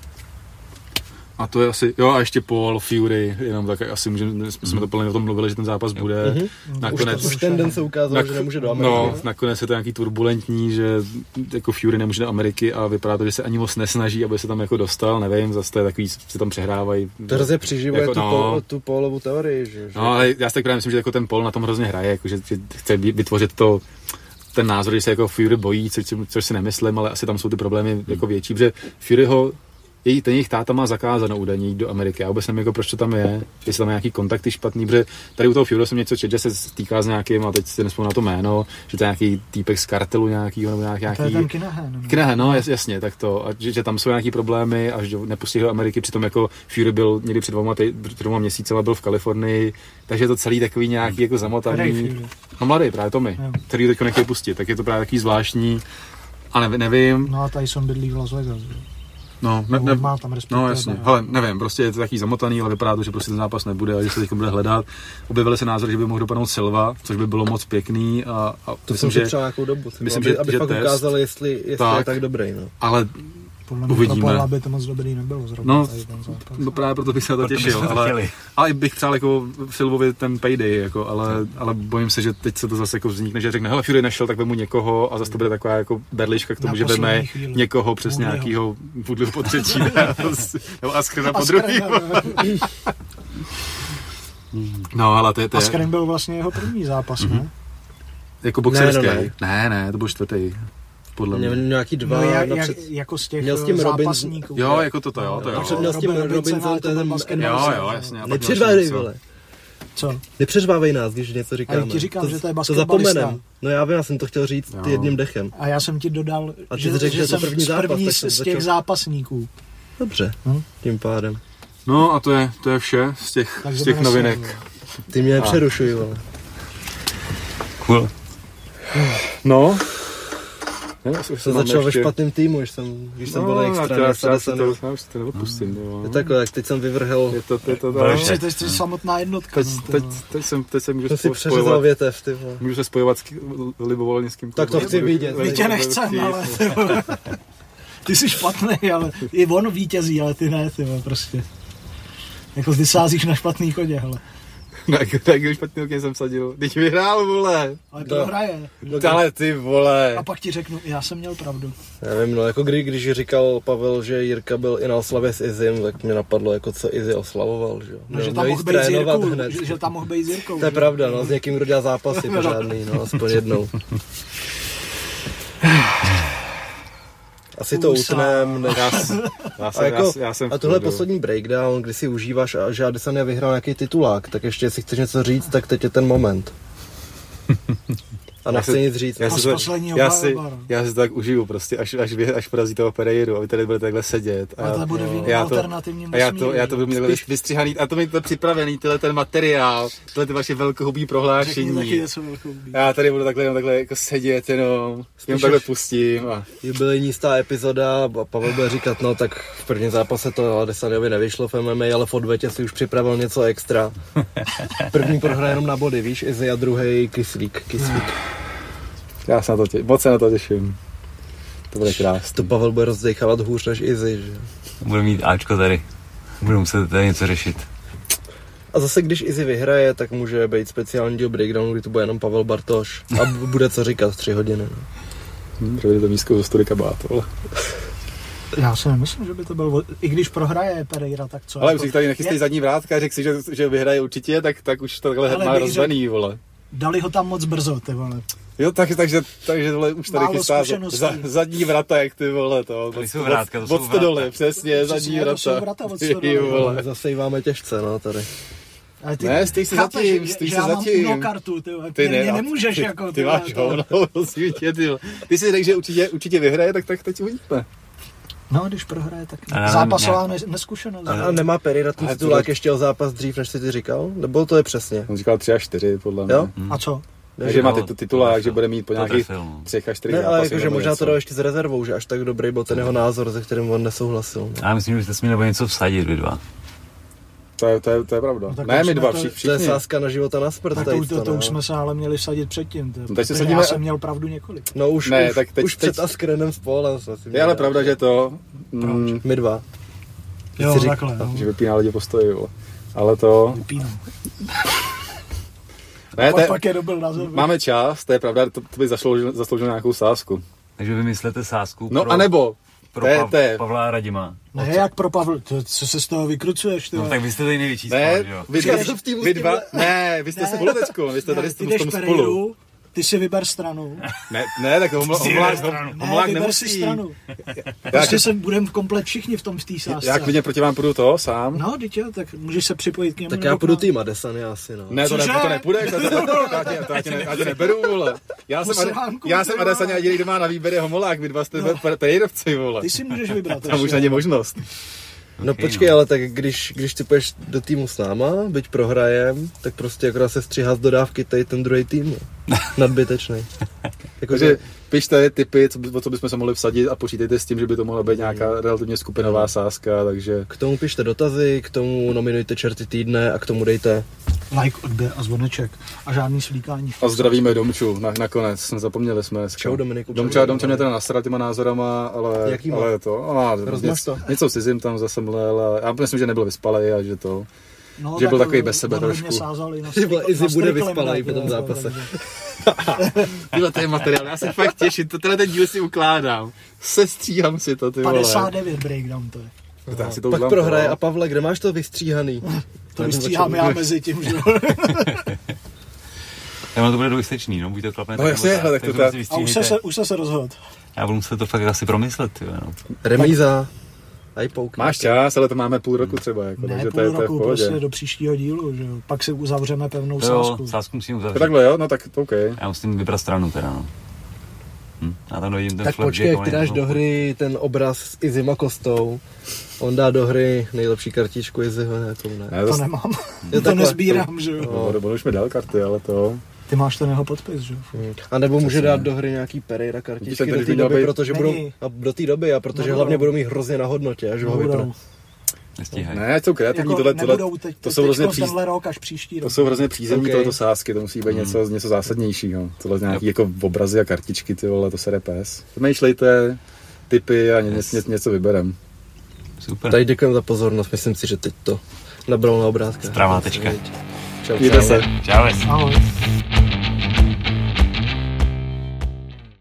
Speaker 4: A to je asi, jo a ještě Paul, Fury, jenom tak asi můžeme, jsme to plně o tom mluvili, že ten zápas bude. Mm-hmm. Nakonec,
Speaker 2: už, už ten den se ukázalo, nak- že nemůže do Ameriky.
Speaker 4: No, nakonec je to nějaký turbulentní, že jako Fury nemůže do Ameriky a vypadá to, že se ani moc nesnaží, aby se tam jako dostal, nevím, zase to je takový, se tam přehrávají.
Speaker 2: To hrozně přiživuje
Speaker 4: jako,
Speaker 2: tu,
Speaker 4: no,
Speaker 2: Paul, tu Paulovu teorii, že?
Speaker 4: No, ale já si tak právě myslím, že jako ten Paul na tom hrozně hraje, jako, že, že chce vytvořit to, ten názor, že se jako Fury bojí, což, což si nemyslím, ale asi tam jsou ty problémy jako větší, protože Furyho její, ten jejich táta má zakázáno údajně jít do Ameriky. Já vůbec nevím, jako proč to tam je, jestli tam je nějaký kontakty špatný, protože tady u toho Fury jsem něco četl, že se stýká s nějakým, a teď si nespomínám na to jméno, že to je nějaký týpek z kartelu nějakýho, nebo nějaký...
Speaker 3: To je ten Kinahan.
Speaker 4: Kinahan, no jas, jasně, tak to. A že, že tam jsou nějaký problémy, až nepustí do Ameriky, přitom jako Fury byl někdy před dvouma, tý, před dvouma měsícema byl v Kalifornii, takže je to celý takový nějaký jako zamotaný. No mladý, právě Tommy, který teďko nechtějí pustit, tak je to právě takový zvláštní. A ne, nevím.
Speaker 3: No a Tyson bydlí v Las Vegas.
Speaker 4: No, ne, ne,
Speaker 3: má tam
Speaker 4: no jasně, hele, nevím, prostě je to takový zamotaný, ale vypadá to, že prostě ten zápas nebude a že se teď bude hledat. Objevily se názory, že by mohl dopadnout Silva, což by bylo moc pěkný a, a
Speaker 2: to
Speaker 4: myslím,
Speaker 2: že třeba nějakou dobu,
Speaker 4: myslím,
Speaker 2: aby,
Speaker 4: že,
Speaker 2: aby
Speaker 4: že
Speaker 2: fakt
Speaker 4: test,
Speaker 2: ukázali, jestli, jestli tak, je tak dobrý, no.
Speaker 4: Ale
Speaker 3: podle mě
Speaker 4: uvidíme.
Speaker 3: Pro by to moc dobrý nebylo zrovna
Speaker 4: no,
Speaker 3: tady ten zápas.
Speaker 4: No právě proto bych se na to těšil, ale, ale bych přál jako Silvovi ten payday, jako, ale, ale bojím se, že teď se to zase jako vznikne, že řekne, hele, Fury nešel, tak vemu někoho a zase to bude taková jako berlička k tomu, že veme někoho přes Woodleyho. Nějakýho Woodleyho po třetí, nebo Askrena po druhý. No, ale to je...
Speaker 3: Askren byl vlastně jeho první zápas, mm-hmm. ne?
Speaker 4: Jako boxerský?
Speaker 2: Ne, no, ne.
Speaker 4: ne, ne, to byl čtvrtý. Podle mě.
Speaker 2: Měl nějaký dva
Speaker 3: no, jak,
Speaker 2: napřed...
Speaker 3: jak, jako z těch
Speaker 2: měl s tím
Speaker 3: zápasníků.
Speaker 4: Jo, jako toto, jo, to jo.
Speaker 2: Napřed měl s tím Robinson, to je ten...
Speaker 4: Jo, jo, jasně.
Speaker 2: Nepředvádej, vole.
Speaker 3: Co?
Speaker 2: Nepřeřvávej nás, když něco říkáme.
Speaker 3: A já ti říkám,
Speaker 2: to,
Speaker 3: že to je
Speaker 2: to
Speaker 3: basketbalista.
Speaker 2: zapomenem. No já vím, já jsem to chtěl říct
Speaker 4: jo.
Speaker 2: jedním dechem.
Speaker 3: A já jsem ti dodal,
Speaker 2: a ty
Speaker 3: že,
Speaker 2: řekl,
Speaker 3: že
Speaker 2: že
Speaker 3: jsem
Speaker 2: první, zápas,
Speaker 3: první
Speaker 2: z,
Speaker 3: z těch
Speaker 2: začal...
Speaker 3: zápasníků.
Speaker 2: Dobře,
Speaker 3: hm?
Speaker 2: tím pádem.
Speaker 4: No a to je, to je vše z těch, z těch novinek.
Speaker 2: Ty mě nepřerušuj, vole.
Speaker 4: Cool. No.
Speaker 2: Já jsem začal ještě... ve špatným týmu, když jsem, když jsem
Speaker 4: no,
Speaker 2: byl extra.
Speaker 4: Já si to, já si to neodpustím.
Speaker 2: No. Je takhle, jak teď jsem vyvrhel.
Speaker 4: Je to, je to,
Speaker 3: to, je to, to je samotná jednotka.
Speaker 4: Teď, teď, teď, jsem, teď jsem můžu
Speaker 2: to si přeřezal větev, ty vole.
Speaker 4: Můžu se spojovat s libovolnickým.
Speaker 2: Tak to chci vidět.
Speaker 3: Ty tě nechcem, ale ty jsi špatný, ale i on vítězí, ale ty ne, ty vole, prostě. Jako ty sázíš na špatný kodě, hele.
Speaker 4: Na jakého špatného koně jsem sadil? Teď vyhrál, vole.
Speaker 3: Ale to hraje.
Speaker 2: No, ale ty vole.
Speaker 3: A pak ti řeknu, já jsem měl pravdu.
Speaker 2: Já vím, no, jako kdy, když říkal Pavel, že Jirka byl i na oslavě s Izim, tak mě napadlo, jako co Izzy oslavoval, že jo.
Speaker 3: No, že tam mohl být s Jirkou, že, že tam mohl být s Jirkou.
Speaker 2: To je pravda, no, s někým, kdo dělá zápasy pořádný, no, aspoň jednou. Asi to utnem, než...
Speaker 4: Já, já jsem,
Speaker 2: a, jako,
Speaker 4: já, já jsem
Speaker 2: a tohle je poslední breakdown, kdy si užíváš a že Adesanya vyhrál nějaký titulák, tak ještě jestli chceš něco říct, tak teď je ten moment. A nechce nic říct.
Speaker 4: Já
Speaker 3: A
Speaker 4: si,
Speaker 3: z
Speaker 4: to,
Speaker 3: posledního
Speaker 4: já, si,
Speaker 3: Barbara.
Speaker 4: já si to tak užiju prostě, až, až, vy, až porazí toho Pereiru a vy tady budete takhle sedět. A
Speaker 3: Ale to
Speaker 4: já,
Speaker 3: bude v jiném
Speaker 4: já to,
Speaker 3: alternativním
Speaker 4: a já to,
Speaker 3: vesmíru,
Speaker 4: já to
Speaker 3: že?
Speaker 4: budu mít takhle vystřihaný a to mi to připravený, tyhle ten materiál, tyhle ty vaše velkohubý
Speaker 3: Řekni taky
Speaker 4: prohlášení.
Speaker 3: něco velkoubý.
Speaker 4: Já tady budu takhle, jenom takhle jako sedět jenom, jenom takhle pustím a
Speaker 2: Jubilejní stá epizoda a Pavel bude říkat, no tak v prvním zápase to Adesaniovi nevyšlo v M M A, ale v odvetě si už připravil něco extra. První prohra jenom na body, víš, Izzy a druhý kyslík, kyslík.
Speaker 4: já se na to tě, moc se na to těším. To bude krásný.
Speaker 2: To Pavel bude rozdechávat hůř než Izzy, že?
Speaker 1: Budu mít Ačko tady. Budu muset tady něco řešit.
Speaker 2: A zase, když Izzy vyhraje, tak může být speciální díl breakdownu, kdy to bude jenom Pavel Bartoš. A bude co říkat tři hodiny. No.
Speaker 4: Hm, to místko ze study kabát,
Speaker 3: Já si nemyslím, že by to bylo, i když prohraje Pereira, tak co?
Speaker 4: ale
Speaker 3: jako,
Speaker 4: už si tady nechystej
Speaker 3: je-
Speaker 4: zadní vrátka, řekl si, že, že vyhraje určitě, tak, tak už to takhle
Speaker 3: Ale
Speaker 4: má
Speaker 3: bych
Speaker 4: rozdaný, vole.
Speaker 3: Dali ho tam moc brzo, ty vole.
Speaker 4: Jo, tak, takže, takže tohle už tady
Speaker 3: Málo
Speaker 4: chystá za,
Speaker 3: zkušeností.
Speaker 4: za, zadní vrata, jak ty vole, to.
Speaker 1: To nejsou vrátka, to jsou
Speaker 4: Od stodoly,
Speaker 1: vrata.
Speaker 4: přesně, zadní
Speaker 3: Přesně, to jsou
Speaker 4: vrata.
Speaker 3: vrata od
Speaker 4: Ty
Speaker 3: stodoly,
Speaker 4: vole.
Speaker 2: Ale zasejváme těžce, no, tady.
Speaker 3: Ale ty,
Speaker 4: Ne, stej si
Speaker 3: chápeš,
Speaker 4: zatím,
Speaker 3: že-
Speaker 4: stej
Speaker 3: že
Speaker 4: si
Speaker 3: já mám
Speaker 4: zatím.
Speaker 3: Uno kartu, ty vole,
Speaker 4: Ty
Speaker 3: ty
Speaker 4: ne,
Speaker 3: mě
Speaker 4: a
Speaker 3: nemůžeš
Speaker 4: ty,
Speaker 3: jako,
Speaker 4: ty
Speaker 3: vole,
Speaker 4: máš
Speaker 3: to-
Speaker 4: hovno, prosím tě, ty vole. Ty si řekl, že určitě, určitě vyhraje, tak, tak teď uvidíme.
Speaker 3: No, když prohraje, tak
Speaker 1: Ale já
Speaker 3: zápasová
Speaker 1: nevím,
Speaker 3: ne, neskušenost.
Speaker 2: A nemá Pereira ten
Speaker 4: Ale to
Speaker 2: titulák
Speaker 4: tak-
Speaker 2: ještě o zápas dřív, než jsi ty říkal? Nebo to je přesně?
Speaker 4: On říkal tři a čtyři, podle mě.
Speaker 2: Jo?
Speaker 3: A co?
Speaker 4: Takže má
Speaker 1: to-
Speaker 4: titul- titulák,
Speaker 1: to
Speaker 4: že bude mít po
Speaker 1: to
Speaker 4: nějakých
Speaker 1: trefil, no.
Speaker 4: třech a čtyřech
Speaker 2: Ne, ale
Speaker 4: zápasech
Speaker 2: jakože
Speaker 4: nebo
Speaker 2: možná
Speaker 4: něco.
Speaker 2: to dal ještě s rezervou, že až tak dobrý byl ten jeho názor, se kterým on nesouhlasil. No.
Speaker 1: Já myslím, že byste směli nebo něco vsadit, vy dva.
Speaker 4: To je, to je, to je pravda.
Speaker 3: No tak
Speaker 4: Ne,
Speaker 3: už
Speaker 4: my
Speaker 3: jsme
Speaker 4: dva,
Speaker 3: to-
Speaker 4: vši-
Speaker 2: To je
Speaker 4: všichni.
Speaker 2: sázka na život a na smrt.
Speaker 3: Tak
Speaker 2: tady
Speaker 3: to, to, to
Speaker 2: no.
Speaker 3: už jsme se ale měli vsadit předtím, to,
Speaker 4: No, teď se
Speaker 3: protože
Speaker 4: sadíme-
Speaker 3: já jsem měl pravdu několik.
Speaker 2: No už,
Speaker 4: Ne,
Speaker 2: už,
Speaker 4: tak teď-
Speaker 2: už
Speaker 4: teď-
Speaker 2: před Askrenem spolem.
Speaker 4: Je ale pravda, že to, mm,
Speaker 2: My dva.
Speaker 3: Jo,
Speaker 2: si řík-
Speaker 3: takhle, no.
Speaker 4: že vypíná lidi postoji, vole. Ale to,
Speaker 3: Vypínám.
Speaker 4: ne, to
Speaker 3: Pak,
Speaker 4: je,
Speaker 3: pak je dobil na zemi.
Speaker 4: máme čas, to je pravda, to, to by zasloužil, zasloužil nějakou sázku.
Speaker 1: Takže vymyslete sázku
Speaker 4: No
Speaker 1: pro,
Speaker 4: a nebo,
Speaker 1: pro
Speaker 4: to je,
Speaker 1: Pav-
Speaker 4: to je,
Speaker 1: Pavla a Radima.
Speaker 3: Ne, jak pro Pavl, to, co se z toho vykrucuješ, ty
Speaker 1: No
Speaker 3: vole?
Speaker 1: tak vy jste tady největší
Speaker 4: ne,
Speaker 1: sport, jo?
Speaker 4: vy,
Speaker 2: Počkej,
Speaker 4: vy,
Speaker 2: já jsem v týmu s
Speaker 4: vy dva,
Speaker 2: tímhle.
Speaker 4: ne, vy jste
Speaker 3: Ne.
Speaker 4: spolu teďko, vy jste tady
Speaker 3: Ne,
Speaker 4: s
Speaker 3: ty
Speaker 4: tom,
Speaker 3: jdeš
Speaker 4: s tom spolu.
Speaker 3: Pereiru, ty si vyber stranu.
Speaker 4: Ne, ne, tak homla,
Speaker 1: Si
Speaker 4: homlák,
Speaker 1: vyber stranu.
Speaker 3: Ne,
Speaker 4: homlák
Speaker 3: vyber si
Speaker 4: nemusí.
Speaker 3: stranu.
Speaker 4: Já,
Speaker 3: Prostě se budeme komplet všichni v tom v té sázce.
Speaker 4: já klidně proti vám půjdu to sám.
Speaker 3: No, dítě, tak můžeš se připojit k němu.
Speaker 2: Tak
Speaker 3: nebo
Speaker 2: já půjdu
Speaker 3: k nám.
Speaker 2: tým Adesany asi, no.
Speaker 4: Ne, to, ne,
Speaker 3: Cože?
Speaker 4: to nepůjde, to, to, to, to, já tě, to já tě, ne, já tě neberu, vole. Já jsem, Ade,
Speaker 3: Poslámku,
Speaker 4: já
Speaker 3: ty
Speaker 4: jsem
Speaker 3: vole.
Speaker 4: Adesanya jediný, kdo má na výběr je homolák, vy dva jste
Speaker 3: No.
Speaker 4: no. Pereirovci, vole.
Speaker 3: Ty si můžeš vybrat.
Speaker 4: Tam už
Speaker 3: ještě.
Speaker 4: není možnost.
Speaker 2: No
Speaker 1: Okay,
Speaker 2: počkej,
Speaker 1: no.
Speaker 2: ale tak když, když ty půjdeš do týmu s náma, byť prohrajem, tak prostě akorát se stříhá z dodávky tady ten druhý tým, no. Nadbytečný.
Speaker 4: Takže pište tipy, co, by- o co bychom se mohli vsadit a počítejte s tím, že by to mohla být nějaká relativně skupinová sázka, takže
Speaker 2: K tomu pište dotazy, k tomu nominujte čerty týdne a k tomu dejte.
Speaker 3: Like, odběr a zvoneček. A žádný slíkání.
Speaker 4: a zdravíme Domču, na, nakonec, zapomněli jsme dneska.
Speaker 2: Čau, Dominiku.
Speaker 4: Domča,
Speaker 2: Čau,
Speaker 4: Domča mě teda nasral těma názorama, ale,
Speaker 2: Jakýma?
Speaker 4: ale to, a,
Speaker 2: Rozmaž
Speaker 4: něco,
Speaker 2: to.
Speaker 4: něco cizím tam zase mlel a já myslím, že nebyl vyspalej a že to,
Speaker 3: No,
Speaker 4: že byl
Speaker 3: tak,
Speaker 4: takový bez sebe
Speaker 3: on hodně
Speaker 4: trošku.
Speaker 3: sázal i na
Speaker 2: Ty vole,
Speaker 3: strik-
Speaker 2: Izzy
Speaker 3: na
Speaker 2: bude
Speaker 3: striklem,
Speaker 2: vyspalej
Speaker 3: tak,
Speaker 2: po tom
Speaker 3: jo,
Speaker 2: zápase.
Speaker 3: takže-
Speaker 4: Tyhle, to je materiál, já se fakt těším, to tenhle ten díl si ukládám, sestříhám si to, ty vole.
Speaker 3: padesát devět breakdown to je.
Speaker 4: Tak já si to
Speaker 2: Pak
Speaker 4: udělám,
Speaker 2: prohraje
Speaker 4: to.
Speaker 2: a Pavle, kde máš to vystříhaný?
Speaker 3: To
Speaker 2: Nevím,
Speaker 3: vystříhám
Speaker 2: o
Speaker 3: já
Speaker 2: čem
Speaker 3: mezi tím, že jo.
Speaker 1: Já to bude dvojstečný, no, buď to klapne
Speaker 4: No jasně, hele, tak to tak.
Speaker 3: A už se, se, už se, se rozhodl.
Speaker 1: Já budu muset to fakt asi promyslet, jo, no.
Speaker 2: Remíza. A i pouk.
Speaker 4: Máš čas, ale to máme půl roku třeba, jako,
Speaker 3: Ne,
Speaker 4: takže
Speaker 3: půl
Speaker 4: to je, to je v
Speaker 3: roku,
Speaker 4: pohodě.
Speaker 3: prostě do příštího dílu, že jo. Pak si uzavřeme pevnou
Speaker 1: To jo,
Speaker 3: sázku.
Speaker 1: sázku musím
Speaker 4: To
Speaker 1: uzavřít.
Speaker 4: takhle jo, no tak to OK.
Speaker 1: Já musím vybrat stranu teda, no. Hm, já tam dojím ten
Speaker 2: Tak
Speaker 1: flap,
Speaker 2: počkej,
Speaker 1: že
Speaker 2: jak ty dáš
Speaker 1: konec,
Speaker 2: do hry ten obraz s Izzyma Kostou, on dá do hry nejlepší kartičku Izzyho, nějakou ne.
Speaker 4: Ne,
Speaker 3: To
Speaker 4: to,
Speaker 3: nemám,
Speaker 2: Jo,
Speaker 3: to
Speaker 2: takhle.
Speaker 3: nezbírám, že jo.
Speaker 4: no, on už mi dal karty, ale to...
Speaker 3: Ty máš ten jeho podpis, že jo.
Speaker 2: Hmm. A nebo může dát do hry nějaký Pereira kartičky
Speaker 4: Ten,
Speaker 2: do
Speaker 4: který
Speaker 2: té
Speaker 4: by měl
Speaker 2: doby,
Speaker 4: být-
Speaker 2: protože
Speaker 3: Není.
Speaker 2: budou, a do té doby a protože
Speaker 3: Nebudou.
Speaker 2: hlavně budou mít hrozně na hodnotě, až ho vypne.
Speaker 3: Nebudou,
Speaker 1: Nestíhají.
Speaker 4: Ne, jsou kreativní,
Speaker 3: jako,
Speaker 4: tohle, tohle,
Speaker 3: nebudou teď,
Speaker 4: to jsou hrozně příz...
Speaker 3: tenhle rok až příští
Speaker 4: To
Speaker 3: rok.
Speaker 4: jsou hrozně přízemní
Speaker 2: Okay.
Speaker 4: tohleto sázky, to musí být něco, něco zásadnějšího. Tohle nějaký jako obrazy a kartičky, ty vole, to se repes. Vymýšlejte tipy a ně,
Speaker 1: Yes.
Speaker 4: ně, něco vyberem.
Speaker 1: Super.
Speaker 2: Tady děkujeme za pozornost, myslím si, že teď to nabralo na obrázkách.
Speaker 1: Správná tečka.
Speaker 2: Čau,
Speaker 4: Mějte
Speaker 2: čau.
Speaker 4: se.
Speaker 1: Čau.
Speaker 3: Ahoj.